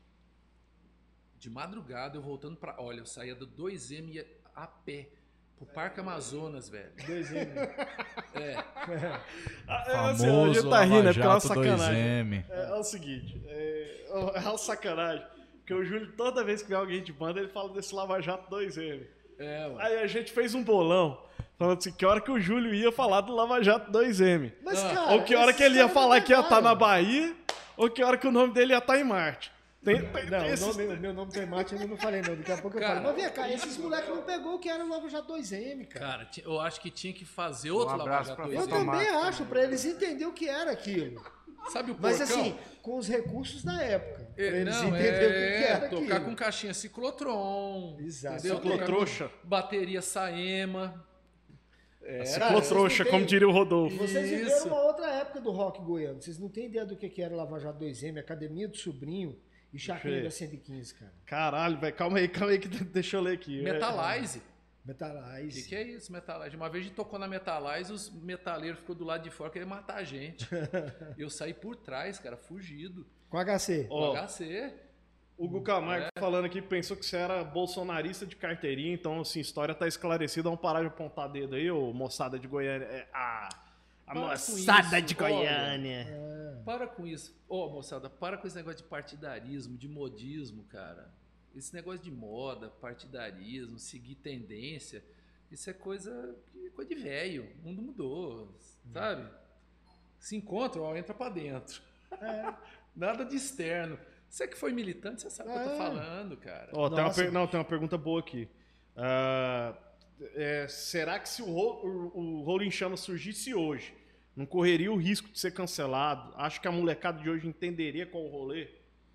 de madrugada, eu voltando pra. Olha, eu saía do dois M e ia a pé pro Parque Amazonas, velho. Dois M. É. Ah, assim, ó, a gente Famoso tá rindo, é porque é uma Lava Jato dois sacanagem. M. É, é o seguinte, é, é uma sacanagem. Porque o Júlio, toda vez que vê alguém de banda, ele fala desse Lava Jato dois M. É, mano. Aí a gente fez um bolão, falando assim, que hora que o Júlio ia falar do Lava Jato dois M. Mas, Ah, cara. Ou que hora esses que ele ia caras falar não que ia estar na pegaram. Bahia, ou que hora que o nome dele ia estar em Marte. Tem, tem, Não, tem o, esses- nome, o meu nome tem mate, eu não falei não. Daqui a pouco eu Cara, falo. Mas vem cá, esses moleques não pegou o que era o Lava Jato dois M, cara. Cara, ti- eu acho que tinha que fazer outro Um Lava abraço Jato pra dois Eu M. Tomate também também. acho, pra eles entenderem o que era aquilo. Sabe o porcão? Mas assim, com os recursos da época. É, pra eles não, entenderem o que é, que era tocar aquilo. com caixinha ciclotron. Exato. entendeu? Ciclotrouxa. Tocar com Bateria Saema. É, Cara, ciclotrouxa, vocês não como têm- diria o E Rodolfo. vocês Isso. viveram uma outra época do rock goiano. Vocês não têm ideia do que que era Lava Jato dois M, Academia do Sobrinho e Chacrinha Fê. da cento e quinze, cara. Caralho, velho, calma aí, calma aí, que deixa eu ler aqui. Metalize. O Metalize. que, que é isso, Metalize? Uma vez a gente tocou na Metalize, os metaleiros ficou do lado de fora querendo matar a gente. Eu saí por trás, cara, fugido. Com H C. O Ó, H C. o Hugo Camargo falando aqui pensou que você era bolsonarista de carteirinha, então, assim, a história tá esclarecida. Vamos parar de apontar dedo aí, ô moçada de Goiânia. É, a a Para com moçada isso, de olha. Goiânia. Para com isso. Ô, moçada, para com esse negócio de partidarismo, de modismo, cara. Esse negócio de moda, partidarismo, seguir tendência, isso é coisa, coisa de velho. O mundo mudou, sabe? Se encontra, ó, entra pra dentro. Nada de externo. Você que foi militante, você sabe o que eu tô É. falando, cara. Ó, tem uma, Nossa. per- não, tem uma pergunta boa aqui. Ah, é, será que se o, Ro- o, o Rolling Chamas surgisse hoje, não correria o risco de ser cancelado? Acho que a molecada de hoje entenderia qual o rolê.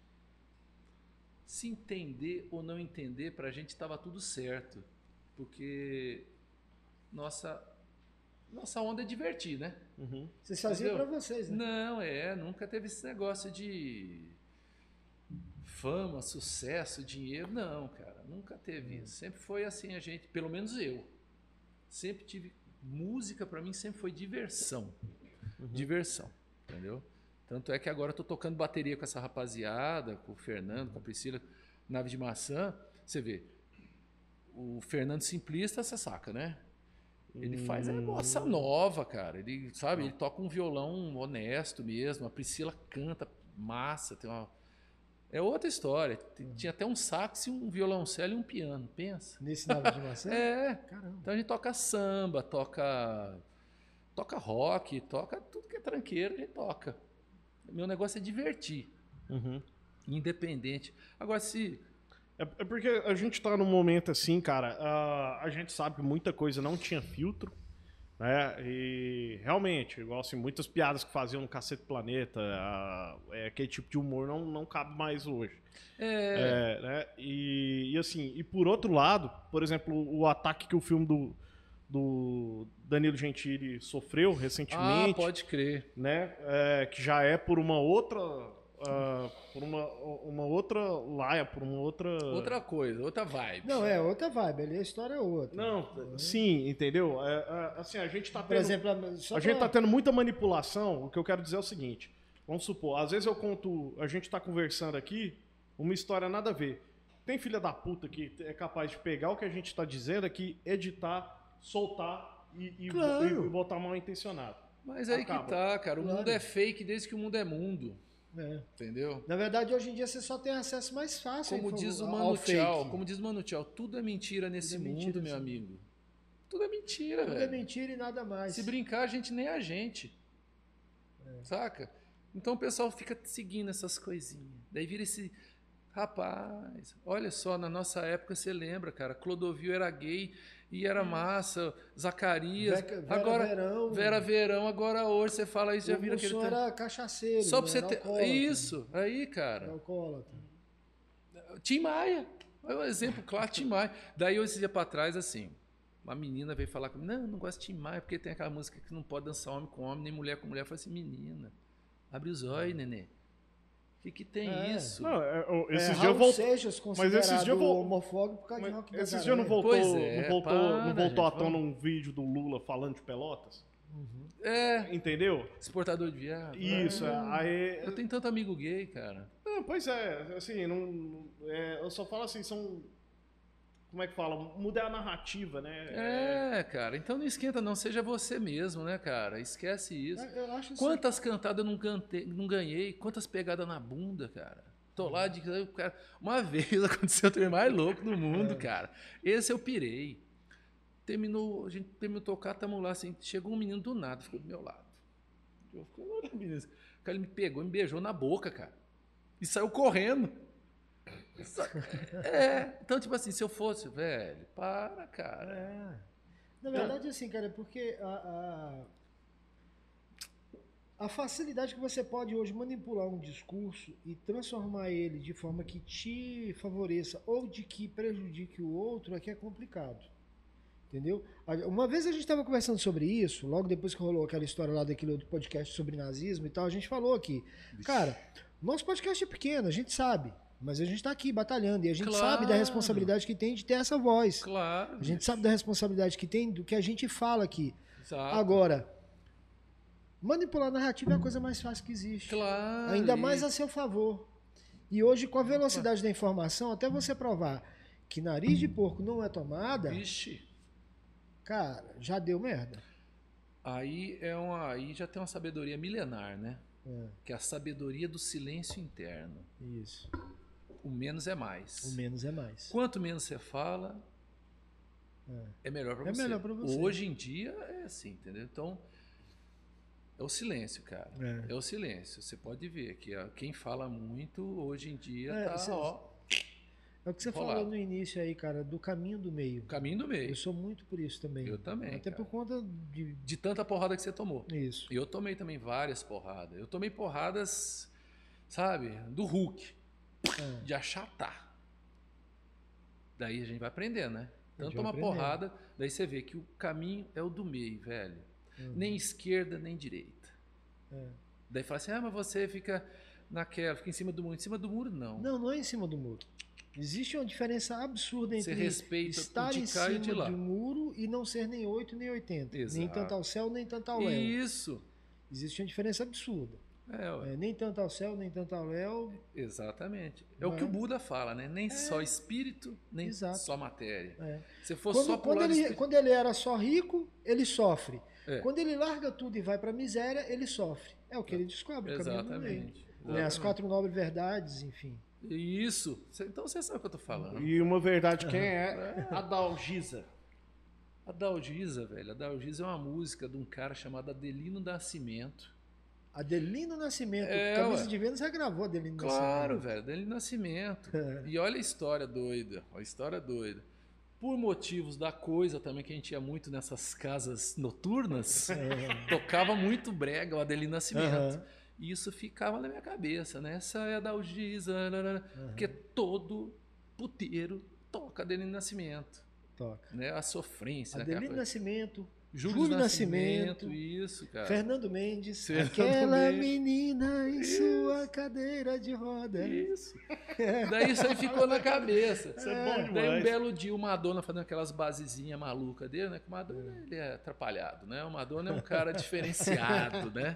Se entender ou não entender, pra gente tava tudo certo. Porque nossa, nossa onda é divertir, né? Uhum. Vocês faziam Entendeu? pra vocês, né? Não, é, nunca teve esse negócio de fama, sucesso, dinheiro, não, cara, nunca teve isso. Sempre foi assim a gente, pelo menos eu. Sempre tive música pra mim sempre foi diversão. Diversão, entendeu? Tanto é que agora eu tô tocando bateria com essa rapaziada, com o Fernando, com a Priscila, Nave de Maçã, você vê. O Fernando Simplista, você saca, né? Ele faz é bossa nova, cara. Ele, sabe, ele toca um violão honesto mesmo. A Priscila canta massa, tem uma é outra história. Tem- Tinha até um sax, e um violoncelo e um piano, pensa. Nesse nave de maçã? É. Caramba. Então a gente toca samba, toca toca rock, toca tudo que é tranqueiro, a gente toca. Meu negócio é divertir, Uhum. independente. Agora se É, é porque a gente tá num momento assim, cara, ah, a gente sabe que muita coisa não tinha filtro, né? E realmente, igual assim, muitas piadas que faziam no Cacete Planeta, ah, é, aquele tipo de humor não, não cabe mais hoje. é, É, né? E, e assim, e por outro lado, por exemplo, o ataque que o filme do, do Danilo Gentili sofreu ah, recentemente, pode crer. né? É, que já é por uma outra, ah, por uma, uma outra laia, por uma outra. Outra coisa, outra vibe. Não, é outra vibe, ali a história é outra. Não, sim, entendeu? É, é, assim, a gente tá Por tendo, exemplo, só a gente pra- tá tendo muita manipulação. O que eu quero dizer é o seguinte: vamos supor, às vezes eu conto, a gente tá conversando aqui, uma história nada a ver. Tem filha da puta que é capaz de pegar o que a gente tá dizendo aqui, editar, soltar e, e, Claro. e botar mal intencionado. Mas aí Acaba. que tá, cara. O Claro. mundo é fake desde que o mundo é mundo. É. Entendeu? Na verdade, hoje em dia você só tem acesso mais fácil Como ao- diz o ao Mano fake. Tchau, como diz o Mano Tchau, tudo é mentira nesse é mundo, mentira, meu sim. amigo. Tudo é mentira, Tudo é velho. mentira e nada mais. Se brincar, a gente nem é a gente. Saca? Então o pessoal fica seguindo essas coisinhas. Daí vira esse. Rapaz, olha só, na nossa época você lembra, cara, Clodovil era gay e era massa, Zacarias. Vera, Vera agora, Verão. Vera Verão, agora hoje você fala isso, já o vira aquele. Mussum era cachaceiro. Só pra não você era ter. alcoólatra. Isso, aí, Era cara. alcoólatra. Tim Maia. É um exemplo claro, Tim Maia. Daí, esse dia pra trás, assim, uma menina veio falar comigo, não, não gosto de Tim Maia, porque tem aquela música que não pode dançar homem com homem, nem mulher com mulher. Eu falei assim, menina, abre os olhos, nenê. O que que tem É. isso? Não, é, eu- É, esses dias eu Raul voltei. Seixas considerado esses dias eu vou- homofóbico por causa de Mas rock esses das dias não Aranhas. voltou, Pois é, não voltou, para, não voltou à gente, tona vamos. um vídeo do Lula falando de Pelotas? É, Entendeu? exportador de viado. Isso, é, aí. Eu tenho tanto amigo gay, cara. Não, pois é, assim, não, não- é, eu só falo assim, são. Como é que fala? Mudar a narrativa, né? É, cara, então não esquenta não, seja você mesmo, né, cara? Esquece isso. É, Eu acho isso- Quantas cantadas eu não, cantei, não ganhei? Quantas pegadas na bunda, cara? Tô lá de. Cara, uma vez aconteceu o trem mais louco do mundo, cara. Esse eu pirei. Terminou, a gente terminou de tocar, tamo lá assim. Chegou um menino do nada, ficou do meu lado. Eu fiquei lá, menino. O cara me pegou e me beijou na boca, cara. E saiu correndo. Sa- É, então, tipo assim, se eu fosse, velho, para, cara. É. Na verdade, assim, cara, é porque a, A facilidade que você pode hoje manipular um discurso e transformar ele de forma que te favoreça ou de que prejudique o outro é que é complicado. Entendeu? Uma vez a gente estava conversando sobre isso, logo depois que rolou aquela história lá daquele outro podcast sobre nazismo e tal, a gente falou aqui. Cara, nosso podcast é pequeno, a gente sabe. Mas a gente está aqui batalhando e a gente Claro. sabe da responsabilidade que tem de ter essa voz. Claro. A gente sabe da responsabilidade que tem do que a gente fala aqui. Exato. Agora, manipular a narrativa é a coisa mais fácil que existe. Claro. Ainda e- mais a seu favor. E hoje, com a velocidade da informação, até você provar que nariz de porco não é tomada, Vixe. cara, já deu merda. Aí, é uma, aí já tem uma sabedoria milenar, né? É, Que é a sabedoria do silêncio interno. isso. O menos é mais. O menos é mais. Quanto menos você fala, é, melhor para É você. melhor pra você. Hoje em dia é assim, entendeu? Então, é o silêncio, cara. É. É, o silêncio. Você pode ver que ó, quem fala muito, hoje em dia, É, tá, cê- ó, É o que você Rolado. falou no início aí, cara, do caminho do meio. caminho do meio. Eu sou muito por isso também. Eu também, Até cara. por conta de. De tanta porrada que você tomou. Isso. Eu tomei também várias porradas. Eu tomei porradas, sabe, do Hulk, É. de achatar. Daí a gente vai aprendendo, né? A gente Tanto vai uma aprendendo. porrada, daí você vê que o caminho é o do meio, velho. Uhum. Nem esquerda, nem direita. É. Daí fala assim, ah, mas você fica naquela, fica em cima do muro. Em cima do muro, não. Não, não é em cima do muro. Existe uma diferença absurda Você entre respeita o estar de em cá e o de cima lá. de um muro e não ser nem oito nem oitenta. Nem Exato. tanto ao céu, nem tanto ao léu. Isso. Existe uma diferença absurda. É, ué. É, nem tanto ao céu, nem tanto ao léu. Exatamente. É Não o que é? o Buda fala, né? Nem só espírito, nem Exato. só matéria. É. Se for Quando, só pro quando, lado ele, espiritual. quando ele era só rico, ele sofre. É. Quando ele larga tudo e vai para a miséria, ele sofre. É o que ele descobre. o caminho do meio. Exatamente. Né, As Exatamente. quatro nobres verdades, enfim. Isso. Cê- Então você sabe o que eu tô falando. E uma verdade, quem é a Dalgisa? A Dalgisa, velho. A Dalgisa é uma música de um cara chamado Adelino Nascimento. Adelino Nascimento. É, Camisa ué. de Vênus regravou Adelino Claro, Nascimento. velho. Adelino Nascimento. É. E olha a história doida. A história doida. Por motivos da coisa também, que a gente ia muito nessas casas noturnas, tocava muito brega o Adelino Nascimento. Aham. E isso ficava na minha cabeça, né? Essa é a Dalgisa, nanana. Porque todo puteiro toca Adelino Nascimento, Toca. né? A sofrência, né? Adelino Aquela coisa. Nascimento, Júlio, Júlio Nascimento, Nascimento, isso, cara. Fernando Mendes, Fernando aquela Mendes. menina em Isso. sua cadeira de roda. Isso. Daí isso aí ficou na cabeça. Isso é bom Daí um demais. belo dia o Madonna fazendo aquelas basezinhas malucas dele, né? Que o Madonna ele é atrapalhado, né? O Madonna é um cara diferenciado, né?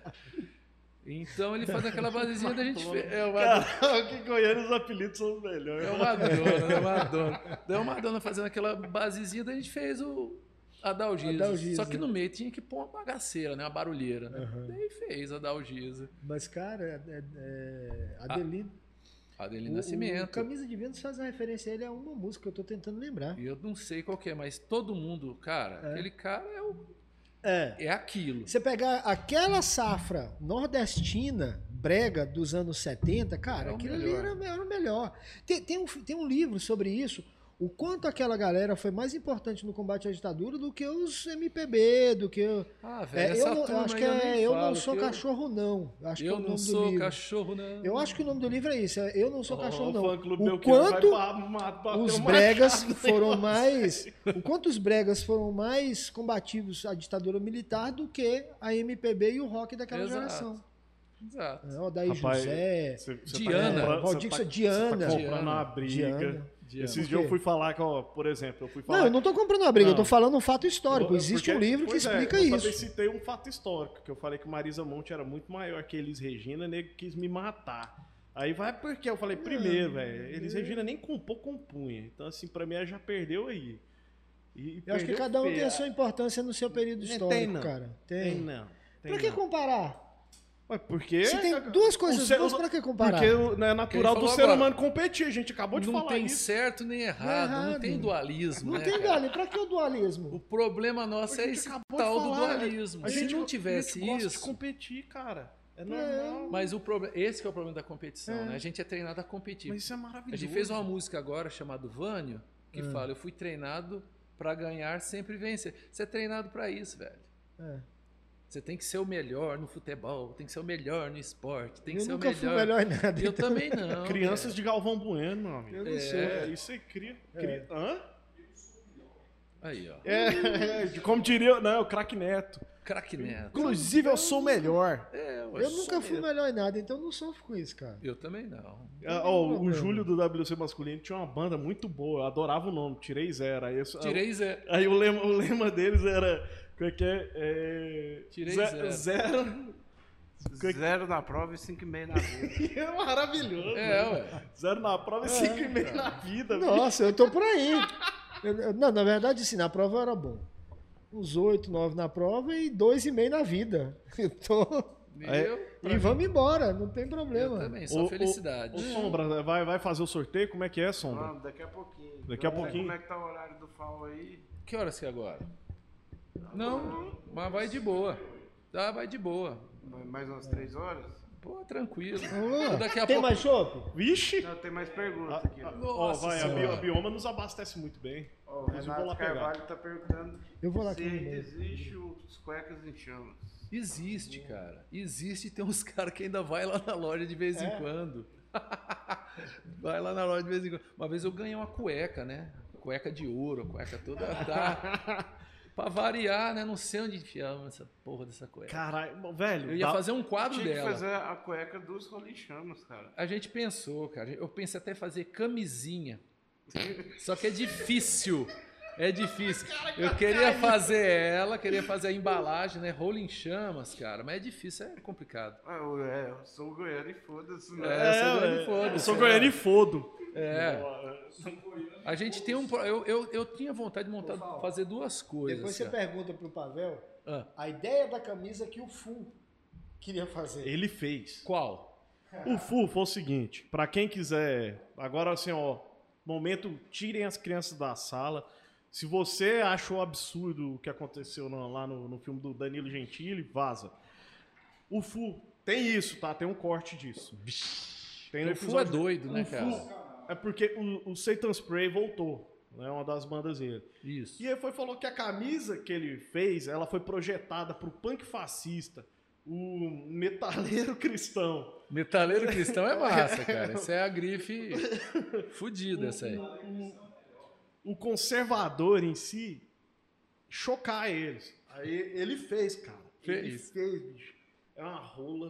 Então ele faz aquela basezinha da gente. fe- É o Madonna. Cara, aqui em Goiânia os apelidos são os melhores. É o Madonna, né? O Madonna. Daí o Madonna fazendo aquela basezinha, daí a gente fez o. A Dalgisa. A Dalgisa. Só que no meio tinha que pôr uma bagaceira, né? Uma barulheira, né? Aham. Daí fez a Dalgisa. Mas, cara, é, é, é, Adelino. Adelino o, Nascimento. o Camisa de Vênus faz uma referência a ele a uma música que eu tô tentando lembrar. E eu não sei qual que é, mas todo mundo, cara, É. aquele cara é, o, É. é aquilo. Você pegar aquela safra nordestina, brega dos anos setenta, cara, É o aquilo ali melhor. era, era o melhor. Tem, tem, um, tem um livro sobre isso, o quanto aquela galera foi mais importante no combate à ditadura do que os M P B, do que... o- Ah, velho, É, essa eu, não, eu turma acho aí que eu é nem Eu falo, Não Sou que eu- Cachorro, Não. Eu acho que é Eu o não nome do sou livro. cachorro, não. Eu acho que o nome do livro é isso, é Eu Não Sou Cachorro, Não. O fã-clube O Belchior vai quanto ba- ma- bater os um bregas machado foram em mais... O quanto os bregas foram mais combativos à ditadura militar do que a M P B e o rock daquela Exato. geração. Exato. É, o Daí Rapaz, José, Você- você Diana. comprando- Valdir você Sa- Diana. Você tá comprando uma Diana. briga. Diana. Diana. Esses Por dias quê? eu fui falar que, ó, por exemplo, eu fui falar... Não, eu não tô comprando uma briga, eu tô Não. falando um fato histórico. Eu- Existe porque- um livro que pois é, explica eu isso. também citei um fato histórico, que eu falei que Marisa Monte era muito maior que Elis Regina, nego quis me matar. Aí vai porque eu falei, primeiro, velho, Elis Regina nem compôs, compunha. Então, assim, pra mim, ela já perdeu aí. E Eu acho que perdeu cada um feio. tem a sua importância no seu período Não histórico, tem, não. cara. Tem Tem. não. Tem Pra que não. comparar? Ué, porque... Se tem duas coisas o ser- boas, pra que comparar? Porque o- né, é natural Quem do falou ser agora? humano competir, a gente acabou de Não falar tem isso. certo nem errado, não, errado. tem dualismo, Não né, tem cara? dualismo. Pra que o O dualismo? problema nosso A é gente esse acabou de tal do falar, dualismo. A Se gente, não a tivesse gente gosta de isso... competir, cara. É normal. Mas o problema, esse que é o problema da competição, É. né? A gente é treinado a competir. Mas isso é A maravilhoso. gente fez uma música agora chamada Vânio, que É. fala, eu fui treinado pra ganhar, sempre vencer. Você é treinado pra isso, velho. É. Você tem que ser o melhor no futebol, tem que ser o melhor no esporte, tem que Eu ser nunca o fui melhor. melhor em nada. Eu então também não. Crianças é. de Galvão Bueno, meu amigo. Eu não É. sou. É, isso aí cria. cria... Hã? Aí, ó. É, de como diria, não, o craque Neto. Craque Neto. Inclusive, eu sou o melhor. É, Eu nunca fui melhor em nada, então não sofro com isso, cara. Eu também não. Ah, ó, o Júlio do W C Masculino tinha uma banda muito boa, eu adorava o nome, Tirei Zero. Aí, eu- Tirei Zé. aí o, lema, o lema deles era. Como é que é? É, Tirei ze- zero. Zero. Zero na prova e cinco e meio na vida. É maravilhoso. É, né? ué. Zero na prova e cinco e meio na vida. bicho. Nossa, eu tô por aí. Eu- eu- não, na verdade, sim, na prova eu era bom. Uns oito, nove na prova e dois e meio na vida. Eu tô... Eu, pra E mim, vamos embora, não tem eu problema. também, só Ô, ô, felicidade. Ô, Sombra, vai, vai fazer o sorteio? Como é que é, Sombra? Vamos, daqui a pouquinho. Daqui a Eu não sei pouquinho. Como é que tá o horário do F A O aí? Que horas que é agora? Não, mas vai de boa. Tá, vai de boa. Mais umas três horas? Pô, tranquilo. Ô, Daqui a tem pouco. mais chopp? Vixe! Não, tem mais perguntas Ah, aqui. ah, Ó. Ó, Nossa vai, a, Senhora. Bi- a Bioma nos abastece muito bem. Ó, o Mas eu vou lá Renato pegar. Carvalho tá perguntando Eu vou lá se com ainda ele. existe os cuecas em chamas. Existe, cara. Existe e tem uns caras que ainda vai lá na loja de vez em É? quando. Vai lá na loja de vez em quando. Uma vez eu ganhei uma cueca, né? Cueca de ouro, a cueca toda. Tá. Pra variar, né? Não sei onde enfiamos essa porra dessa cueca. Caralho, velho. Eu ia dá- fazer um quadro Tinha que dela. fazer a cueca dos Rolichamas, cara. A gente pensou, cara. Eu pensei até fazer camisinha. Só que é difícil. É difícil. Eu queria fazer ela, queria fazer a embalagem, né? Rolling chamas, cara. Mas é difícil, é complicado. Ah, eu, é, eu sou goiano e foda-se, né? É, eu sou goiano e é, foda-se, Eu sou é. goiano e fodo. É. A gente tem um. pro- Eu, eu, eu tinha vontade de montar, fazer duas coisas. Depois você cara. pergunta pro Pavel Ah, a ideia da camisa que o Fu queria fazer. Ele fez. qual? O Fu foi o seguinte, pra quem quiser, agora assim, ó, momento, tirem as crianças da sala. Se você achou absurdo o que aconteceu no- lá no, no filme do Danilo Gentili, vaza. O Fu tem isso, tá? Tem um corte disso. Tem no O Fu é episódio- doido, né, o Fu cara? é porque o, o Satan Spray voltou, né? Uma das bandas dele. Isso. E ele foi falou que a camisa que ele fez, ela foi projetada pro punk fascista, o metaleiro cristão. Metaleiro cristão é massa, cara. Essa é a grife fudida, essa aí. O conservador em si chocar eles. Aí ele fez, cara. Ele Fez. fez, bicho. É uma rola,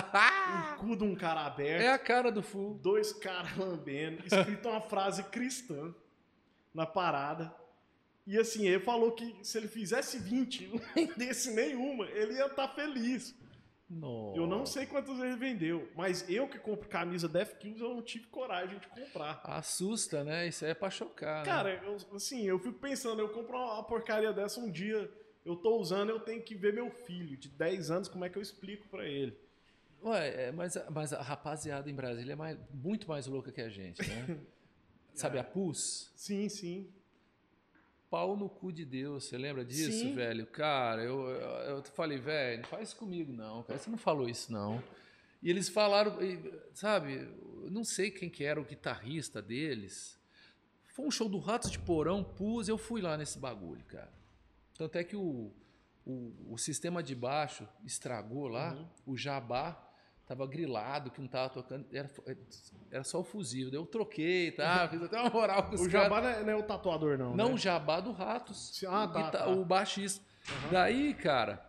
um cu de um cara aberto, É a cara do Fu. dois caras lambendo, escrito uma frase cristã na parada. E assim, ele falou que se ele fizesse vinte, não vendesse nenhuma, ele ia estar feliz. Nossa. Eu não sei quantas ele vendeu, mas eu que compro camisa Death Kills, eu não tive coragem de comprar. Assusta, né? Isso aí é pra chocar, né? Cara, eu, assim, eu fico pensando, eu compro uma porcaria dessa um dia, eu tô usando, eu tenho que ver meu filho de dez anos, como é que eu explico pra ele? Ué, é, mas, a- mas a rapaziada em Brasília é mais- muito mais louca que a gente, né? Sabe a P U S? Sim, sim. Pau no cu de Deus, você lembra disso, Sim. velho? Cara, eu, eu, eu falei, velho, não faz isso comigo não, cara, você não falou isso não. E eles falaram, e, sabe, eu não sei quem que era o guitarrista deles. Foi um show do Ratos de Porão, P U S, eu fui lá nesse bagulho, cara. Tanto é que o, o, o sistema de baixo estragou lá, Uhum. o Jabá tava grilado, que não tava tocando, era, era só o fusível. Daí eu troquei, tá? Fiz até uma moral com os O caras. Jabá não é, não é o tatuador, não, Não, né? o Jabá do Ratos. Se- ah, o, tá, guita- tá. o baixista. Daí, cara,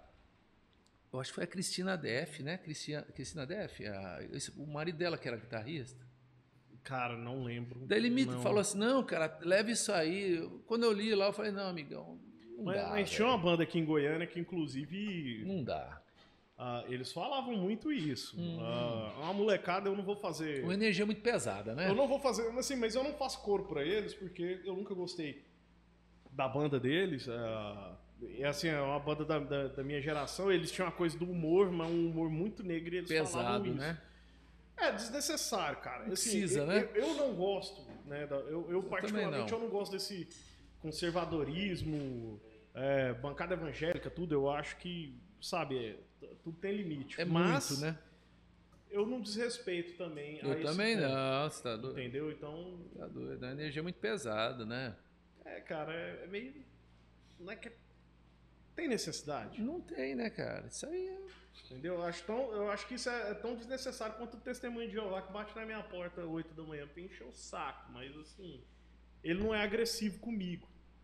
eu acho que foi a Cristina Def, né? Cristina, Cristina Def, a- esse- o marido dela que era guitarrista. Cara, não lembro. Daí ele me Não. falou assim, não, cara, leva isso aí. Quando eu li lá, eu falei, não, amigão, não Mas, dá, mas tinha velho. uma banda aqui em Goiânia que, inclusive, Não dá. ah, eles falavam muito isso. Hum. Ah, uma molecada, eu não vou fazer... Uma energia muito pesada, né? Eu não vou fazer, assim, mas eu não faço coro pra eles porque eu nunca gostei da banda deles. ah, é assim, é uma banda da, da, da minha geração. Eles tinham uma coisa do humor, mas um humor muito negro e eles falavam Pesado, isso. né? É desnecessário, cara. Assim, Precisa, eu, né? Eu, eu não gosto, né? da- Eu, eu particularmente não. eu não gosto desse conservadorismo, é, bancada evangélica, tudo. Eu acho que, sabe, é, tudo tem limite. É mas muito, né? eu não desrespeito também. a Eu esse também ponto, não, você tá doido. Entendeu? Então, Tá doido. É uma energia muito pesada, né? é, cara, é, é meio. Não é que é Tem necessidade? Não tem, né, cara? Isso aí é... Entendeu? Eu acho, tão, eu acho que isso é, é tão desnecessário quanto o testemunho de Jeová que bate na minha porta às oito da manhã pra encher o saco. Mas assim, ele não é agressivo comigo.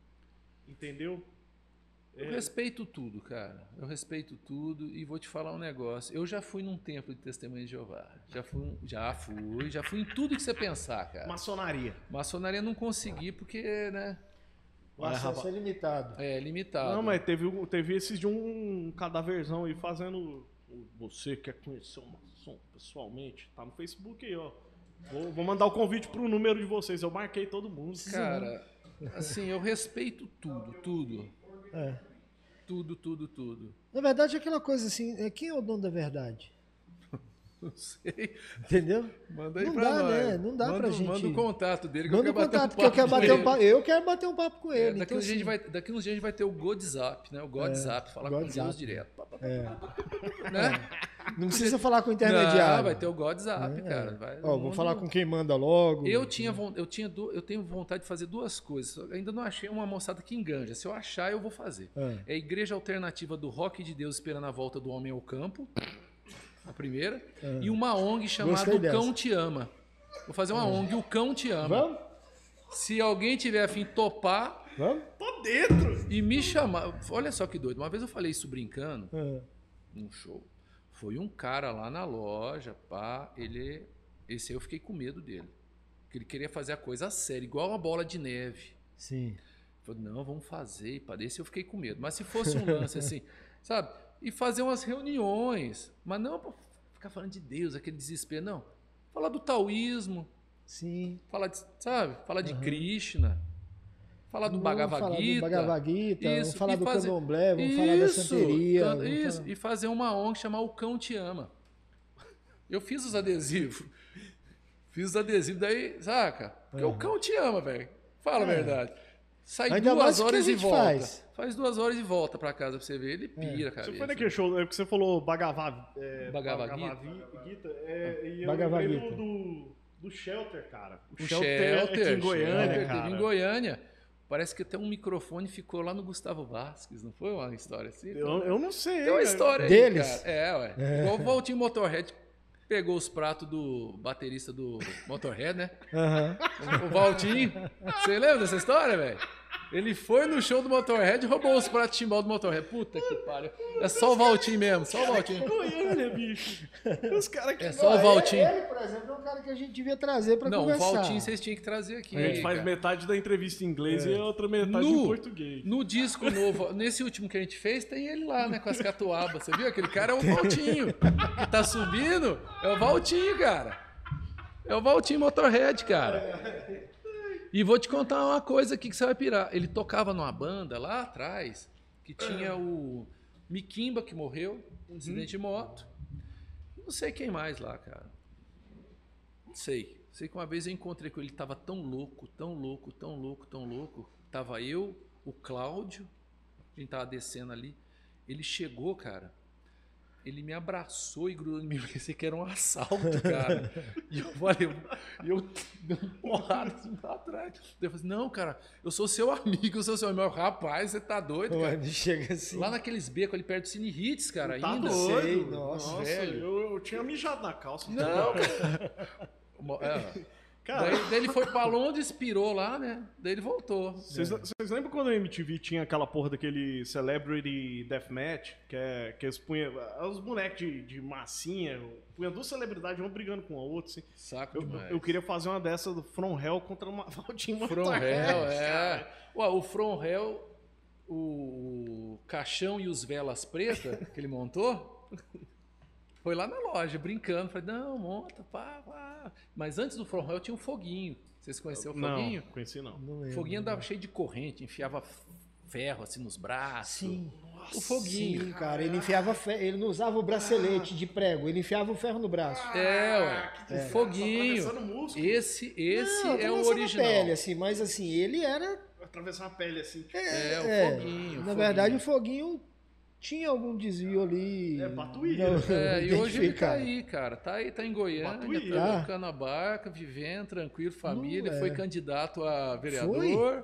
Entendeu? Eu É, respeito tudo, cara. Eu respeito tudo e vou te falar um negócio. Eu já fui num templo de testemunho de Jeová. Já fui, um- já fui, já fui em tudo que você pensar, cara. maçonaria. Maçonaria não consegui porque, né, O acesso é limitado. é limitado. Não, mas teve, um- teve esses de um cadáverzão aí fazendo. Você quer conhecer o maçom pessoalmente? Tá no Facebook aí, ó. Vou, vou mandar o convite pro número de vocês. Eu marquei todo mundo. Cara, assim, eu respeito tudo, tudo. É. Tudo, tudo, tudo. Na verdade, é aquela coisa assim, é, quem é o dono da verdade? Não sei. Entendeu? Manda aí Não pra dá, nós. né? Não dá manda, pra gente- Manda o contato dele que Manda eu o quero bater um contato, porque eu quero papo bater com um ele. papo. Eu quero bater um papo com É, ele. daqui, então, uns dias a gente assim, vai, daqui uns dias a gente vai ter o WhatsApp, né? O WhatsApp, falar com WhatsApp. Deus direto. Pá, pá, pá, é, né? não precisa falar com o intermediário. Não, vai ter o WhatsApp, É. cara. Vai, Ó, o vou mundo- falar com quem manda logo. Eu tinha, von- eu tinha, du- eu tenho vontade de fazer duas coisas. Só ainda não achei uma moçada que enganja. Se eu achar, eu vou fazer. É. É a igreja alternativa do Rock de Deus esperando a volta do homem ao campo, a primeira, e uma O N G chamada Gostei O dessa. Cão Te Ama. Vou fazer uma O N G, O Cão Te Ama. Vamos? Se alguém tiver a fim de topar Vamos? Tô dentro! e me chamar. Olha só que doido. Uma vez eu falei isso brincando É. num show. Foi um cara lá na loja, pá, ele. Esse aí eu fiquei com medo dele. Porque ele queria fazer a coisa séria, igual uma bola de neve. Sim. Falei, não, vamos fazer. Para desse eu fiquei com medo. Mas se fosse um lance assim, sabe? E fazer umas reuniões. Mas não pra ficar falando de Deus, aquele desespero. Não. Falar do taoísmo. Sim. Falar de, sabe? Falar de Krishna. Falar do Vamos Bhagavad falar Gita. do Bhagavad Gita, Isso, vamos falar e do fazer- candomblé, vamos falar da Isso, santeria. can- vamos Isso, falar- e fazer uma O N G chamar O Cão Te Ama. Eu fiz os adesivos. Fiz os adesivos, daí, saca? Porque o cão te ama, velho. Fala a É. verdade. Sai Ainda mais duas o que a horas e gente volta. faz. Faz duas horas e volta pra casa pra você ver. Ele pira, cara. Você foi naquele show, é que você falou Bhagavad, é, Bhagavad Gita, é, e eu Bhagavad lembrei Gita. do, do, do Shelter, cara. O Shelter, é aqui em Goiânia, Shelter, cara. teve em Goiânia. Parece que até um microfone ficou lá no Gustavo Vasquez, não foi uma história assim? Eu, eu não sei. Tem uma cara. história aí, Deles? cara. É, ué. Igual o Valtinho Motorhead pegou os pratos do baterista do Motorhead, né? Aham. O Valtinho. Você lembra dessa história, velho? Ele foi no show do Motorhead e roubou os pratos de timbal do Motorhead. Puta que pariu. É só o Valtinho mesmo, só o Valtinho. Goiânia, bicho. Os caras que... É só o Ele- Valtinho. Ele, por exemplo, é um cara que a gente devia trazer pra Não, o conversar. Valtinho vocês tinham que trazer aqui. A gente faz cara. metade da entrevista em inglês e a outra metade Nu. em português. No disco novo, nesse último que a gente fez, tem ele lá, né, com as catuabas. Você viu? Aquele cara é o Valtinho. Que tá subindo é o Valtinho, cara. É o Valtinho Motorhead, cara. E vou te contar uma coisa aqui que você vai pirar. Ele tocava numa banda lá atrás, que tinha o Miquimba, que morreu, um acidente de moto. Não sei quem mais lá, cara. Não sei. Sei que uma vez eu encontrei com ele, ele tava tão louco, tão louco, tão louco, tão louco. Tava eu, o Cláudio, a gente tava descendo ali. Ele chegou, cara. Ele me abraçou e grudou em mim. Eu pensei que era um assalto, cara. E eu falei, e eu dei uma porrada assim pra trás. Eu falei, não, cara, eu sou seu amigo, eu sou seu amigo. Rapaz, você tá doido, cara. Ele chega assim. Lá naqueles becos ali perto do Cine Hits, cara, Tá ainda. doido. Sei, nossa, velho. Eu, eu tinha mijado na calça. Não, cara. Uma- é. Cara, Daí, daí ele foi pra Londres, pirou lá, né? Daí ele voltou. Vocês vocês lembram quando a M T V tinha aquela porra daquele Celebrity Deathmatch? Que é que eles punham. Os bonecos de, de massinha, punham duas celebridades, uma brigando com a outra. Assim. Saco Eu, demais. eu queria fazer uma dessa do From Hell contra uma Valtinho From Motorhead, Hell, é. cara. Ué, o From Hell, o caixão e os velas pretas que ele montou, foi lá na loja, brincando. Falei, não, monta, pá, pá. Mas antes do From Hell tinha um foguinho. Vocês conheceram o foguinho? Não, conheci não. Não O lembro. foguinho andava cheio de corrente, enfiava ferro assim nos braços. Sim. O foguinho. Sim, cara, ele enfiava ferro, ele não usava o bracelete de prego, ele enfiava o ferro no braço. É, ué. que O desgraça, foguinho. atravessando o músculo. Esse, esse Não, é o atravessava a original. Pele, assim, mas assim, ele era. Atravessar a pele assim. Tipo, É, o é, foguinho. o Na foguinho. verdade, o foguinho tinha algum desvio ali. É, Batuí, não É, e hoje ele tá identificado. aí, cara. Tá aí, tá em Goiânia, Batuí, tá né? tocando a barca, vivendo, tranquilo, família. Não, é. Foi candidato a vereador.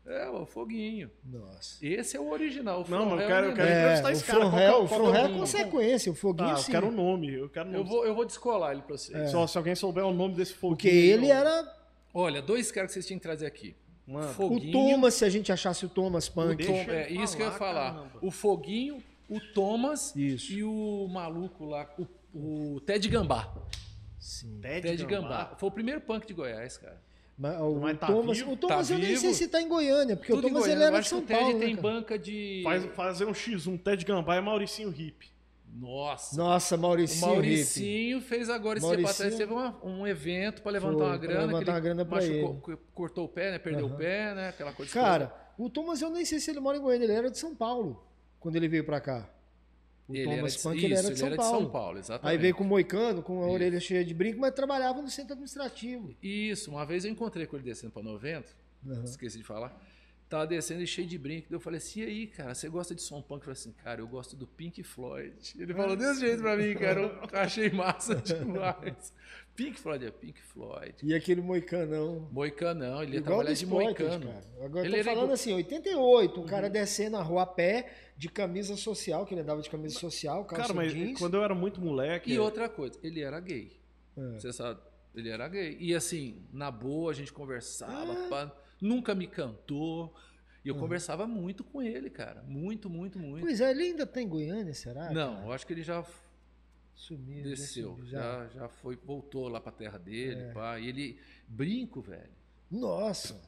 É, o Foguinho. Nossa. Esse é o original. O Não, mas eu From quero, eu Hell quero é entrevistar o esse cara. From Qual que é o- Hell, o qual que é From o Hell é nome? consequência, o Foguinho Ah, eu sim. quero o nome. Eu quero o Eu nome. vou, eu vou descolar ele pra vocês. Só se alguém souber o nome desse foguinho. Porque ele eu- era Olha, dois caras que vocês tinham que trazer aqui. Mano, o Foguinho. Thomas, se a gente achasse o Thomas o Punk. Tom- Deixa é ele isso que eu ia falar, falar. caramba. O Foguinho, o Thomas Isso. e o maluco lá, o, o Ted Gambá. Sim. Ted, Ted Gambá. Gambá. Foi o primeiro punk de Goiás, cara. Mas, o, Mas tá Thomas, vivo? o Thomas Tá eu nem vivo? sei se tá em Goiânia, porque Tudo o em Thomas Goiânia. ele era Eu de acho que São o Ted Paulo. tem né, cara? banca de... Faz, fazer um X um, Ted Gambá e Mauricinho Hippie. Nossa. Nossa, O Mauricinho. Hippie. Mauricinho fez agora, esse tempo Mauricinho- atrás, teve uma- um evento para levantar Foi, uma pra grana. levantar que ele uma grana pra machucou, cortou o pé, né? Perdeu Aham. o pé, né? Aquela coisa. Cara, o Thomas eu nem sei se ele mora em Goiânia, ele era de São Paulo quando ele veio pra cá. O ele Thomas era de, Punk isso, ele era de São Paulo. Paulo, exatamente. Aí veio com o Moicano, com a Isso. orelha cheia de brinco, mas trabalhava no centro administrativo. Isso, uma vez eu encontrei com ele descendo para noventa, Aham. esqueci de falar. Tava descendo e cheio de brinco. Daí eu falei assim, e aí, cara, você gosta de som punk? Eu falei assim, cara, eu gosto do Pink Floyd. Ele falou desse jeito pra mim, cara, eu achei massa demais. Pink Floyd é Pink Floyd. E aquele moicanão. Moicanão, ele ia Igual trabalhar do de Spotted, moicano. cara. Agora Ele eu era tô falando igual- assim, oitenta e oito, um cara descendo a rua a pé, de camisa social, que ele andava de camisa social, calça Cara, mas jeans. quando eu era muito moleque. E outra coisa, ele era gay. É. Você sabe, ele era gay. E assim, na boa, a gente conversava, Ah. pá, nunca me cantou. E eu conversava muito com ele, cara. Muito, muito, muito. Pois é, ele ainda tá em Goiânia, será? Não, cara? eu acho que ele já Sumiu. desceu. sumiu, Já, já foi, voltou lá pra terra dele, É. pá. E ele, brinco, velho. Nossa.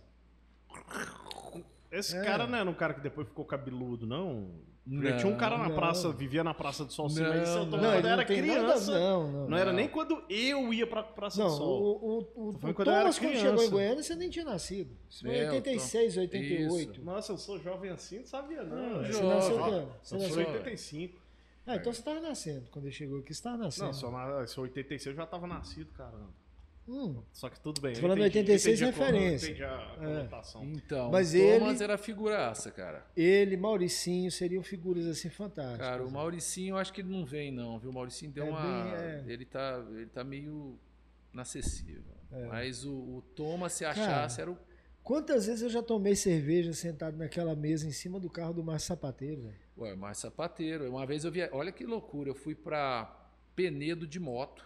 Esse É. cara não era um cara que depois ficou cabeludo, não? Porque Não, tinha um cara na não. praça, vivia na Praça do Sol, sim, Não, mas isso eu tô não. falando Não, quando ele eu não era tem criança. nada, não, não. Não era Não. nem quando eu ia pra Praça Não, do Sol. o, o, o, Foi o quando eu era Thomas, quando criança. chegou em Goiânia, você nem tinha nascido. Isso foi em É, eu tô- oitenta e seis, oitenta e oito. Nossa, eu sou jovem assim, não sabia não. Não, velho. você jovem. nasceu Eu quando? Você Eu nasceu... sou oitenta e cinco. Ah, então você estava nascendo. Quando ele chegou aqui, você estava nascendo. Não, só na, se oitenta e seis eu já tava nascido, caramba. Hum, Só que tudo bem. Tô eu falando entendi- oitenta e seis entendi a cor- referência. Entendi a É. conotação. Então, Mas o ele- Thomas era figuraça, cara. ele, Mauricinho, seriam figuras assim fantásticas. Cara, o Mauricinho, eu acho que ele não vem, não, viu? O Mauricinho deu É uma. bem, é. Ele, tá, ele tá meio inacessível. É. Mas o, o Thomas, se Cara, achasse, era o. Quantas vezes eu já tomei cerveja sentado naquela mesa em cima do carro do Márcio Sapateiro, velho? Ué, mais sapateiro. Uma vez eu vi. Olha que loucura. Eu fui pra Penedo de moto.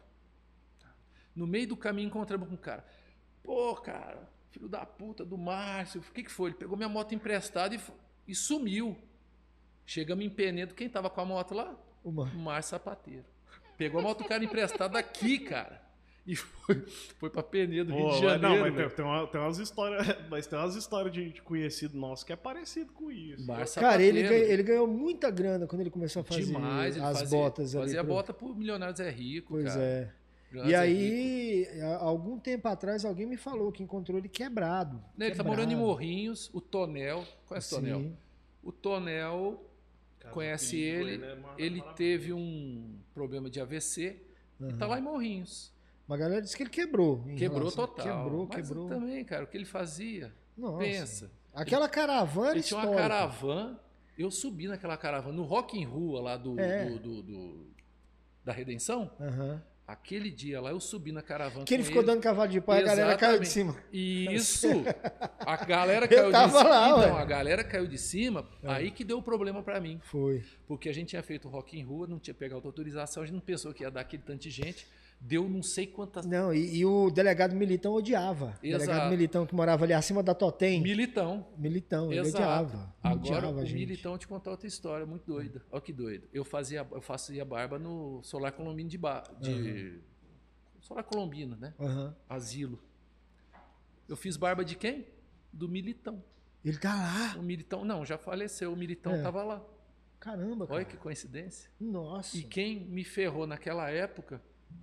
No meio do caminho encontramos com um cara. Pô, cara, filho da puta do Márcio. O que, que foi? Ele pegou minha moto emprestada e, fu- e sumiu. Chegamos em Penedo. Quem tava com a moto lá? O Mar- O Márcio Sapateiro. Pegou a moto do cara emprestada aqui, cara. E foi, foi pra Penedo, Rio Pô, de mas Janeiro. não, mas tem, velho. tem, uma- tem umas histórias, mas tem umas histórias de, de conhecido nosso que é parecido com isso. Márcio Cara, ele Sapateiro. ganhou, ele ganhou muita grana quando ele começou a fazer Demais, ele as fazia, botas ali. Fazia pro- bota pro Milionários é Rico, Pois cara. é. Milionários E é aí, Rico. há algum tempo atrás, alguém me falou que encontrou ele quebrado. Né, ele tá quebrado. morando em Morrinhos, o Tonel. Conhece o Tonel? Sim. O Tonel Cara, conhece o perigo, ele. né, mano? Ele Maravilhoso. teve um problema de A V C e tá Aham. lá em Morrinhos. Mas a galera disse que ele quebrou. em Quebrou relação- total. Quebrou, Mas quebrou. também, cara, o que ele fazia? Nossa. Pensa. Aquela caravana era Ele tinha uma histórica. caravana. Eu subi naquela caravana no Rock in Rua lá do, É. do, do- do- da Redenção. Aham. Aquele dia lá eu subi na caravana. Que ele com ficou dando cavalo de pau e a galera caiu de Exatamente. cima. Isso! A galera Eu caiu de tava cima. lá, então, ué. a galera caiu de cima, aí que deu o problema pra mim. Foi. Porque a gente tinha feito Rock em Rua, não tinha pegado autorização, a gente não pensou que ia dar aquele tanto de gente. Deu não sei quantas. Não, e, e o delegado Militão odiava. O Exato. delegado Militão que morava ali acima da Totem. Militão. Militão, ele Exato. odiava. Agora odiava a o gente. Militão eu te contar outra história muito doida. Olha que doido. Eu fazia, eu fazia barba no Solar Colombino de, ba... de... Solar Colombino, né? Aham. Asilo. Eu fiz barba de quem? Do Militão. Ele tá lá. O Militão, não, já faleceu. O Militão É. tava lá. Caramba, cara. Olha que coincidência. Nossa. E quem me ferrou naquela época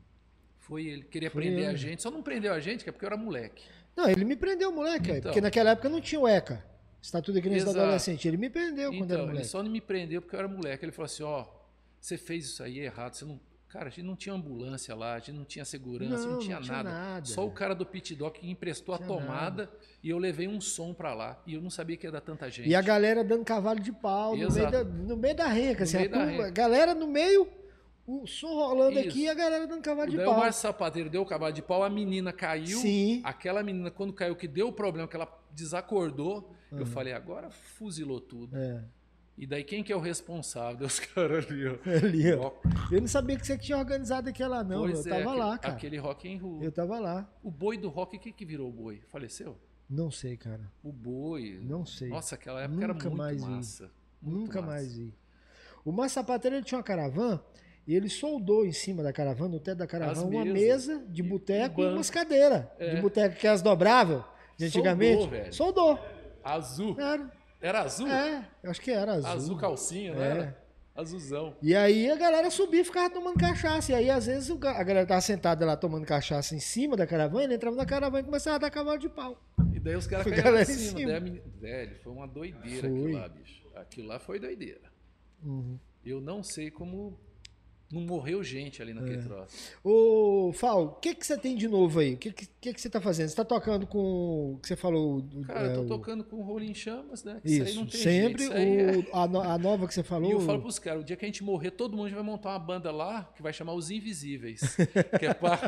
foi ele. Queria Foi prender ele. a gente. Só não prendeu a gente, que é porque eu era moleque. Não, ele me prendeu, moleque. aí, Então. Porque naquela época não tinha o ECA. Estatuto da Criança e do Exato. Adolescente. Ele me prendeu quando era Então, ele moleque. só não me prendeu porque eu era moleque. Ele falou assim, ó, você fez isso aí errado, você não... Cara, a gente não tinha ambulância lá, a gente não tinha segurança, não, Não, tinha, não tinha nada. nada. Só o cara do pit dog que emprestou a Tinha tomada e eu levei um som pra lá. E eu não sabia que ia dar tanta gente. E a galera dando cavalo de pau no meio, Exato. da, no meio da renca. No Assim, meio a, da turma- renca. a galera no meio, o som rolando Isso. aqui e a galera dando cavalo de Daí pau. o Márcio Sapateiro deu o cavalo de pau, a menina caiu. Sim. Aquela menina, quando caiu, que deu o problema, que ela desacordou. Eu falei, agora fuzilou tudo. É. E daí quem que é o responsável? Os caras ali, ó. Ali, ó. Rock- Eu não sabia que você tinha organizado aquela lá, não. Pois eu é, tava aquele, lá, cara. Aquele Rock in Rio. Eu tava lá. O boi do rock, o que que virou o boi? Faleceu? Não sei, cara. O boi. Não sei. Nossa, aquela época Nunca era muito mais vi. massa. Muito Nunca massa. mais vi. O Márcio Sapateiro, ele tinha uma caravana e ele soldou em cima da caravana, no teto da caravana, As uma mesas. mesa de E- boteco e e, banco. umas cadeiras É. de boteco que é as dobráveis de antigamente. Soldou, velho. Soldou. Azul. Era. Era azul? É, eu acho que era azul. Azul calcinha, não É. era? Azulzão. E aí a galera subia e ficava tomando cachaça. E aí, às vezes, o ga- a galera tava sentada lá tomando cachaça em cima da caravana, ele entrava na caravana e começava a dar cavalo de pau. E daí os caras Foi caíram em galera em cima. cima. Daí a meni- Velho, foi uma doideira Foi. aquilo lá, bicho. Aquilo lá foi doideira. Uhum. Eu não sei como não morreu gente ali naquele É. troço. Ô, Fal, o que, que você tem de novo aí? O que, que, que, que você tá fazendo? Você tá tocando com o que você falou? o- Cara, eu é, tô o- tocando com o Rolim Chamas, né? Que isso aí Isso, não tem sempre jeito. Isso aí é- o, a, no- a nova que você falou. E eu falo pros caras, o dia que a gente morrer, todo mundo vai montar uma banda lá que vai chamar Os Invisíveis. Que é pra...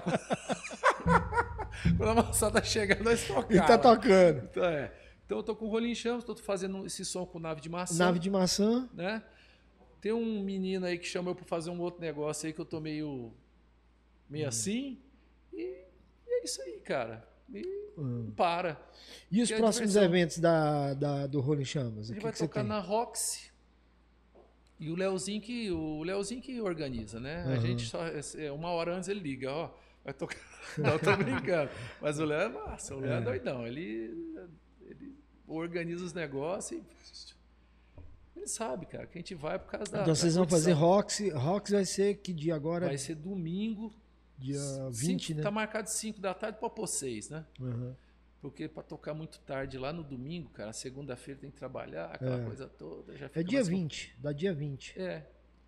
Quando a moçada chegar, nós tocar. E tá lá. tocando. Então, é. Então eu tô com o Rolim Chamas, tô fazendo esse som com Nave de Maçã. Nave de maçã. Né? Tem um menino aí que chamou eu pra fazer um outro negócio aí que eu tô meio, meio Hum. assim. E, e é isso aí, cara. E Hum. não para. E os Que é próximos diversão. eventos da, da, do Rolling Chamas? O Ele que, vai que você tocar tem? na Roxy. E o Leozinho que, o Leozinho que organiza, né? A Aham. gente só. é, Uma hora antes ele liga, ó. Vai tocar. Não, eu tô brincando. Mas o Léo é massa, o Léo é, É. doidão. Ele, ele organiza os negócios e. Ele sabe, cara, que a gente vai por causa da. Então da vocês vão fazer curtição. Rox. Rox vai ser que dia agora? Vai ser domingo. Dia cinco- vinte, né? Tá marcado cinco da tarde pra pôr seis, né? Uhum. Porque pra tocar muito tarde lá no domingo, cara, segunda-feira tem que trabalhar, aquela É. coisa toda. Já fica É dia mais- vinte, dá dia vinte. É.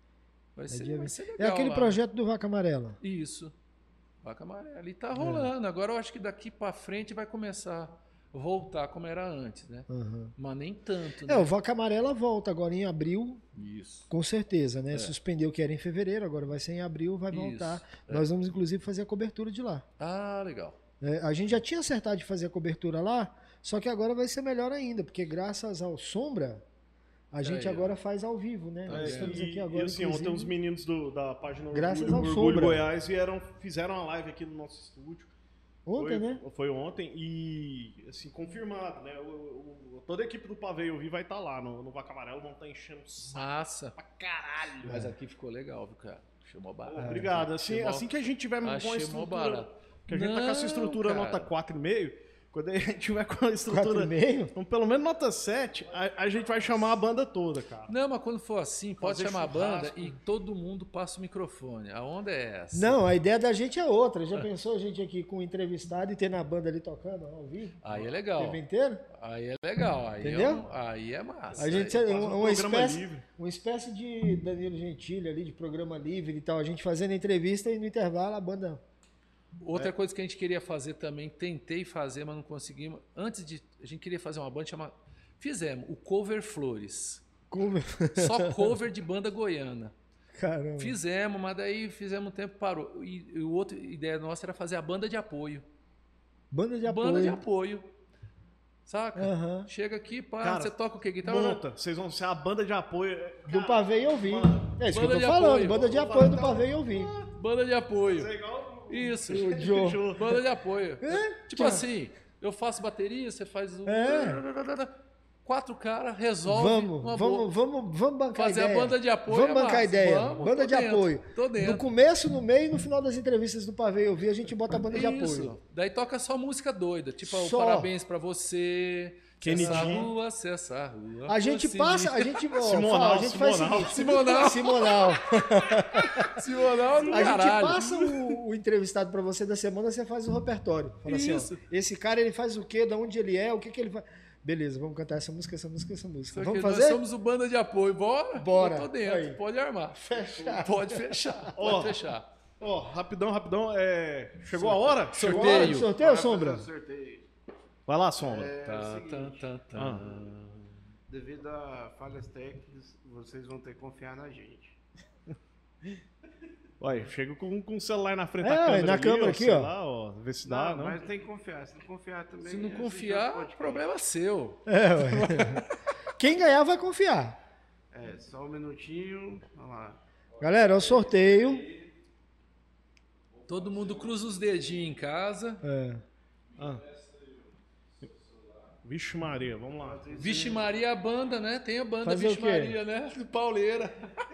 Vai ser, dia vai vinte. ser É legal. aquele lá. projeto do Vaca Amarela. Isso. Vaca amarela. E É. tá rolando. Agora eu acho que daqui pra frente vai começar a voltar como era antes, né? Uhum. Mas nem tanto, né? É, o Vaca Amarela volta agora em abril, Isso. com certeza, né? É. Suspendeu que era em fevereiro, agora vai ser em abril, vai voltar. Isso, é. Nós vamos, inclusive, fazer a cobertura de lá. Ah, legal. É, a gente já tinha acertado de fazer a cobertura lá, só que agora vai ser melhor ainda, porque graças ao Sombra, a gente Aí, ó. agora faz ao vivo, né? Nós É, estamos e, aqui agora, e assim, inclusive. ontem os meninos do- da página Graças Orgulho, ao Orgulho Sombra. Goiás vieram, fizeram uma live aqui no nosso estúdio. Ontem, foi, né? Foi ontem e, assim, confirmado, né? O, o- toda a equipe do Pavê Eu Vi vai estar lá no, no Vaca Amarela, vão estar enchendo o saco Massa. pra caralho. Mas aqui ficou legal, viu, cara? Chamou barato. Obrigado. Assim, Achei mó- assim que a gente tiver com a achei mó estrutura... barato. Que a gente tá com essa Não, estrutura cara. nota quatro e meio, quando a gente tiver com a Quatro estrutura... e meio? Então, pelo menos nota sete, a, a gente vai chamar a banda toda, cara. Não, mas quando for assim, pode Fazer chamar a banda churrasco. e todo mundo passa o microfone. A onda é essa. Não, a ideia da gente é outra. Já pensou a gente aqui com um entrevistado e ter na banda ali tocando ao vivo? Aí é O legal. tempo inteiro? Aí é legal. Aí Entendeu? É, um- aí é massa. A gente Aí- é Faz uma, um uma programa espécie, livre. uma espécie de Danilo Gentili ali, de programa livre e tal. A gente fazendo entrevista e no intervalo a banda. Outra coisa que a gente queria fazer também, tentei fazer, mas não conseguimos. Antes de. A gente queria fazer uma banda chamada. Fizemos o Cover Flores. Cover. Só cover de banda goiana. Caramba. Fizemos, mas daí fizemos um tempo, parou. E, e o outra ideia nossa era fazer a banda de apoio. Banda de apoio. Banda de apoio. Saca? Aham. Chega aqui, pá, Cara, você toca o quê? Guitarra? Monta, vocês vão ser a banda de apoio. Do Pavê eu vi. É isso que eu banda tô de falando. apoio. Banda de Vamos apoio do falar, Pavê eu vi. Banda de apoio. É igual Isso. O Joe. Banda de apoio. É? Tipo Tchau. assim, eu faço bateria, você faz o. É. Quatro caras, resolve. Vamos, uma boa. vamos, vamos, vamos bancar Fazer a ideia. banda de apoio. Vamos é bancar massa. ideia. Vamos, banda tô de dentro, apoio. Tô dentro. No começo, no meio e no final das entrevistas do Pavê eu vi, a gente bota a banda de Isso. apoio. Daí toca só música doida. Tipo, o Só. parabéns pra você. Kennedy. Essa rua, essa rua. A gente fosse passa, a minha. gente, ó, Simonal, fala, a gente faz o Simonal. seguinte. Simonal. Simonal. Simonal do A gente caralho. passa o, o entrevistado pra você da semana, você faz o repertório. Fala assim, Isso. ó, esse cara ele faz o quê, de onde ele é, o que que ele faz. Beleza, vamos cantar essa música, essa música, essa música. Só Vamos que fazer? Nós somos o banda de apoio. Bora? Bora. Eu tô dentro. Aí. Pode armar. Fechar. Pode fechar. Pode Ó. fechar. Ó, rapidão, rapidão. É... Chegou a hora? Chegou a hora do Sorteio. sorteio, Sombra? Sorteio. Vai lá, Sombra. É, Tá, o seguinte, tá, tá, tá. Ah. devido a falhas técnicas, vocês vão ter que confiar na gente. Olha, chega com, com o celular na frente É, da câmera na ali, câmera ó, aqui, sei ó. lá, ó. Vê se dá, Não, não. mas tem que confiar. Se não confiar também... Se não assiste confiar, outro podcast. problema seu. É, ué. Quem ganhar vai confiar. É, só um minutinho. Olha lá. Galera, é o sorteio. Todo mundo cruza os dedinhos em casa. É. Ah. Vixe Maria, vamos lá. Vixe Maria a banda, né? Tem a banda Fazer Vixe o quê? Maria, né? Do Pauleira.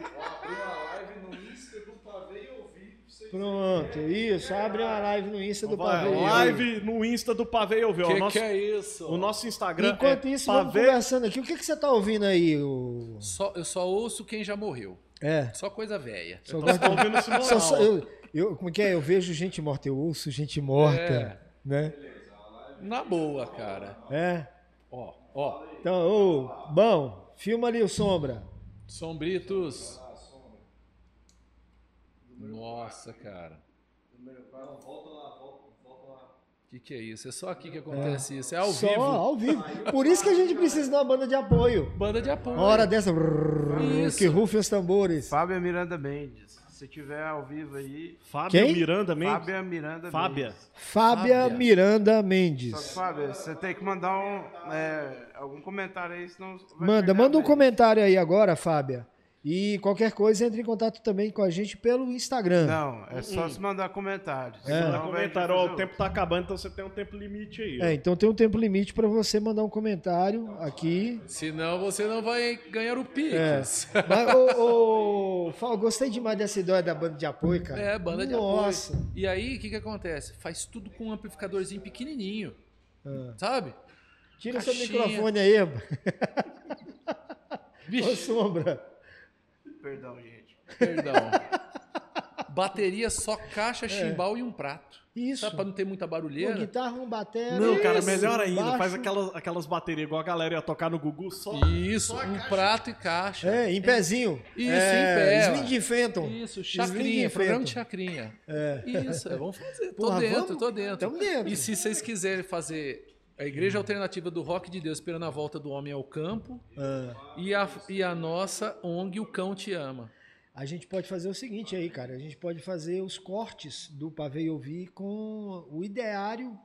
Pronto, isso. Abre uma live no Insta do Vai, Pavê. live no Insta do Pavê e ouvir. ó. Que O nosso, que é isso? o nosso Instagram Enquanto é isso, vamos Pavê... conversando aqui. O que, que você tá ouvindo aí? O... Só, eu só ouço quem já morreu. É. Só coisa velha. Só Nós estamos ouvindo esse Só- só- moral. eu, eu- como que é? Eu vejo gente morta, eu ouço gente morta, É. né? Na boa, cara. É. Ó, ó. Então, ô, bom, filma ali o Sombra. Sombritos. Nossa, cara. O que, que é isso? É só aqui que acontece isso. É ao Só vivo. ao vivo. Por isso que a gente precisa de uma banda de apoio. Banda de apoio. Uma hora dessa, brrr, Isso. que rufem os tambores. Fábia Miranda Mendes. Se tiver ao vivo aí... Fábio Quem? Miranda Mendes. Fábia Miranda Fábia. Mendes. Fábia Fábia. Miranda Só que, Mendes. Fábia, você tem que mandar um, é, algum comentário aí, senão... vai Manda, perder manda a um vez. comentário aí agora, Fábia. E qualquer coisa, entre em contato também com a gente pelo Instagram. Não, é só se mandar comentário. É. Manda senão vai comentário, ó, fazer o outro. tempo tá acabando, então você tem um tempo limite aí. ó. É, então tem um tempo limite para você mandar um comentário aqui. Senão você não vai ganhar o É. Pix. Mas, ô, ô, Fal, gostei demais dessa ideia da banda de apoio, cara. É, banda de Nossa. apoio. E aí, o que que acontece? Faz tudo com um amplificadorzinho pequenininho. Ah. Sabe? Tira seu Caixinha. microfone aí, ô Vixe, Sombra. Perdão, gente. perdão. Bateria só caixa, chimbal e um prato. Isso. Sabe, pra não ter muita Pô, barulheira? guitarra, um batera. Não, cara, isso, melhor ainda. baixo. Faz aquelas, aquelas baterias igual a galera ia tocar no Gugu, só. Isso, um prato e caixa. É, em pezinho. Isso, é, em pé. Slim de Fenton. Isso, Slim chacrinha, de programa de Fenton. chacrinha. É. Isso, é, vamos fazer. Tô Porra, dentro, vamos? tô dentro. Tamo dentro. E se vocês quiserem fazer a Igreja Alternativa do Rock de Deus esperando a volta do homem ao campo Ah. e a, e a nossa O N G O Cão Te Ama. A gente pode fazer o seguinte aí, cara. A gente pode fazer os cortes do Pavê e Ouvir com o ideário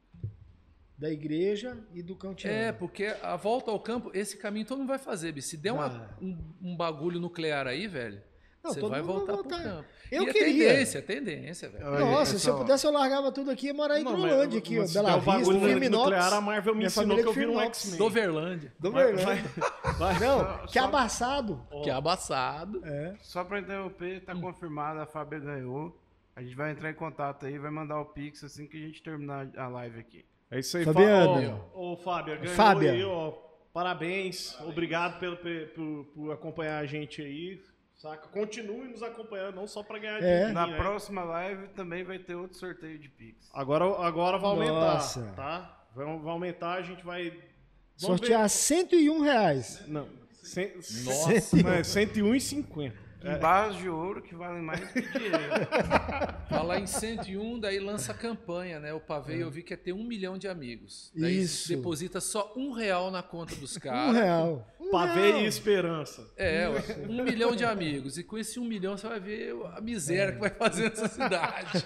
da igreja e do Cão Te É, Ama. porque a volta ao campo, esse caminho todo mundo vai fazer, bicho. Se der uma- Ah. um, um bagulho nuclear aí, velho, Não, você todo vai mundo voltar, vai pro voltar. campo. Eu e é queria. tendência, é tendência, velho. Olha, Nossa, se eu pessoal, pudesse eu largava tudo aqui e ia morar em Não, mas- Grolândia aqui, ó. mas se Bela der o Vista, bagulho Firminox. nuclear, a Marvel me Minha ensinou família que eu é viro um Firminox. X-Men. Doverlândia, Do Vai, Verlândia. vai, vai. Não, Só- que só- abaçado. que é abaçado. É. Só pra interromper, tá confirmado, a Fábia ganhou. A gente vai entrar em contato aí, vai mandar o Pix assim que a gente terminar a live aqui. É isso aí, Fabiano. Fábio. Ô, ô, Fábio, ganhou Fábia. aí, ó. Parabéns. Obrigado pelo, pe- por, por acompanhar a gente aí. Saca? Continue nos acompanhando, não só pra ganhar É. dinheiro. Na né? próxima live também vai ter outro sorteio de Pix. Agora, agora vai aumentar, Nossa. tá? Vai, vai aumentar, a gente vai... vamos Sortear cento e um reais. ver- Não. Cem- Nossa. Não, é cento e um e cinquenta. Em barras de ouro que valem mais que dinheiro. Falar em cento e um, daí lança a campanha, né? O Pavê, eu vi que ia ter um milhão de amigos. Daí Isso. deposita só um real na conta dos Um caras. real. Um Pavê real. e esperança. É, ué, um milhão de amigos. E com esse um milhão você vai ver a miséria que vai fazer nessa cidade.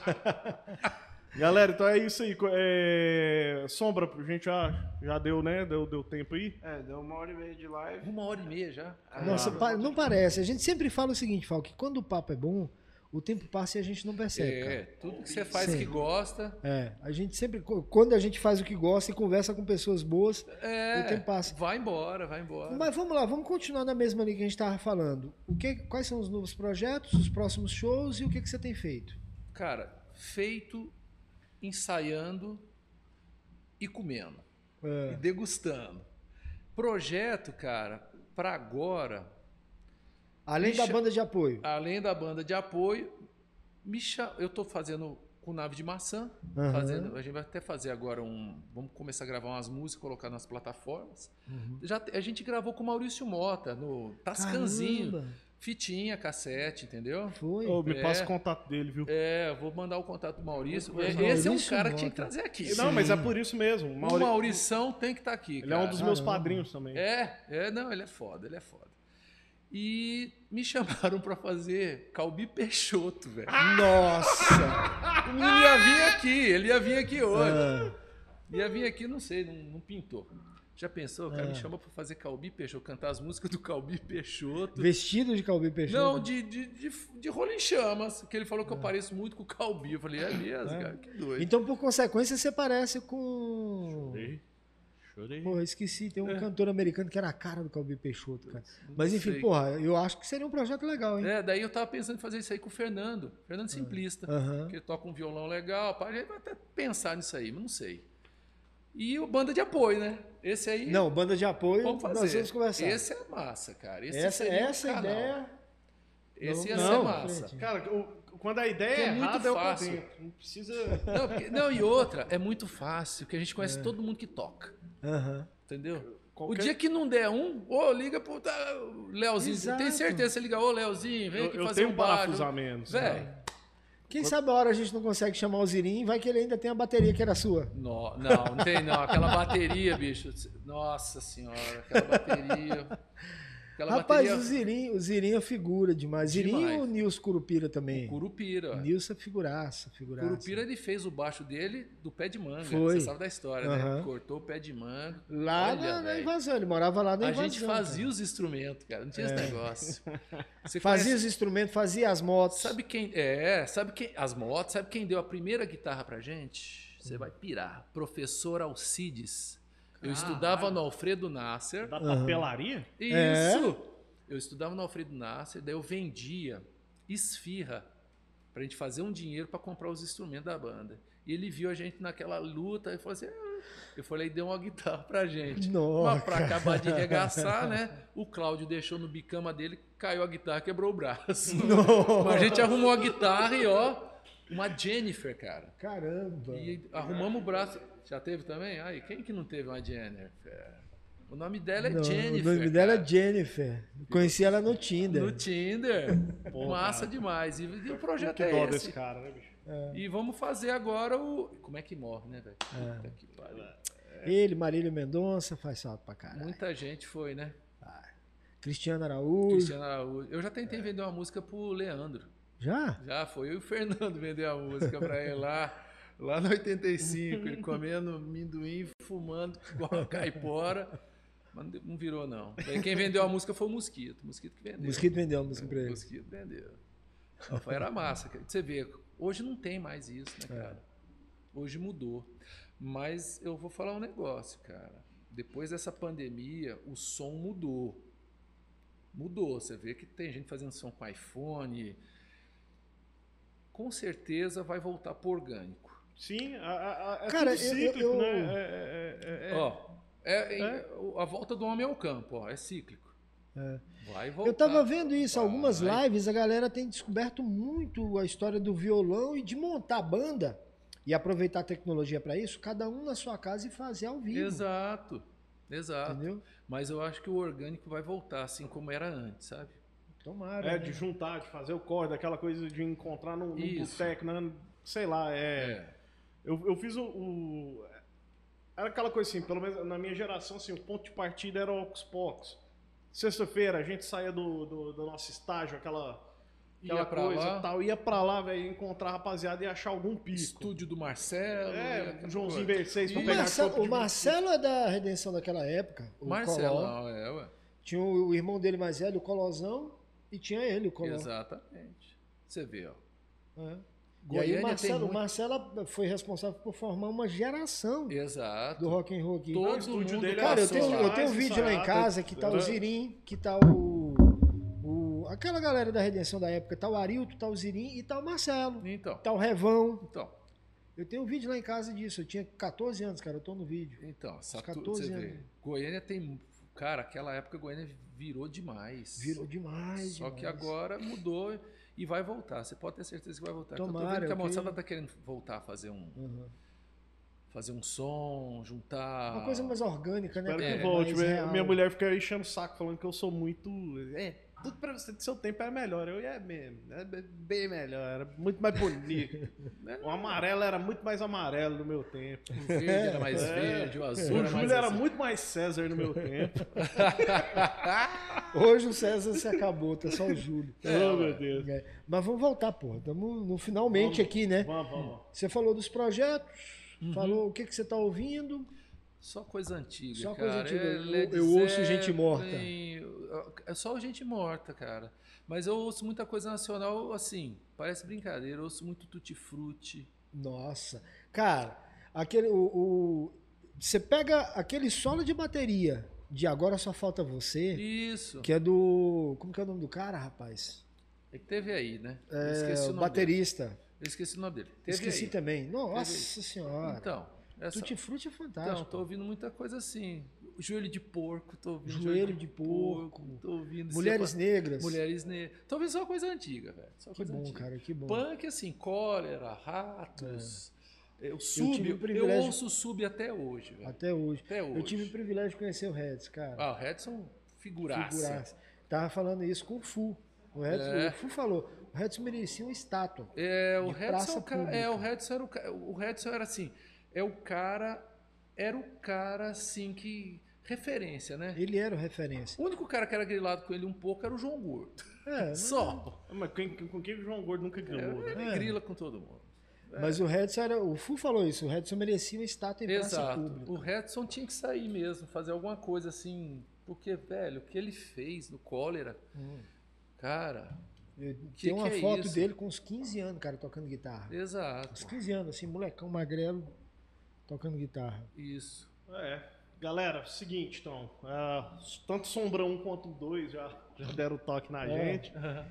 Galera, então é isso aí. É... Sombra, a gente já, já deu, né? Deu, deu tempo aí. É, deu uma hora e meia de live. Uma hora e meia já. Nossa, pa- não parece. A gente sempre fala o seguinte, Fal, que quando o papo é bom, o tempo passa e a gente não percebe, É, cara. tudo que você faz Sim. que gosta. É, a gente sempre, quando a gente faz o que gosta e conversa com pessoas boas, É, o tempo passa. vai embora, vai embora. Mas vamos lá, vamos continuar na mesma linha que a gente estava falando. O que, quais são os novos projetos, os próximos shows e o que, que você tem feito? Cara, feito, ensaiando e comendo. E É, degustando. Projeto, cara, para agora, além me da cha- banda de apoio. além da banda de apoio, me cha... eu tô fazendo com nave de maçã. Aham. Fazendo, a gente vai até fazer agora um. Vamos começar a gravar umas músicas, colocar nas plataformas. Uhum. Já, te- a gente gravou com o Maurício Mota, no Tascanzinho. Caramba, Fitinha, cassete, entendeu? foi. Ô, me É. passa o contato dele, viu? É, eu vou mandar o contato do Maurício. O Esse é um Maurício cara que tinha que Mota. trazer aqui. Não, mas é por isso mesmo. O O Mauri- Maurição tem que estar aqui. Ele é um cara. dos meus Caramba. padrinhos também. É, é, não, ele é foda, ele é foda. E me chamaram pra fazer Calbi Peixoto, velho. Nossa! O menino ia vir aqui, ele ia vir aqui hoje. Ah, Ia vir aqui, não sei, não, não pintou. Já pensou? O cara Ah. me chama pra fazer Calbi Peixoto, cantar as músicas do Calbi Peixoto. vestido de Calbi Peixoto? Não, de, de, de, de rolo em chamas, que ele falou que eu pareço muito com o Calbi. Eu falei, é mesmo, É. cara, que doido. Então, por consequência, você parece com... Chorei. Chorei. Porra, esqueci. Tem um É. cantor americano que era a cara do Calbi Peixoto, cara. Não Mas enfim, sei. porra, eu acho que seria um projeto legal, hein? É, daí eu tava pensando em fazer isso aí com o Fernando, Fernando Simplista, Aham. que ele toca um violão legal, pá, a gente vai até pensar nisso aí, mas não sei. E o banda de apoio, né? Esse aí, Não, banda de apoio, vamos fazer. nós vamos conversar. Esse é massa, cara. Esse essa seria o essa canal. ideia... Esse ia Não, ser não, massa. frente. Cara, o- quando a ideia Que é, é muito errada, eu fácil. tô dentro. Não precisa... Não, porque- não, e outra, é muito fácil, que a gente conhece todo mundo que toca, Aham. entendeu? Qualquer- O dia que não der um, ô, liga pro tá, o Leozinho. Exato. Tem certeza, você liga, ô, Leozinho, vem Eu, aqui eu fazer tenho um um bar. parafuso a menos. Velho, Quem sabe a hora a gente não consegue chamar o Zirim, vai que ele ainda tem a bateria que era sua. no- não, não tem não. Aquela bateria, bicho. Nossa senhora, aquela bateria. Aquela Rapaz, bateria. o Zirim, o Zirim é figura demais. Zirim Demais. e o Nilson Curupira também. Curupira. O Nilson é figuraça, figuraça. Curupira, ele fez o baixo dele do pé de manga. Foi. Você sabe da história, Aham. né? Cortou o pé de manga. Lá Olha, na, na velho. invasão, ele morava lá na A invasão. gente fazia cara. os instrumentos, cara. Não tinha esse negócio. Você Fazia conhece- os instrumentos, fazia as motos. Sabe quem. É, sabe quem. As motos, sabe quem deu a primeira guitarra pra gente? Você vai pirar. Professor Alcides. Eu estudava no Alfredo Nasser. Da papelaria? Isso! Eu estudava no Alfredo Nasser, daí eu vendia esfirra pra gente fazer um dinheiro pra comprar os instrumentos da banda. E ele viu a gente naquela luta e falou assim: ah. Eu falei, deu uma guitarra pra gente. Nossa, Mas pra acabar de arregaçar, né? O Cláudio deixou no bicama dele, caiu a guitarra, quebrou o braço. Mas a gente arrumou a guitarra e ó, uma Jennifer, cara. Caramba. E arrumamos o braço. Já teve também? Ai, quem que não teve uma Jennifer? O nome dela é Não, Jennifer. O nome dela cara. é Jennifer. Conheci ela no Tinder. No Tinder. Pô, Massa cara. demais. E, e o projeto Que é dó esse. desse cara, né, bicho? E vamos fazer agora o. Como é que morre, né, velho? É. Puta que pariu. Ele, Marília Mendonça, faz falta pra caralho. Muita gente foi, né? Cristiano Araújo. Cristiano Araújo. Eu já tentei vender uma música pro Leandro. Já? Já foi eu e o Fernando vender a música pra ele lá. Lá no oitenta e cinco, ele comendo amendoim, fumando igual uma caipora. Mas não- não virou, não. Daí quem vendeu a música foi o Mosquito. O Mosquito que vendeu. O Mosquito vendeu a música pra O ele. Mosquito vendeu. Foi, era massa. Cara. Você vê, hoje não tem mais isso, né, cara? Hoje mudou. Mas eu vou falar um negócio, cara. Depois dessa pandemia, o som mudou. Mudou. Você vê que tem gente fazendo som com iPhone. Com certeza vai voltar pro orgânico. Sim, a, a, a, é Cara, tudo eu- cíclico, eu- né? É, é, é, é. Ó, é, é- a volta do homem ao campo, ó, é cíclico. É. Vai voltar. Eu tava vendo isso, Vai. algumas lives, a galera tem descoberto muito a história do violão e de montar banda e aproveitar a tecnologia pra isso, cada um na sua casa e fazer ao vivo. Exato, exato. Entendeu? Mas eu acho que o orgânico vai voltar assim como era antes, sabe? Tomara. É, né? de juntar, de fazer o corda, aquela coisa de encontrar num, num Isso. boteco, né? Sei lá, é... É. Eu, eu fiz o, o- Era aquela coisa assim, pelo menos na minha geração, assim, o ponto de partida era o Ocus Pocus. Sexta-feira a gente saía do, do, do nosso estágio, aquela, aquela Ia pra coisa lá. e tal, ia pra lá, velho, encontrar a rapaziada e achar algum pico. Estúdio do Marcelo. e É, aquela o Joãozinho coisa. V seis pra O, pegar Marcelo, chopp de o Marcelo é da redenção daquela época. O Marcelo, Coló. não, é, ué. Tinha o, o irmão dele mais velho, o Colozão, e tinha ele, o Coló. Exatamente. Você vê, ó. É. E Goiânia aí o Marcelo, tem o muito- Marcelo foi responsável por formar uma geração Exato. do rock and roll aqui. Todo o estúdio mundo dele Cara, eu passou tenho, lá, eu tenho um esse vídeo lá em ensaiado, casa que tá o né? Zirim, que tá o, o. Aquela galera da redenção da época, tá o Arilton, tá o Zirim e tá o Marcelo. Então, Tá o Revão. então, Eu tenho um vídeo lá em casa disso. Eu tinha catorze anos, cara. Eu tô no vídeo. então, essa tu- catorze você vê. anos. Goiânia tem, cara, aquela época Goiânia virou demais. Virou demais. Só que demais. agora mudou e vai voltar. Você pode ter certeza que vai voltar. Eu tô Tomara, vendo que a eu moçada creio. tá querendo voltar a fazer um, Uhum. fazer um som, juntar. Uma coisa mais orgânica, né? Espero cara? que volte. Mais Minha, real. minha mulher fica enchendo o saco falando que eu sou muito. É, tudo pra você do seu tempo era melhor. Eu ia mesmo, era bem melhor, era muito mais bonito. O amarelo era muito mais amarelo no meu tempo. O verde era mais É. verde, o azul O era mais Júlio era azul. muito mais César no meu tempo. Hoje o César se acabou, tá só o Júlio. Oh, meu Deus. É, mas vamos voltar, pô. Estamos no finalmente aqui, né? Vamos, vamos. Você falou dos projetos, Uhum. falou o que, que você tá ouvindo. Só coisa antiga, Só cara. coisa antiga. É Eu- Led eu ouço gente morta. Zeppelin, É só gente morta, cara. Mas eu ouço muita coisa nacional, assim, parece brincadeira. Eu ouço muito Tutti Frutti. Nossa. Cara, aquele. O, o- você pega aquele solo de bateria de Agora Só Falta Você, Isso. que é do. Como que é o nome do cara, rapaz? É que teve aí, né? Eu É, esqueci o o nome baterista. dele. Eu esqueci o nome dele. Teve Esqueci aí. também. Nossa senhora. Então, essa... Tutti Frutti é fantástico. Então, tô ouvindo muita coisa assim. Joelho de porco, tô ouvindo Joelho de porco. tô ouvindo Mulheres Cepa- Negras. Mulheres negras. Tô ouvindo só coisa antiga, velho. Só Que coisa bom, antiga. cara, que bom. Punk, assim, cólera, ratos. Eu, tive sub, o eu, privilégio- ouço sub até hoje, velho. Até hoje. Até hoje. Eu tive o privilégio de conhecer o Reds, cara. Ah, o Redson, figuraça. Figuraça. Tava falando isso com o Fu. O Reds, É. o Fu falou, o Reds merecia uma estátua. É, o De praça Redson, ca- pública. é, o Redson era o, ca- o Redson era assim, é o cara, era o cara assim que referência, né? Ele era o referência. O único cara que era grilado com ele um pouco era o João Gordo. É, mas- Só. Mas quem- com quem o João Gordo nunca ganhou, né? Ele É. grila com todo mundo. Mas o Redson era. O Fu falou isso, o Redson merecia uma estátua em praça Exato. pública. O Redson tinha que sair mesmo, fazer alguma coisa assim, porque, velho, o que ele fez no cólera, Hum. cara, Eu- Que Tem uma que é foto isso? dele com uns quinze anos, cara, tocando guitarra. Uns exato. quinze anos, assim, molecão magrelo, tocando guitarra. Isso. É. Galera, seguinte, então. é, tanto Sombra um quanto dois já, já deram toque na É. gente.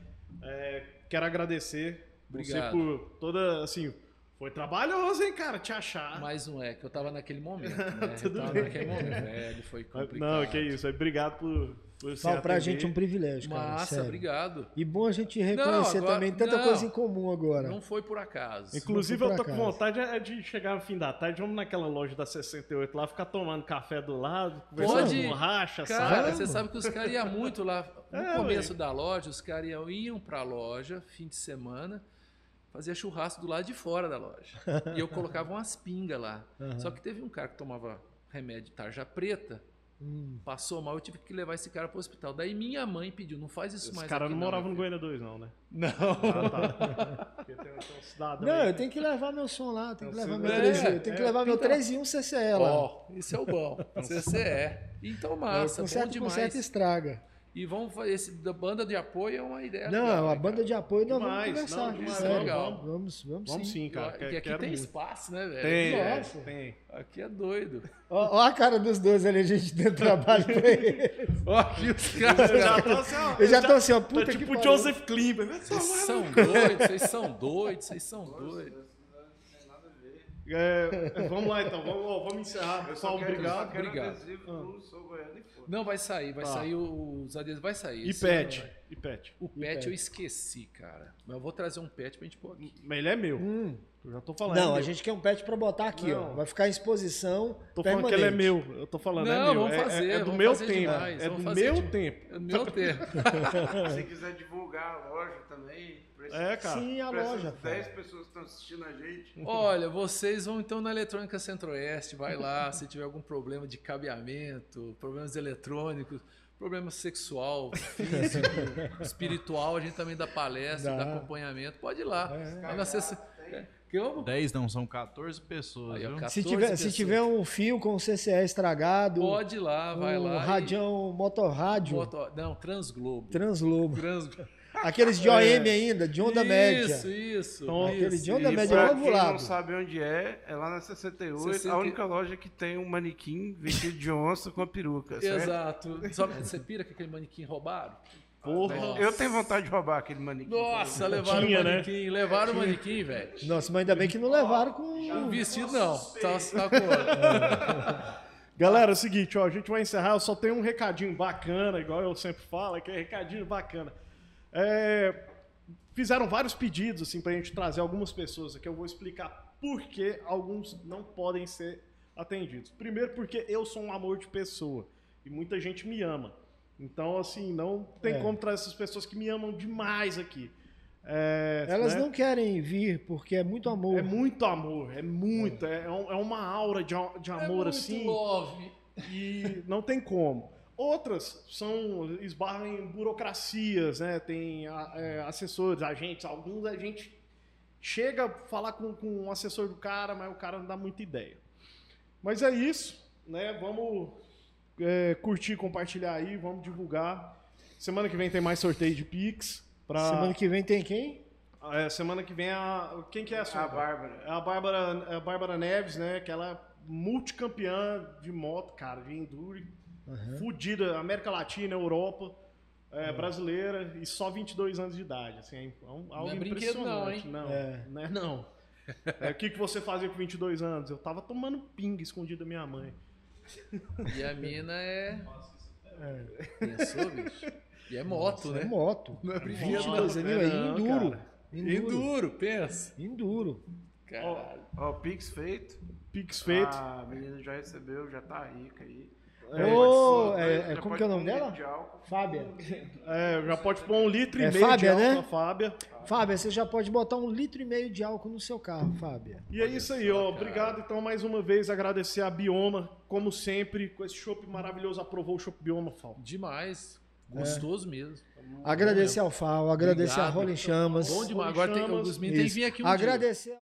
É, quero agradecer Obrigado. você por toda, assim, foi trabalhoso, hein, cara, te achar. Mais um é, que eu tava naquele momento, né? Tudo eu tava bem. naquele momento, velho, foi complicado. Não, que isso. Obrigado por, por se Fala pra atender. gente um privilégio, cara. Massa, sério. obrigado. E bom a gente reconhecer agora- também tanta não. coisa em comum agora. Não foi por acaso. Inclusive, Não foi eu por tô com acaso. vontade é de chegar no fim da tarde, vamos naquela loja da sessenta e oito lá, ficar tomando café do lado, conversando Pode. com borracha, Cara, sabe? você sabe que os caras iam muito lá. No É, começo da loja, os caras iam, iam pra loja, fim de semana, fazia churrasco do lado de fora da loja. E eu colocava umas pingas lá. Aham. Só que teve um cara que tomava remédio de tarja preta, Hum. passou mal, eu tive que levar esse cara pro hospital. Daí minha mãe pediu, não faz isso Esse mais cara aqui não não, morava no meu Goiânia dois, não, né? filho. Não. Ah, tá. Porque tem, tem um cidadão Não, aí eu tenho que levar meu som lá, eu tenho que Então, levar você- meu É, três, eu tenho que é, levar meu então- três e um C C E lá. Ó, isso é o bom. C C E. Então, massa, É, bom conserta, demais. conserta estraga. E vamos fazer esse da banda de apoio é uma ideia Não, legal, a né, banda cara? de apoio nós Demais, vamos conversar. não, demais, sério. legal. Vamos, vamos, Vamos sim. sim, cara. Que que- aqui quero tem muito. espaço, né, velho? Tem, é, Nossa. tem. Aqui é doido. Ó, ó a cara dos dois ali, a gente dando trabalho pra eles. Ó, aqui os Eu caras. já tô assim, ó, Eu já eu tô assim, ó, Tá puta que tipo o pariu. Joseph Klimber, né? Vocês são doidos, vocês são doidos, vocês são doidos. É, vamos lá então, vamos, ó, vamos encerrar. Eu Pessoal, só quero, obrigado. eu só quero obrigado. adesivo do Sou Goiano e foda. Não, vai sair, vai Tá. sair os adesivos, vai sair. E esse ano pet, vai. e pet. O pet pet. eu esqueci, cara. Mas eu vou trazer um pet pra gente pôr aqui. Mas ele é meu. Hum. Eu já tô falando. Não, é a meu. gente quer um pet pra botar aqui, ó. Não. Vai ficar em exposição Tô falando que ele é meu. Eu tô falando, é Não, meu. vamos É- é- fazer, É, do vamos meu fazer tempo. demais, É vamos do fazer meu de- tempo. É meu tempo. Se quiser divulgar a loja também, precisa- É, cara. Sim, a precisa loja. de cara. dez pessoas que estão assistindo a gente. Olha, vocês vão então na Eletrônica Centro-Oeste, vai lá, se tiver algum problema de cabeamento, problemas eletrônicos, problema sexual, físico, espiritual, a gente também dá palestra, Dá. dá acompanhamento, pode ir lá. É. Lá na sexta- Como? dez não, são quatorze pessoas, Aí, ó, viu? cara. Se quatorze tiver, se pessoas. tiver um fio com C C E estragado, Pode ir lá, vai um lá. e- radião, motorrádio, Moto- Não, Transglobo. Translobo. Transglobo. Aqueles de O M ainda, de onda média. Isso, isso. Então, aquele isso, de onda isso. média Pra é quem não ovulado. sabe onde é, é lá na sessenta e oito, sessenta a única loja que tem um manequim vestido de onça com a peruca, certo? Exato. Só que você pira que aquele manequim roubaram? Porra. Eu tenho vontade de roubar aquele manequim. Nossa, levaram Tinha, o né? manequim, levaram o manequim, velho. Nossa, mas ainda bem que não levaram com. O vestido não. Tá, tá com... Galera, é o seguinte, ó, a gente vai encerrar. Eu só tenho um recadinho bacana, igual eu sempre falo, que é recadinho bacana. É, fizeram vários pedidos assim, pra gente trazer algumas pessoas aqui. Eu vou explicar por que alguns não podem ser atendidos. Primeiro, porque eu sou um amor de pessoa e muita gente me ama. Então, assim, não tem É. como trazer essas pessoas que me amam demais aqui. É, Elas né? não querem vir porque é muito amor. É muito amor, é muito. É, é um- é uma aura de, a- de É amor, muito assim, love. e não tem como. Outras são esbarram em burocracias, né? Tem a- é, assessores, agentes. Alguns a gente chega a falar com, com um assessor do cara, mas o cara não dá muita ideia. Mas é isso, né? Vamos é, curtir, compartilhar aí, vamos divulgar. Semana que vem tem mais sorteio de Pix. Pra... Semana que vem tem quem? É, semana que vem a. Quem que é a sua? A Bárbara. É a Bárbara, é a Bárbara Neves, né? Que ela é multicampeã de moto, cara, de enduro. Fudida, América Latina, Europa, é, brasileira e só vinte e dois anos de idade. Assim, é um, algo é brinquedo não, impressionante. hein? Não, É. né? Não. É, o que, que você fazia com vinte e dois anos? Eu tava tomando pinga escondido da minha mãe. E a mina é. Pensou, bicho? E é moto, Isso né? É moto. Não é brinquedo, vinte e não. dois aninhos aí, Não, enduro. cara. Enduro. Enduro, pensa. Enduro. Caralho. Ó, o Pix feito. Pix feito. A menina já recebeu, já tá rica aí. É, Ô, Já é- pode- é- já como pode que é o nome pôr um dela? litro de álcool. Fábia. É, já pode pôr um litro e É meio Fábia, de álcool, né? a Fábia. Fábia, você já pode botar um litro e meio de álcool no seu carro, Fábia. E é isso aí, ó. Obrigado, então, mais uma vez, agradecer a Bioma, como sempre, com esse chopp maravilhoso. Aprovou o chopp Bioma, Fal. Demais. Gostoso mesmo. Agradecer ao Fal, agradecer a Obrigado. Rola em Chamas. Bom demais. Agora tem, o Chamas. Gusmin tem que Isso. vir aqui um dia. Agradecer